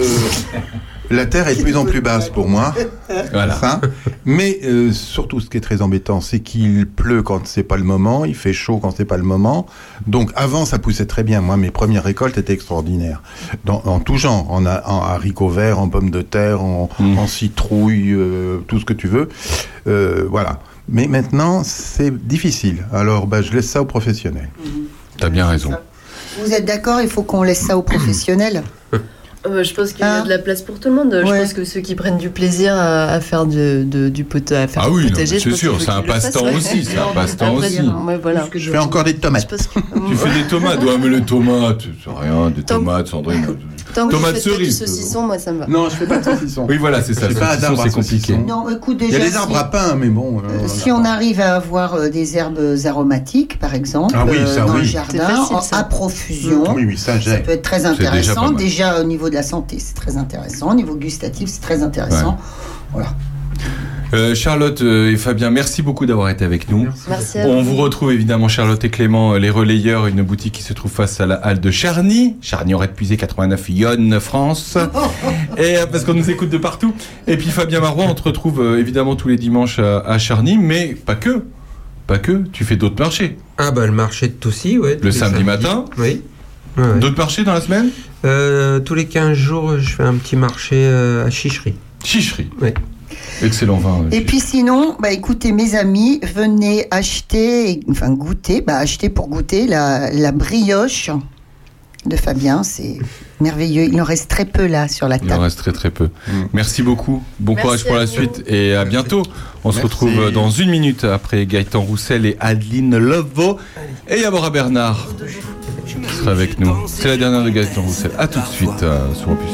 la terre est de plus en plus basse pour moi. Voilà. Enfin, mais euh, surtout, ce qui est très embêtant, c'est qu'il pleut quand c'est pas le moment, il fait chaud quand c'est pas le moment. Donc, avant, ça poussait très bien. Moi, mes premières récoltes étaient extraordinaires, dans, en tout genre, en, a- en haricots verts, en pommes de terre, en, Mmh. en citrouille, euh, tout ce que tu veux. Euh, voilà. Mais maintenant, c'est difficile. Alors, bah, je laisse ça aux professionnels. T'as bien raison. Vous êtes d'accord? Il faut qu'on laisse ça aux professionnels. Euh, je pense qu'il y a de la place pour tout le monde. Je pense que ceux qui prennent du plaisir à, à faire de, de- du pot- à faire Ah du oui, non, potager, mais je c'est pense sûr, qu'il faut c'est un qu'ils le fassent, passe-temps ouais. aussi, c'est un passe-temps Après, aussi. ouais, voilà. Je fais encore des tomates. Tu fais des tomates, ouais, mais les tomates, c'est rien, des tomates, Sandrine. Tant que vous Tomates faites pas du cerises. saucisson, moi ça me va. Non, je fais pas de saucisson. Oui, voilà, c'est ça. Je fais pas saucisson, d'arbre à c'est compliqué. saucisson. Non, écoute, Il y déjà. a des arbres si- à pain, mais bon. euh, Si on arrive à avoir euh, des herbes aromatiques, par exemple, Ah oui, euh, ça, dans oui. le C'est jardin, facile, en- ça. à profusion, Oui, oui, ça, j'ai. peut être très C'est déjà pas intéressant. mal. Déjà, au niveau de la santé, c'est très intéressant. Au niveau gustatif, c'est très intéressant. Voilà. Euh, Charlotte euh, et Fabien, merci beaucoup d'avoir été avec nous. Merci à On vous. vous retrouve évidemment, Charlotte et Clément, euh, les relayeurs, une boutique qui se trouve face à la halle de Charny. Charny aurait épuisé quatre-vingt-neuf Yonne, France. Et euh, parce qu'on nous écoute de partout. Et puis Fabien Marois, on te retrouve euh, évidemment tous les dimanches à, à Charny, mais pas que. Pas que, tu fais d'autres marchés. Ah bah le marché de Toussy, ouais. tous Le les samedi samedis. matin. Oui. Ouais, ouais. D'autres marchés dans la semaine? Euh, tous les quinze jours, je fais un petit marché euh, à Chicherie. Chicherie. Oui. Excellent vin. euh, Et puis sinon, bah écoutez, mes amis, venez acheter, enfin goûter, bah acheter pour goûter la, la brioche de Fabien. C'est merveilleux. Il en reste très peu là sur la Il en table. reste très très peu. Merci beaucoup. Bon Merci courage pour à la vous. suite et à bientôt. On se Merci. retrouve dans une minute après Gaëtan Roussel et Adeline Lovo. Et il y a Bora Bernard qui sera avec nous. C'est la dernière de Gaëtan Roussel. A tout de suite euh, sur Opus.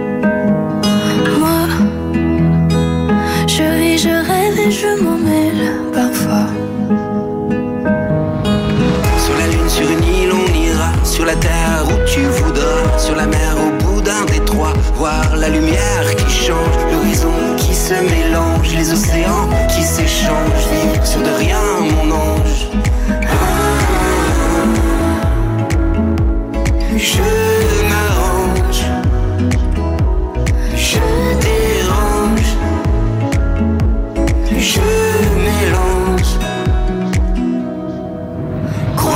Moi, je vis, je rêve et je m'en mêle parfois. Sur la lune, sur une île, on ira. Sur la terre où tu voudras. Sur la mer, au bout d'un détroit. Voir la lumière qui change. L'horizon qui se mélange. Les océans qui s'échangent. Vivre sur de rien, mon ange. Ah, je m'arrange. Je dérange. Je mélange.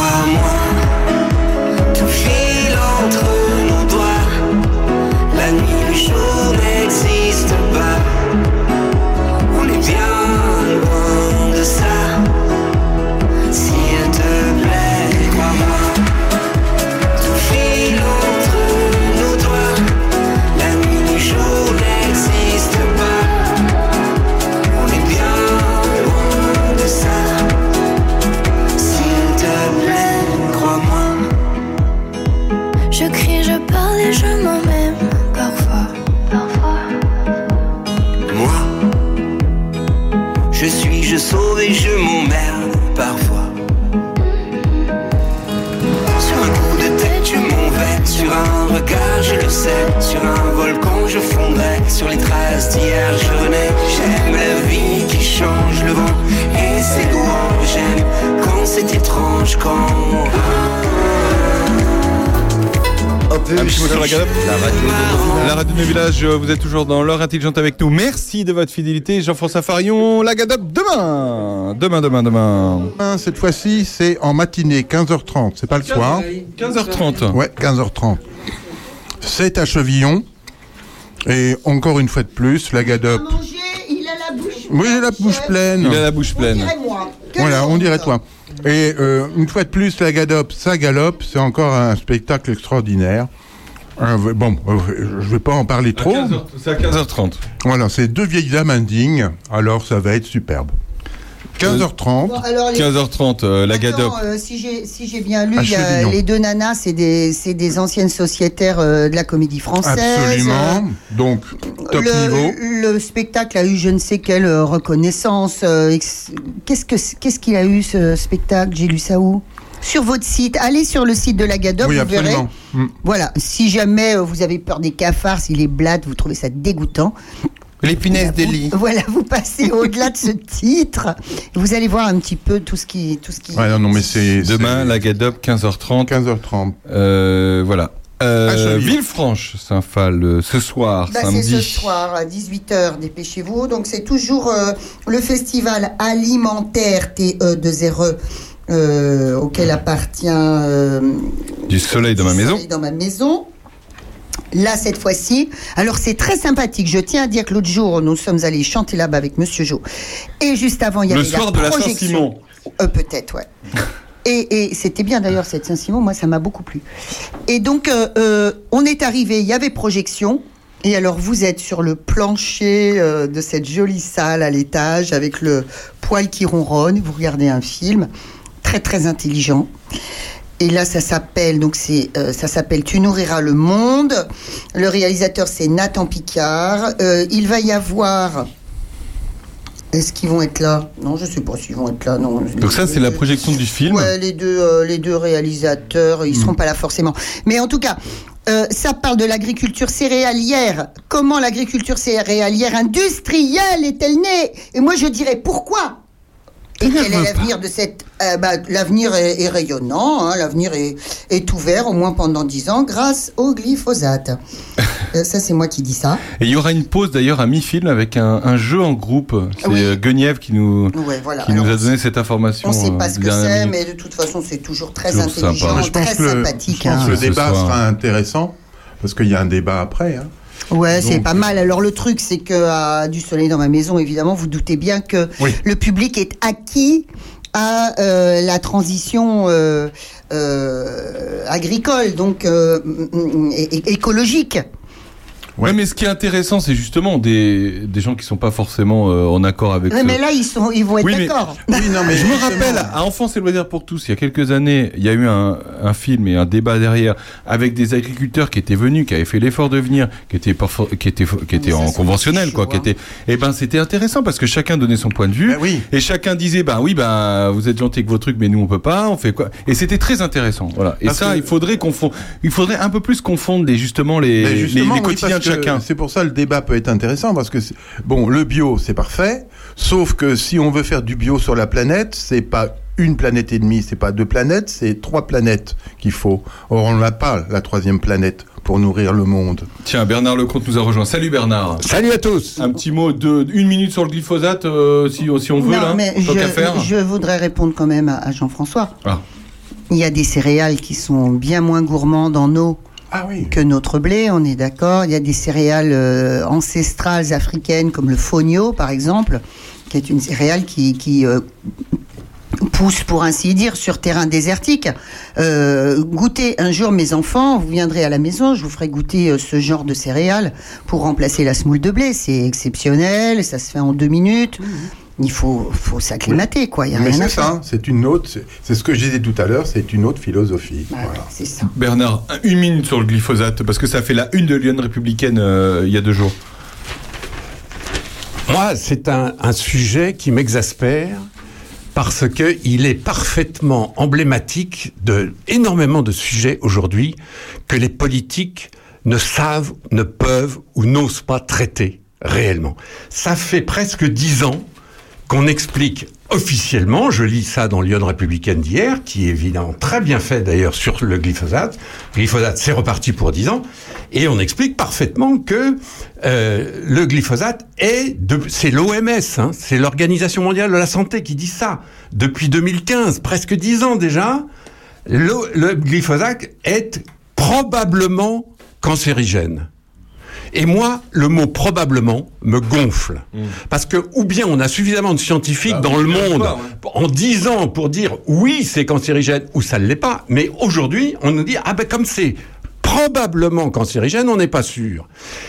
Sur un regard je le sais, sur un volcan je fondrai, sur les traces d'hier je renais. J'aime la vie qui change, le vent et ses louanges. J'aime quand c'est étrange, quand... Un petit mot sur la Gadop. La radio de La radio de nos villages, vous êtes toujours dans l'heure intelligente avec nous. Merci de votre fidélité. Jean-François Farion, la Gadop demain. Demain, demain, demain. Demain, cette fois-ci, c'est en matinée, quinze heures trente. C'est pas le soir. quinze heures trente. Ouais, quinze heures trente. C'est à Chevillon. Et encore une fois de plus, la Gadop. Il a la bouche Oui, il a la bouche pleine. Il a la bouche pleine. On dirait moi. Voilà, on dirait toi. Et euh, une fois de plus, la Gadop, ça galope. C'est encore un spectacle extraordinaire. Euh, bon, euh, je vais pas en parler trop. C'est à quinze heures trente. Voilà, c'est deux vieilles dames indignes. Alors, ça va être superbe. quinze heures trente. Bon, alors, les- quinze heures trente, euh, la Gadop. Attends, euh, si j'ai si j'ai bien lu, À il y a Chevillon. les deux nanas, c'est des c'est des anciennes sociétaires euh, de la Comédie Française. Absolument. Donc, top le, niveau. le spectacle a eu je ne sais quelle euh, reconnaissance. euh, ex- Qu'est-ce que qu'est-ce qu'il a eu ce spectacle? J'ai lu ça où? Sur votre site. Allez sur le site de la Gadop, Oui, vous verrez. absolument. Mm. Voilà. Si jamais euh, vous avez peur des cafards, si les blattes, vous trouvez ça dégoûtant. Les punaises des lits. Voilà, vous passez au-delà de ce titre. Vous allez voir un petit peu tout ce qui, tout ce qui. Ouais, non, non, mais c'est. Demain, la Gadop, quinze heures trente. quinze heures trente. Euh, voilà. À Euh, Chevillon. Villefranche, Saint-Phal, euh, ce soir, Bah, c'est samedi. ce soir à dix-huit heures, dépêchez-vous. Donc c'est toujours euh, le festival alimentaire T E deux R E euh, auquel appartient euh, Du soleil dans ma maison. Soleil dans ma maison. Là, cette fois-ci, alors c'est très sympathique. Je tiens à dire que l'autre jour, nous sommes allés chanter là-bas avec Monsieur Jo. Et juste avant, il y Le avait soir la de la projection. Saint-Simon. Euh, peut-être, ouais. Et, et c'était bien d'ailleurs cette Saint-Simon, moi ça m'a beaucoup plu. Et donc euh, euh, on est arrivé, il y avait projection. Et alors vous êtes sur le plancher euh, de cette jolie salle à l'étage avec le poêle qui ronronne. Vous regardez un film très très intelligent. Et là, ça s'appelle donc c'est euh, ça s'appelle Tu nourriras le monde. Le réalisateur c'est Nathan Picard. Euh, il va y avoir. Est-ce qu'ils vont être là? Non, je sais pas s'ils vont être là. Non. Donc ça, c'est la projection du film. Ouais, les deux, euh, les deux réalisateurs, ils seront pas là forcément. Mais en tout cas, euh, ça parle de l'agriculture céréalière. Comment l'agriculture céréalière industrielle est-elle née? Et moi, je dirais pourquoi? Et quel est l'avenir de cette... euh, bah, l'avenir est, est rayonnant, hein, l'avenir est, est ouvert au moins pendant dix ans grâce au glyphosate. euh, ça, c'est moi qui dis ça. Et il y aura une pause d'ailleurs à mi-film avec un, un jeu en groupe. C'est Oui. euh, Guenièvre qui nous, Ouais, voilà. qui nous Alors, a donné cette information. On ne sait pas euh, ce que dernière c'est, minute. mais de toute façon, c'est toujours très Toujours intelligent, sympa. Je pense très que le, sympathique. je pense hein. que le Ce débat soir. sera intéressant parce qu'il y a un débat après. Hein. Ouais, c'est Donc, pas mal. Alors le truc, c'est que à du soleil dans ma maison, évidemment, vous doutez bien que Oui. le public est acquis à euh, la transition euh, euh, agricole, donc euh, é- é- écologique. Ouais, mais ce qui est intéressant, c'est justement des, des gens qui sont pas forcément euh, en accord avec Ouais, ce- mais là, ils sont, ils vont être Oui, mais- d'accord. Oui, non, mais je me justement- rappelle, à Enfance et Loisirs pour tous, il y a quelques années, il y a eu un, un film et un débat derrière avec des agriculteurs qui étaient venus, qui avaient fait l'effort de venir, qui étaient, parfois- qui étaient, qui étaient ça, en c'est conventionnel, chaud, quoi, qui hein. étaient, et ben, c'était intéressant parce que chacun donnait son point de vue. Ben oui. Et chacun disait, ben oui, ben, vous êtes gentil avec vos trucs, mais nous, on peut pas, on fait quoi? Et c'était très intéressant, voilà. Et Parce ça, que- il faudrait confondre, il faudrait un peu plus confondre les, justement, les, Mais les, justement, les oui, quotidiens parce de que chacun. C'est pour ça le débat peut être intéressant parce que c'est- bon, le bio c'est parfait, sauf que si on veut faire du bio sur la planète, c'est pas une planète et demie, c'est pas deux planètes, c'est trois planètes qu'il faut. Or on n'a pas la troisième planète pour nourrir le monde. Tiens, Bernard Lecomte nous a rejoint. Salut Bernard. Salut à tous. Un petit mot de une minute sur le glyphosate, euh, si, si on veut, Non, là. mais Tant qu'à faire. je, je voudrais répondre quand même à, à Jean-François. Ah. Il y a des céréales qui sont bien moins gourmandes en eau Ah oui. que notre blé, on est d'accord. Il y a des céréales euh, ancestrales africaines comme le fonio, par exemple, qui est une céréale qui, qui euh, pousse, pour ainsi dire, sur terrain désertique. Euh, goûtez un jour, mes enfants, vous viendrez à la maison, je vous ferai goûter euh, ce genre de céréales pour remplacer la semoule de blé. C'est exceptionnel, ça se fait en deux minutes. Il faut, faut s'acclimater, quoi. Il y a Mais rien à c'est faire. ça, c'est une autre, c'est- c'est ce que je disais tout à l'heure, c'est une autre philosophie. Voilà. C'est ça. Bernard, un- une minute sur le glyphosate, parce que ça fait la une de Lyon Républicaine euh, il y a deux jours. Moi, c'est un, un sujet qui m'exaspère parce que il est parfaitement emblématique de énormément de sujets aujourd'hui que les politiques ne savent, ne peuvent ou n'osent pas traiter réellement. Ça fait presque dix ans qu'on explique officiellement, je lis ça dans l'Union républicaine d'hier, qui est évidemment très bien fait d'ailleurs sur le glyphosate. Glyphosate, c'est reparti pour dix ans, et on explique parfaitement que euh, le glyphosate est, de, c'est l'O M S, hein, c'est l'Organisation mondiale de la santé qui dit ça depuis deux mille quinze, presque dix ans déjà. Le, le glyphosate est probablement cancérigène. Et moi, le mot probablement me gonfle. Mmh. Parce que, ou bien on a suffisamment de scientifiques bah, dans le monde pas, ouais. en dix ans pour dire oui, c'est cancérigène ou ça ne l'est pas. Mais aujourd'hui, on nous dit, ah ben comme c'est probablement cancérigène, on n'est pas sûr.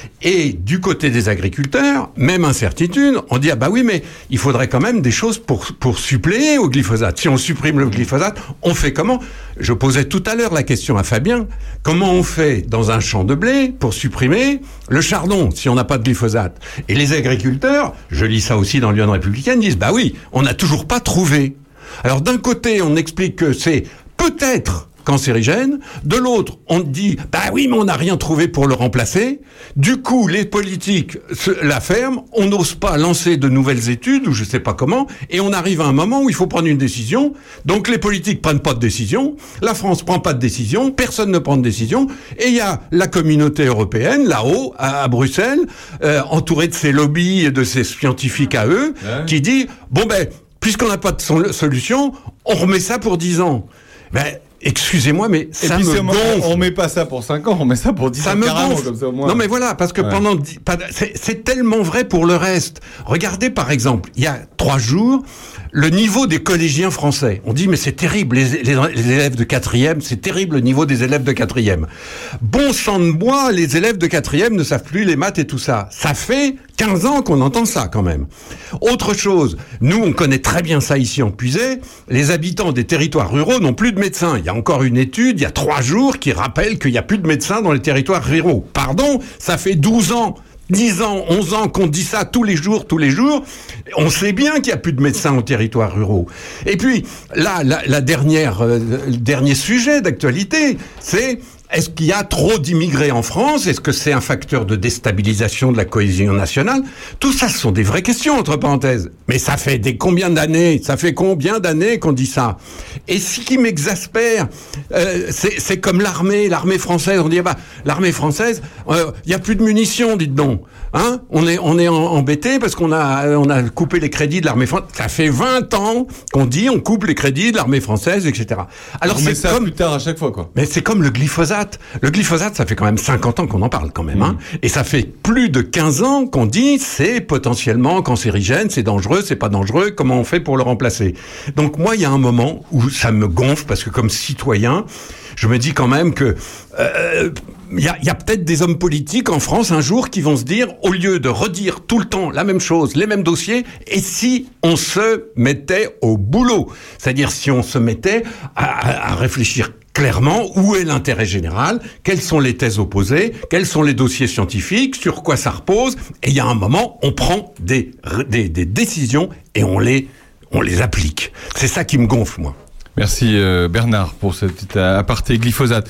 Et du côté des agriculteurs, même incertitude, on dit, ah bah oui, mais il faudrait quand même des choses pour, pour suppléer au glyphosate. Si on supprime le glyphosate, on fait comment ? Je posais tout à l'heure la question à Fabien, comment on fait dans un champ de blé pour supprimer le chardon si on n'a pas de glyphosate ? Et les agriculteurs, je lis ça aussi dans l'Union républicaine, disent, bah oui, on n'a toujours pas trouvé. Alors d'un côté, on explique que c'est peut-être cancérigène, de l'autre, on dit « bah oui, mais on n'a rien trouvé pour le remplacer ». Du coup, les politiques se, la ferment, on n'ose pas lancer de nouvelles études, ou je sais pas comment, et on arrive à un moment où il faut prendre une décision. Donc les politiques prennent pas de décision, la France prend pas de décision, personne ne prend de décision, et il y a la communauté européenne, là-haut, à, à Bruxelles, euh, entourée de ses lobbies et de ses scientifiques à eux, ouais. qui dit « bon ben, puisqu'on n'a pas de solution, on remet ça pour dix ans ». Ben, excusez-moi, mais et ça me gonfle. On met pas ça pour cinq ans, on met ça pour dix ça ans me carrément, gonfle. Comme ça au moins. Non mais voilà, parce que ouais. pendant c'est, c'est tellement vrai pour le reste. Regardez par exemple, il y a trois jours, le niveau des collégiens français. On dit mais c'est terrible, les, les, les élèves de quatrième, c'est terrible le niveau des élèves de quatrième. Bon sang de bois, les élèves de quatrième ne savent plus les maths et tout ça. Ça fait quinze ans qu'on entend ça quand même. Autre chose, nous on connaît très bien ça ici en Puisay, les habitants des territoires ruraux n'ont plus de médecins. Il y a encore une étude, il y a trois jours, qui rappelle qu'il n'y a plus de médecins dans les territoires ruraux. Pardon, ça fait douze ans, dix ans, onze ans qu'on dit ça tous les jours, tous les jours. On sait bien qu'il n'y a plus de médecins aux territoires ruraux. Et puis, là, la, la dernière, euh, le dernier sujet d'actualité, c'est... est-ce qu'il y a trop d'immigrés en France ? Est-ce que c'est un facteur de déstabilisation de la cohésion nationale ? Tout ça, ce sont des vraies questions, entre parenthèses. Mais ça fait des combien d'années ? Ça fait combien d'années qu'on dit ça ? Et ce qui m'exaspère, euh, c'est, c'est comme l'armée, l'armée française. On dit, bah, l'armée française, il euh, y a plus de munitions, dites donc. Hein ? On est, on est embêté parce qu'on a, on a coupé les crédits de l'armée française. Ça fait vingt ans qu'on dit, on coupe les crédits de l'armée française, et cetera. Alors, on met c'est ça comme plus tard à chaque fois, quoi. Mais c'est comme le glyphosate. Le glyphosate, ça fait quand même cinquante ans qu'on en parle quand même, mmh. hein. Et ça fait plus de quinze ans qu'on dit c'est potentiellement cancérigène, c'est dangereux, c'est pas dangereux, comment on fait pour le remplacer ? Donc moi, il y a un moment où ça me gonfle parce que comme citoyen, je me dis quand même que euh, il y a, y a peut-être des hommes politiques en France un jour qui vont se dire, au lieu de redire tout le temps la même chose, les mêmes dossiers, et si on se mettait au boulot ? C'est-à-dire si on se mettait à, à, à réfléchir clairement où est l'intérêt général, quelles sont les thèses opposées, quels sont les dossiers scientifiques, sur quoi ça repose, et il y a un moment, on prend des, des, des décisions et on les, on les applique. C'est ça qui me gonfle, moi. Merci euh, Bernard pour ce petit aparté glyphosate.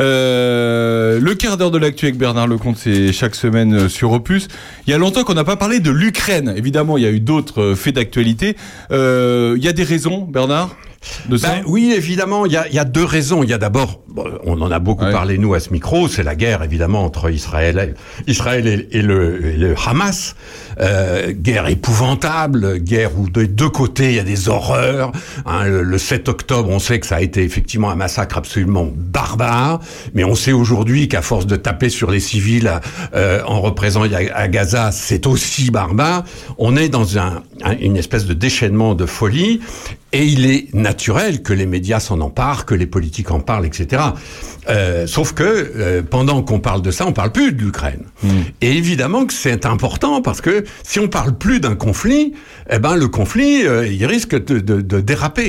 Euh, le quart d'heure de l'actu avec Bernard Lecomte, c'est chaque semaine sur Opus. Il y a longtemps qu'on n'a pas parlé de l'Ukraine. Évidemment, il y a eu d'autres faits d'actualité. Euh, il y a des raisons, Bernard ? De ça ? Ben, oui, évidemment, il y a, il y a deux raisons. Il y a d'abord, bon, on en a beaucoup ouais. parlé nous à ce micro, c'est la guerre évidemment entre Israël, Israël et, et, le, et le Hamas. Euh, guerre épouvantable, guerre où de deux côtés il y a des horreurs. Hein, le, le sept octobre, on sait que ça a été effectivement un massacre absolument barbare, mais on sait aujourd'hui qu'à force de taper sur les civils euh, en représentant à Gaza, c'est aussi barbare. On est dans un, un, une espèce de déchaînement de folie. Et il est naturel que les médias s'en emparent, que les politiques en parlent, et cetera. Euh, sauf que euh, pendant qu'on parle de ça, on parle plus de l'Ukraine. Mmh. Et évidemment que c'est important parce que si on parle plus d'un conflit, eh ben le conflit, euh, il risque de, de, de déraper.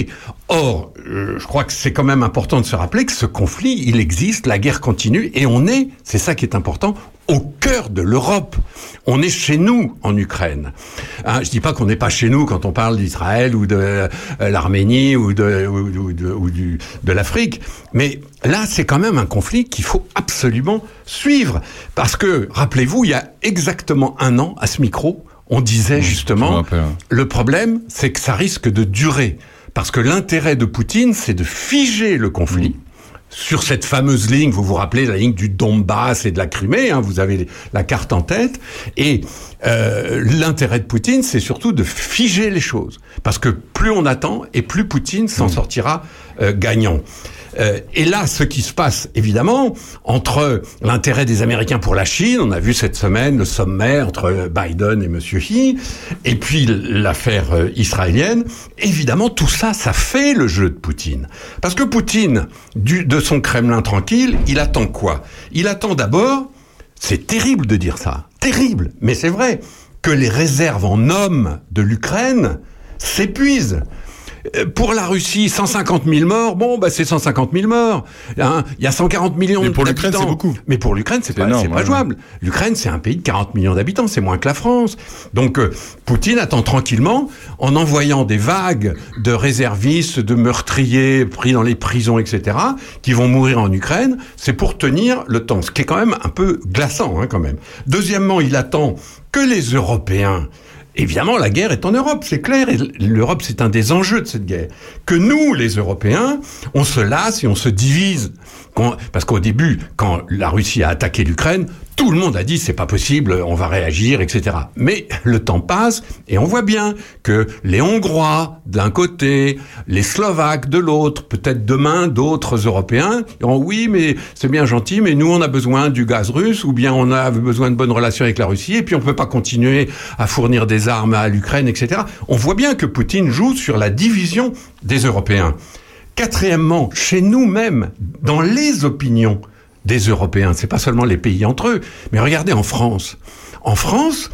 Or, euh, je crois que c'est quand même important de se rappeler que ce conflit, il existe, la guerre continue, et on est, c'est ça qui est important, au cœur de l'Europe. On est chez nous en Ukraine. Hein, je dis pas qu'on n'est pas chez nous quand on parle d'Israël ou de euh, l'Arménie ou de ou, ou de, ou du, de l'Afrique, mais là c'est quand même un conflit qu'il faut absolument suivre parce que rappelez-vous, il y a exactement un an à ce micro, on disait justement le problème, c'est que ça risque de durer parce que l'intérêt de Poutine, c'est de figer le conflit. Mmh. Sur cette fameuse ligne, vous vous rappelez la ligne du Donbass et de la Crimée, hein, vous avez la carte en tête, et euh, l'intérêt de Poutine, c'est surtout de figer les choses, parce que plus on attend, et plus Poutine s'en sortira euh, gagnant. Euh, et là, ce qui se passe, évidemment, entre l'intérêt des Américains pour la Chine, on a vu cette semaine le sommet entre Biden et Monsieur Xi, et puis l'affaire euh, israélienne, évidemment, tout ça, ça fait le jeu de Poutine. Parce que Poutine, du, de son Kremlin tranquille, il attend quoi? Il attend d'abord, c'est terrible de dire ça, terrible, mais c'est vrai, que les réserves en hommes de l'Ukraine s'épuisent. Pour la Russie, cent cinquante mille morts, bon, bah, c'est cent cinquante mille morts. Hein, il y a cent quarante millions d'habitants. Mais pour l'Ukraine, c'est beaucoup. Mais pour l'Ukraine, c'est, c'est pas, énorme, c'est pas ouais. jouable. L'Ukraine, c'est un pays de quarante millions d'habitants, c'est moins que la France. Donc, euh, Poutine attend tranquillement, en envoyant des vagues de réservistes, de meurtriers pris dans les prisons, et cetera, qui vont mourir en Ukraine. C'est pour tenir le temps, ce qui est quand même un peu glaçant, hein, quand même. Deuxièmement, il attend que les Européens. Évidemment, la guerre est en Europe, c'est clair, et l'Europe, c'est un des enjeux de cette guerre. Que nous, les Européens, on se lasse et on se divise. Parce qu'au début, quand la Russie a attaqué l'Ukraine, tout le monde a dit c'est pas possible, on va réagir, et cetera. Mais le temps passe et on voit bien que les Hongrois d'un côté, les Slovaques de l'autre, peut-être demain d'autres Européens diront oui mais c'est bien gentil, mais nous on a besoin du gaz russe ou bien on a besoin de bonnes relations avec la Russie et puis on peut pas continuer à fournir des armes à l'Ukraine, et cetera. On voit bien que Poutine joue sur la division des Européens. Quatrièmement, chez nous-mêmes, dans les opinions des Européens, c'est pas seulement les pays entre eux, mais regardez en France. En France,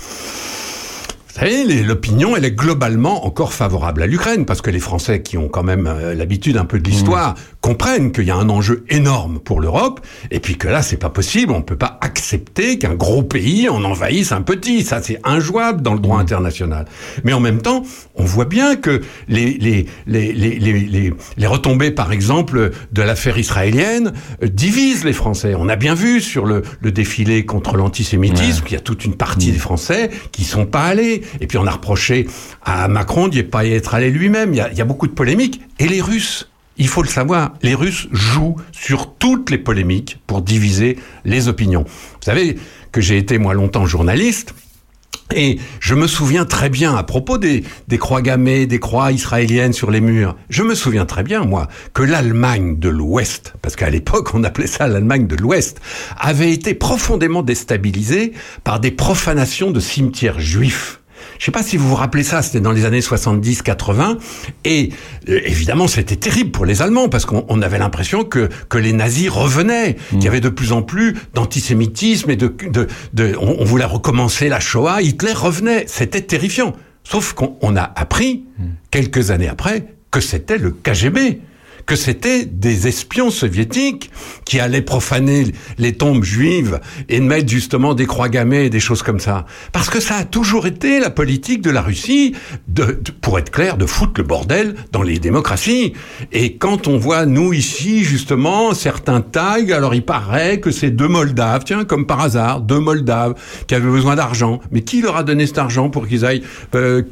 vous savez, l'opinion, elle est globalement encore favorable à l'Ukraine, parce que les Français qui ont quand même euh, l'habitude un peu de l'histoire, mmh. comprennent qu'il y a un enjeu énorme pour l'Europe, et puis que là, c'est pas possible, on peut pas accepter qu'un gros pays en envahisse un petit, ça c'est injouable dans le droit mmh. international. Mais en même temps, on voit bien que les, les, les, les, les, les, les retombées, par exemple, de l'affaire israélienne, euh, divisent les Français. On a bien vu sur le, le défilé contre l'antisémitisme, ouais. qu'il y a toute une partie mmh. des Français qui sont pas allés. Et puis on a reproché à Macron d'y pas y être allé lui-même. Il y a, il y a beaucoup de polémiques. Et les Russes, il faut le savoir, les Russes jouent sur toutes les polémiques pour diviser les opinions. Vous savez que j'ai été, moi, longtemps journaliste. Et je me souviens très bien, à propos des, des croix gammées, des croix israéliennes sur les murs, je me souviens très bien, moi, que l'Allemagne de l'Ouest, parce qu'à l'époque, on appelait ça l'Allemagne de l'Ouest, avait été profondément déstabilisée par des profanations de cimetières juifs. Je sais pas si vous vous rappelez ça, c'était dans les années soixante-dix quatre-vingts, et euh, évidemment c'était terrible pour les Allemands, parce qu'on on avait l'impression que que les nazis revenaient, mmh. qu'il y avait de plus en plus d'antisémitisme, et de, de, de on, on voulait recommencer la Shoah, Hitler revenait, c'était terrifiant. Sauf qu'on on a appris, mmh. quelques années après, que c'était le K G B, que c'était des espions soviétiques qui allaient profaner les tombes juives et mettre justement des croix gammées et des choses comme ça. Parce que ça a toujours été la politique de la Russie, de, de, pour être clair, de foutre le bordel dans les démocraties. Et quand on voit, nous, ici, justement, certains tags, alors il paraît que c'est deux Moldaves, tiens, comme par hasard, deux Moldaves qui avaient besoin d'argent. Mais qui leur a donné cet argent pour qu'ils aillent euh,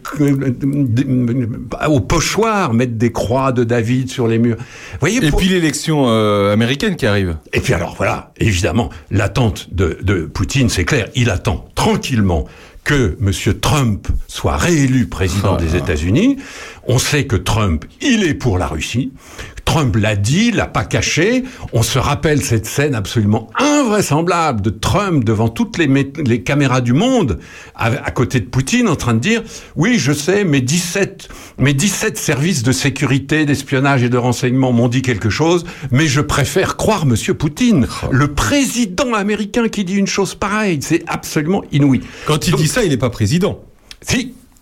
au pochoir mettre des croix de David sur les murs? Voyez, et pour... puis l'élection euh, américaine qui arrive. Et puis alors voilà, évidemment, l'attente de, de Poutine, c'est clair, il attend tranquillement que M. Trump soit réélu président ah. des États-Unis. On sait que Trump, il est pour la Russie. Trump l'a dit, l'a pas caché. On se rappelle cette scène absolument invraisemblable de Trump devant toutes les, mé- les caméras du monde, à, à côté de Poutine, en train de dire « Oui, je sais, mes dix-sept, mes dix-sept services de sécurité, d'espionnage et de renseignement m'ont dit quelque chose, mais je préfère croire Monsieur Poutine. » Le président américain qui dit une chose pareille, c'est absolument inouï. Quand il Donc, dit ça, il n'est pas président. Si.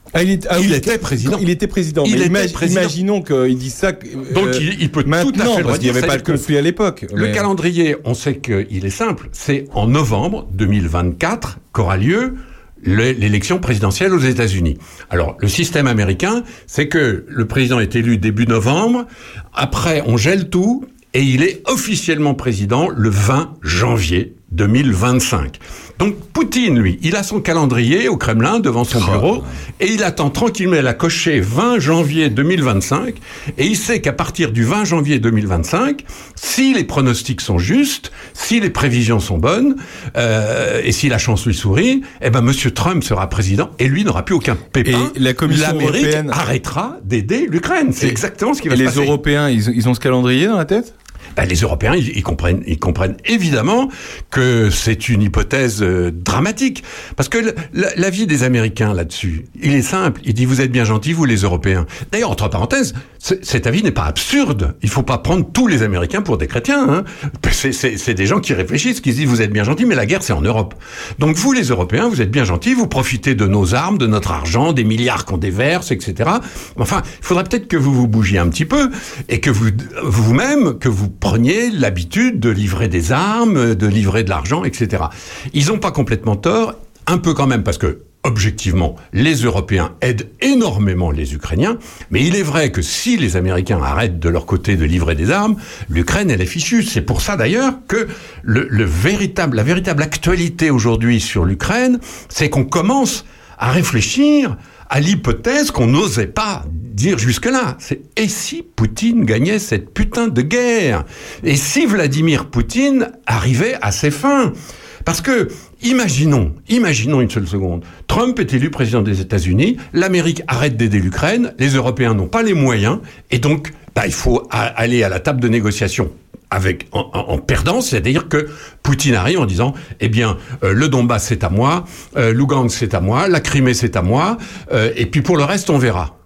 Ah, il, est, ah, il oui, était président. Il était président. Il mais était imag- président. Imaginons qu'il dise ça. Euh, Donc il, il peut maintenant, tout à fait le parce qu'il n'y avait redire, pas de c'est-à-dire conflit que à l'époque. Le mais- calendrier, on sait qu'il est simple. C'est en novembre deux mille vingt-quatre qu'aura lieu le- l'élection présidentielle aux États-Unis. Alors, le système américain, c'est que le président est élu début novembre. Après, on gèle tout. Et il est officiellement président le vingt janvier deux mille vingt-cinq. Donc Poutine, lui, il a son calendrier au Kremlin devant son bureau et il attend tranquillement, il a coché vingt janvier deux mille vingt-cinq et il sait qu'à partir du vingt janvier deux mille vingt-cinq, si les pronostics sont justes, si les prévisions sont bonnes euh, et si la chance lui sourit, eh ben Monsieur Trump sera président et lui n'aura plus aucun pépin. Et la Commission L'Amérique européenne arrêtera d'aider l'Ukraine. C'est Et- exactement ce qui va Et se les passer. Européens, ils, ils ont ce calendrier dans la tête? Ben, les Européens, ils, ils comprennent, ils comprennent évidemment que c'est une hypothèse euh, dramatique, parce que le- la, la vie des Américains là-dessus, il est simple. Il dit vous êtes bien gentils, vous les Européens. D'ailleurs, entre parenthèses, c'est- cet avis n'est pas absurde. Il faut pas prendre tous les Américains pour des chrétiens. Hein. C'est, c'est, c'est des gens qui réfléchissent, qui se disent vous êtes bien gentils, mais la guerre c'est en Europe. Donc vous les Européens, vous êtes bien gentils, vous profitez de nos armes, de notre argent, des milliards qu'on déverse, et cetera. Enfin, il faudrait peut-être que vous vous bougiez un petit peu et que vous vous-même que vous preniez l'habitude de livrer des armes, de livrer de l'argent, et cetera. Ils n'ont pas complètement tort, un peu quand même, parce que objectivement, les Européens aident énormément les Ukrainiens, mais il est vrai que si les Américains arrêtent de leur côté de livrer des armes, l'Ukraine, elle est fichue. C'est pour ça d'ailleurs que le, le véritable, la véritable actualité aujourd'hui sur l'Ukraine, c'est qu'on commence à réfléchir à l'hypothèse qu'on n'osait pas dire jusque-là. C'est « et si Poutine gagnait cette putain de guerre ? Et si Vladimir Poutine arrivait à ses fins ?» Parce que, imaginons, imaginons une seule seconde, Trump est élu président des États-Unis, l'Amérique arrête d'aider l'Ukraine, les Européens n'ont pas les moyens, et donc, bah, il faut a- aller à la table de négociation avec en, en, en perdant, c'est-à-dire que Poutine arrive en disant eh bien euh, le Donbass c'est à moi, euh, Lugansk c'est à moi, la Crimée c'est à moi, euh, et puis pour le reste on verra.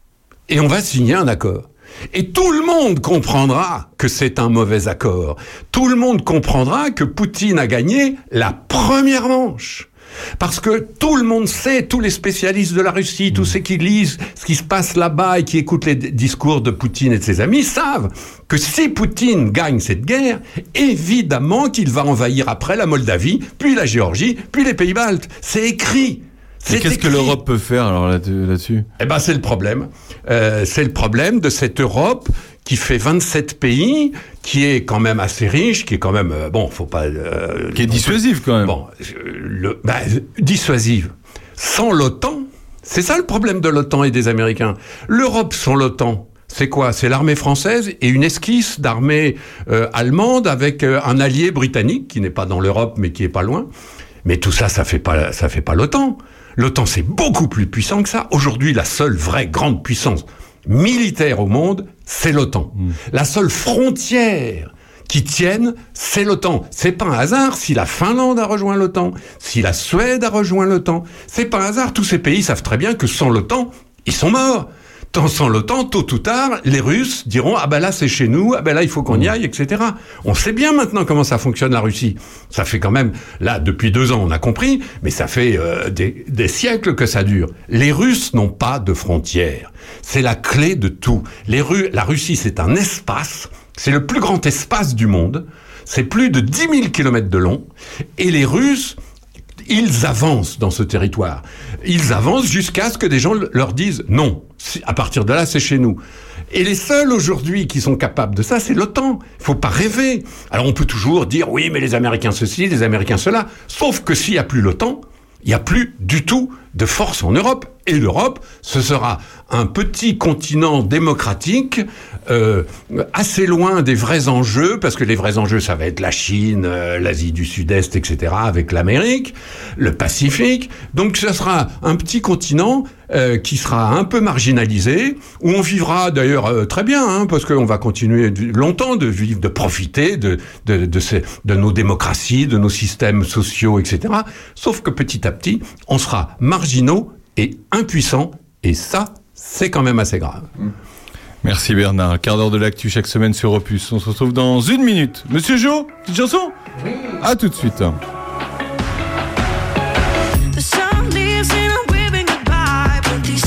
Et on va signer un accord. Et tout le monde comprendra que c'est un mauvais accord. Tout le monde comprendra que Poutine a gagné la première manche. Parce que tout le monde sait, tous les spécialistes de la Russie, tous ceux qui lisent ce qui se passe là-bas et qui écoutent les d- discours de Poutine et de ses amis, savent que si Poutine gagne cette guerre, évidemment qu'il va envahir après la Moldavie, puis la Géorgie, puis les Pays-Baltes. C'est écrit. Mais C'est qu'est-ce que écrit. l'Europe peut faire alors là- là-dessus? Eh ben, c'est le problème. Euh, c'est le problème de cette Europe qui fait vingt-sept pays, qui est quand même assez riche, qui est quand même euh, bon, faut pas. Euh, Qui est dissuasive quand même. Bon, euh, le, bah, dissuasive. Sans l'OTAN, c'est ça le problème de l'OTAN et des Américains. L'Europe sans l'OTAN. C'est quoi? C'est l'armée française et une esquisse d'armée euh, allemande avec euh, un allié britannique qui n'est pas dans l'Europe mais qui est pas loin. Mais tout ça, ça fait pas, ça fait pas l'OTAN. L'OTAN, c'est beaucoup plus puissant que ça. Aujourd'hui, la seule vraie grande puissance militaire au monde, c'est l'OTAN. Mmh. La seule frontière qui tienne, c'est l'OTAN. C'est pas un hasard si la Finlande a rejoint l'OTAN, si la Suède a rejoint l'OTAN. C'est pas un hasard. Tous ces pays savent très bien que sans l'OTAN, ils sont morts. Tant sans l'OTAN, tôt ou tard, les Russes diront « Ah ben là, c'est chez nous, ah ben là, il faut qu'on y aille, et cetera » On sait bien maintenant comment ça fonctionne, la Russie. Ça fait quand même, là, depuis deux ans, on a compris, mais ça fait euh, des, des siècles que ça dure. Les Russes n'ont pas de frontières. C'est la clé de tout. Les Ru- la Russie, c'est un espace, c'est le plus grand espace du monde, c'est plus de dix mille kilomètres de long, et les Russes, ils avancent dans ce territoire. Ils avancent jusqu'à ce que des gens leur disent « Non, à partir de là, c'est chez nous ». Et les seuls aujourd'hui qui sont capables de ça, c'est l'OTAN. Il faut pas rêver. Alors on peut toujours dire « Oui, mais les Américains ceci, les Américains cela ». Sauf que s'il n'y a plus l'OTAN, il n'y a plus du tout de force en Europe. Et l'Europe, ce sera un petit continent démocratique, euh, assez loin des vrais enjeux, parce que les vrais enjeux, ça va être la Chine, euh, l'Asie du Sud-Est, et cetera, avec l'Amérique, le Pacifique. Donc ce sera un petit continent euh, qui sera un peu marginalisé, où on vivra d'ailleurs euh, très bien, hein, parce qu'on va continuer du, longtemps de vivre, de profiter de, de, de, ces, de nos démocraties, de nos systèmes sociaux, et cetera. Sauf que petit à petit, on sera marginaux et impuissants, et ça, c'est quand même assez grave. Merci Bernard. Quart d'heure de l'actu chaque semaine sur Opus. On se retrouve dans une minute. Monsieur Jo, petite chanson ? Oui. À tout de suite. The sun lives in a waving goodbye, but these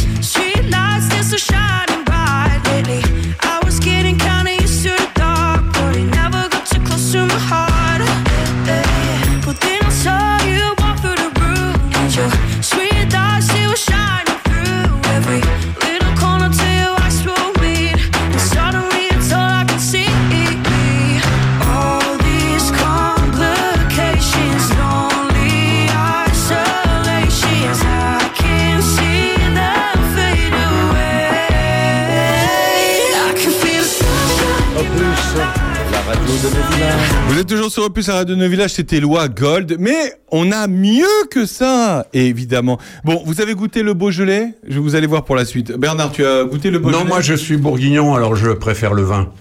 Vous êtes toujours sur Opus à Radio Nos Villages, c'était Loi Gold, mais on a mieux que ça, évidemment. Bon, vous avez goûté le Beaujolais ? Je vous allez voir pour la suite. Bernard, tu as goûté le Beaujolais ? Non, moi je suis bourguignon, alors je préfère le vin.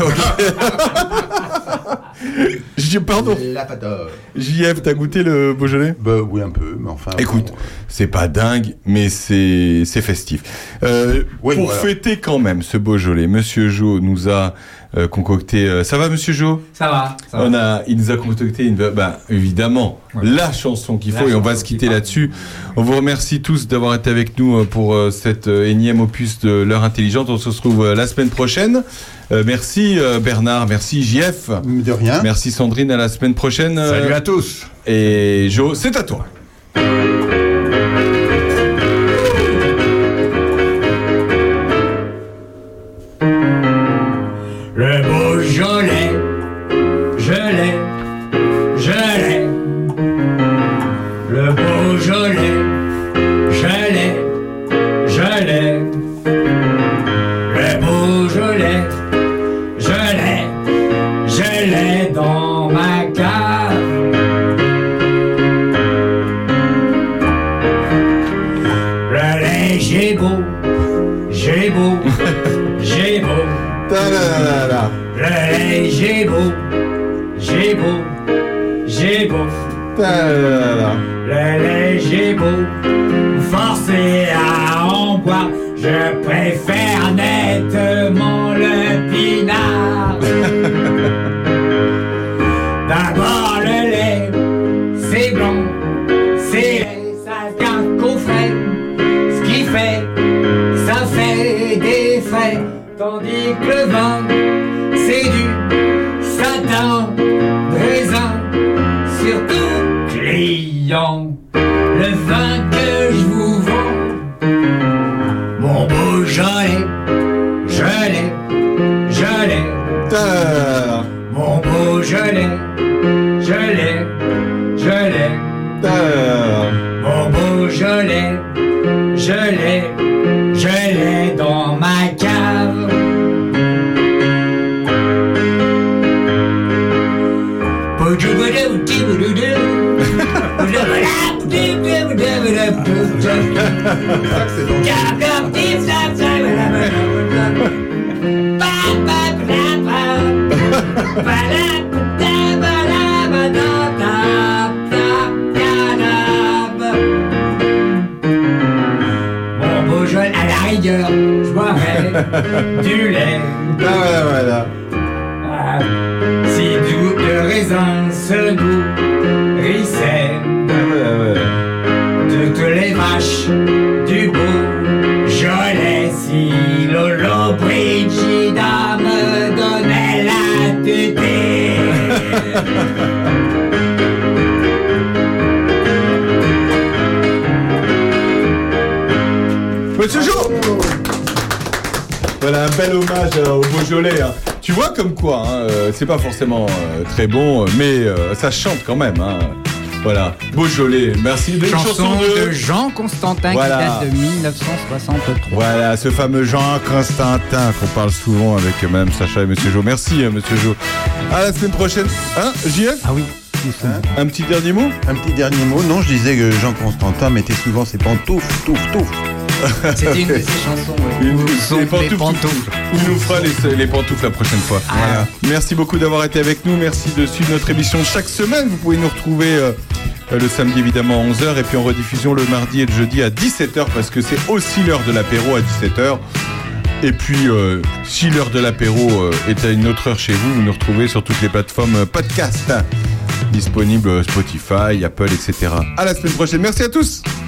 J- Pardon. La patate. J F, t'as goûté le Beaujolais ? Bah oui, un peu, mais enfin. Écoute, bon, c'est pas dingue, mais c'est c'est festif. Euh, Oui, pour voilà. fêter quand même ce Beaujolais, Monsieur Jo nous a euh, concocté. euh, ça va, Monsieur Jo ? Ça va. Ça va. On a, il nous a concocté une, bah, évidemment, Ouais. la chanson qu'il faut, La et on va chanson se qui quitter parle. là-dessus. On vous remercie tous d'avoir été avec nous euh, pour euh, cette euh, énième opus de l'heure intelligente. On se retrouve euh, la semaine prochaine. Euh, merci euh, Bernard, merci J F. De rien. Merci Sandrine, à la semaine prochaine. euh, Salut à tous. Et Jo, c'est à toi. Le Beaujolais, je l'ai, je l'ai. Le Beaujolais, je l'ai, je l'ai. Le Beaujolais, je l'ai, je l'ai dans ma cave. Le lait, j'ai beau, j'ai beau, j'ai beau. Le lait, j'ai beau, j'ai beau, j'ai beau. Le lait, j'ai beau, forcé à en boire. Je préfère nettement le pinard. D'abord le lait, c'est blanc, c'est lait, ça vient qu'au frais. Ce qui fait, ça fait des frais. Tandis que le vin, c'est du satin, de raisin, surtout client. Le vin que je vous vends, mon Beaujolais, je l'ai, je l'ai. Mon Beaujolais, je l'ai, je l'ai. Mon Beaujolais, je l'ai, je l'ai dans ma cave. Mon Beaujolais, à la rigueur, je boirais du lait. Voilà, voilà. Ah, si doux de raisin se nourrissait de toutes les vaches du Beaujolais. Si Lolo Brigida me donnait la tétée. Monsieur Jo. Voilà un bel hommage euh, au Beaujolais. Hein. Tu vois comme quoi, hein, euh, c'est pas forcément euh, très bon, mais euh, ça chante quand même. Hein. Voilà, Beaujolais, merci. Une chanson, chanson de... de Jean Constantin voilà. qui date de mille neuf cent soixante-trois. Voilà, ce fameux Jean Constantin qu'on parle souvent avec euh, Mme Sacha et Monsieur Jo. Merci, euh, Monsieur Jo. À la semaine prochaine. Hein, J F ? Ah oui. Hein un petit dernier mot ? Un petit dernier mot. Non, je disais que Jean Constantin mettait souvent ses pantoufles, touf, touf. C'était une de ses chansons. Ouais. Une, Sont les les pantoufles. pantoufles. Il nous fera les, les pantoufles la prochaine fois. Ah. Voilà. Merci beaucoup d'avoir été avec nous. Merci de suivre notre émission chaque semaine. Vous pouvez nous retrouver euh, le samedi évidemment à onze heures et puis en rediffusion le mardi et le jeudi à dix-sept heures parce que c'est aussi l'heure de l'apéro à dix-sept heures. Et puis, euh, si l'heure de l'apéro euh, est à une autre heure chez vous, vous nous retrouvez sur toutes les plateformes euh, podcast disponibles, Spotify, Apple, et cetera. À la semaine prochaine. Merci à tous.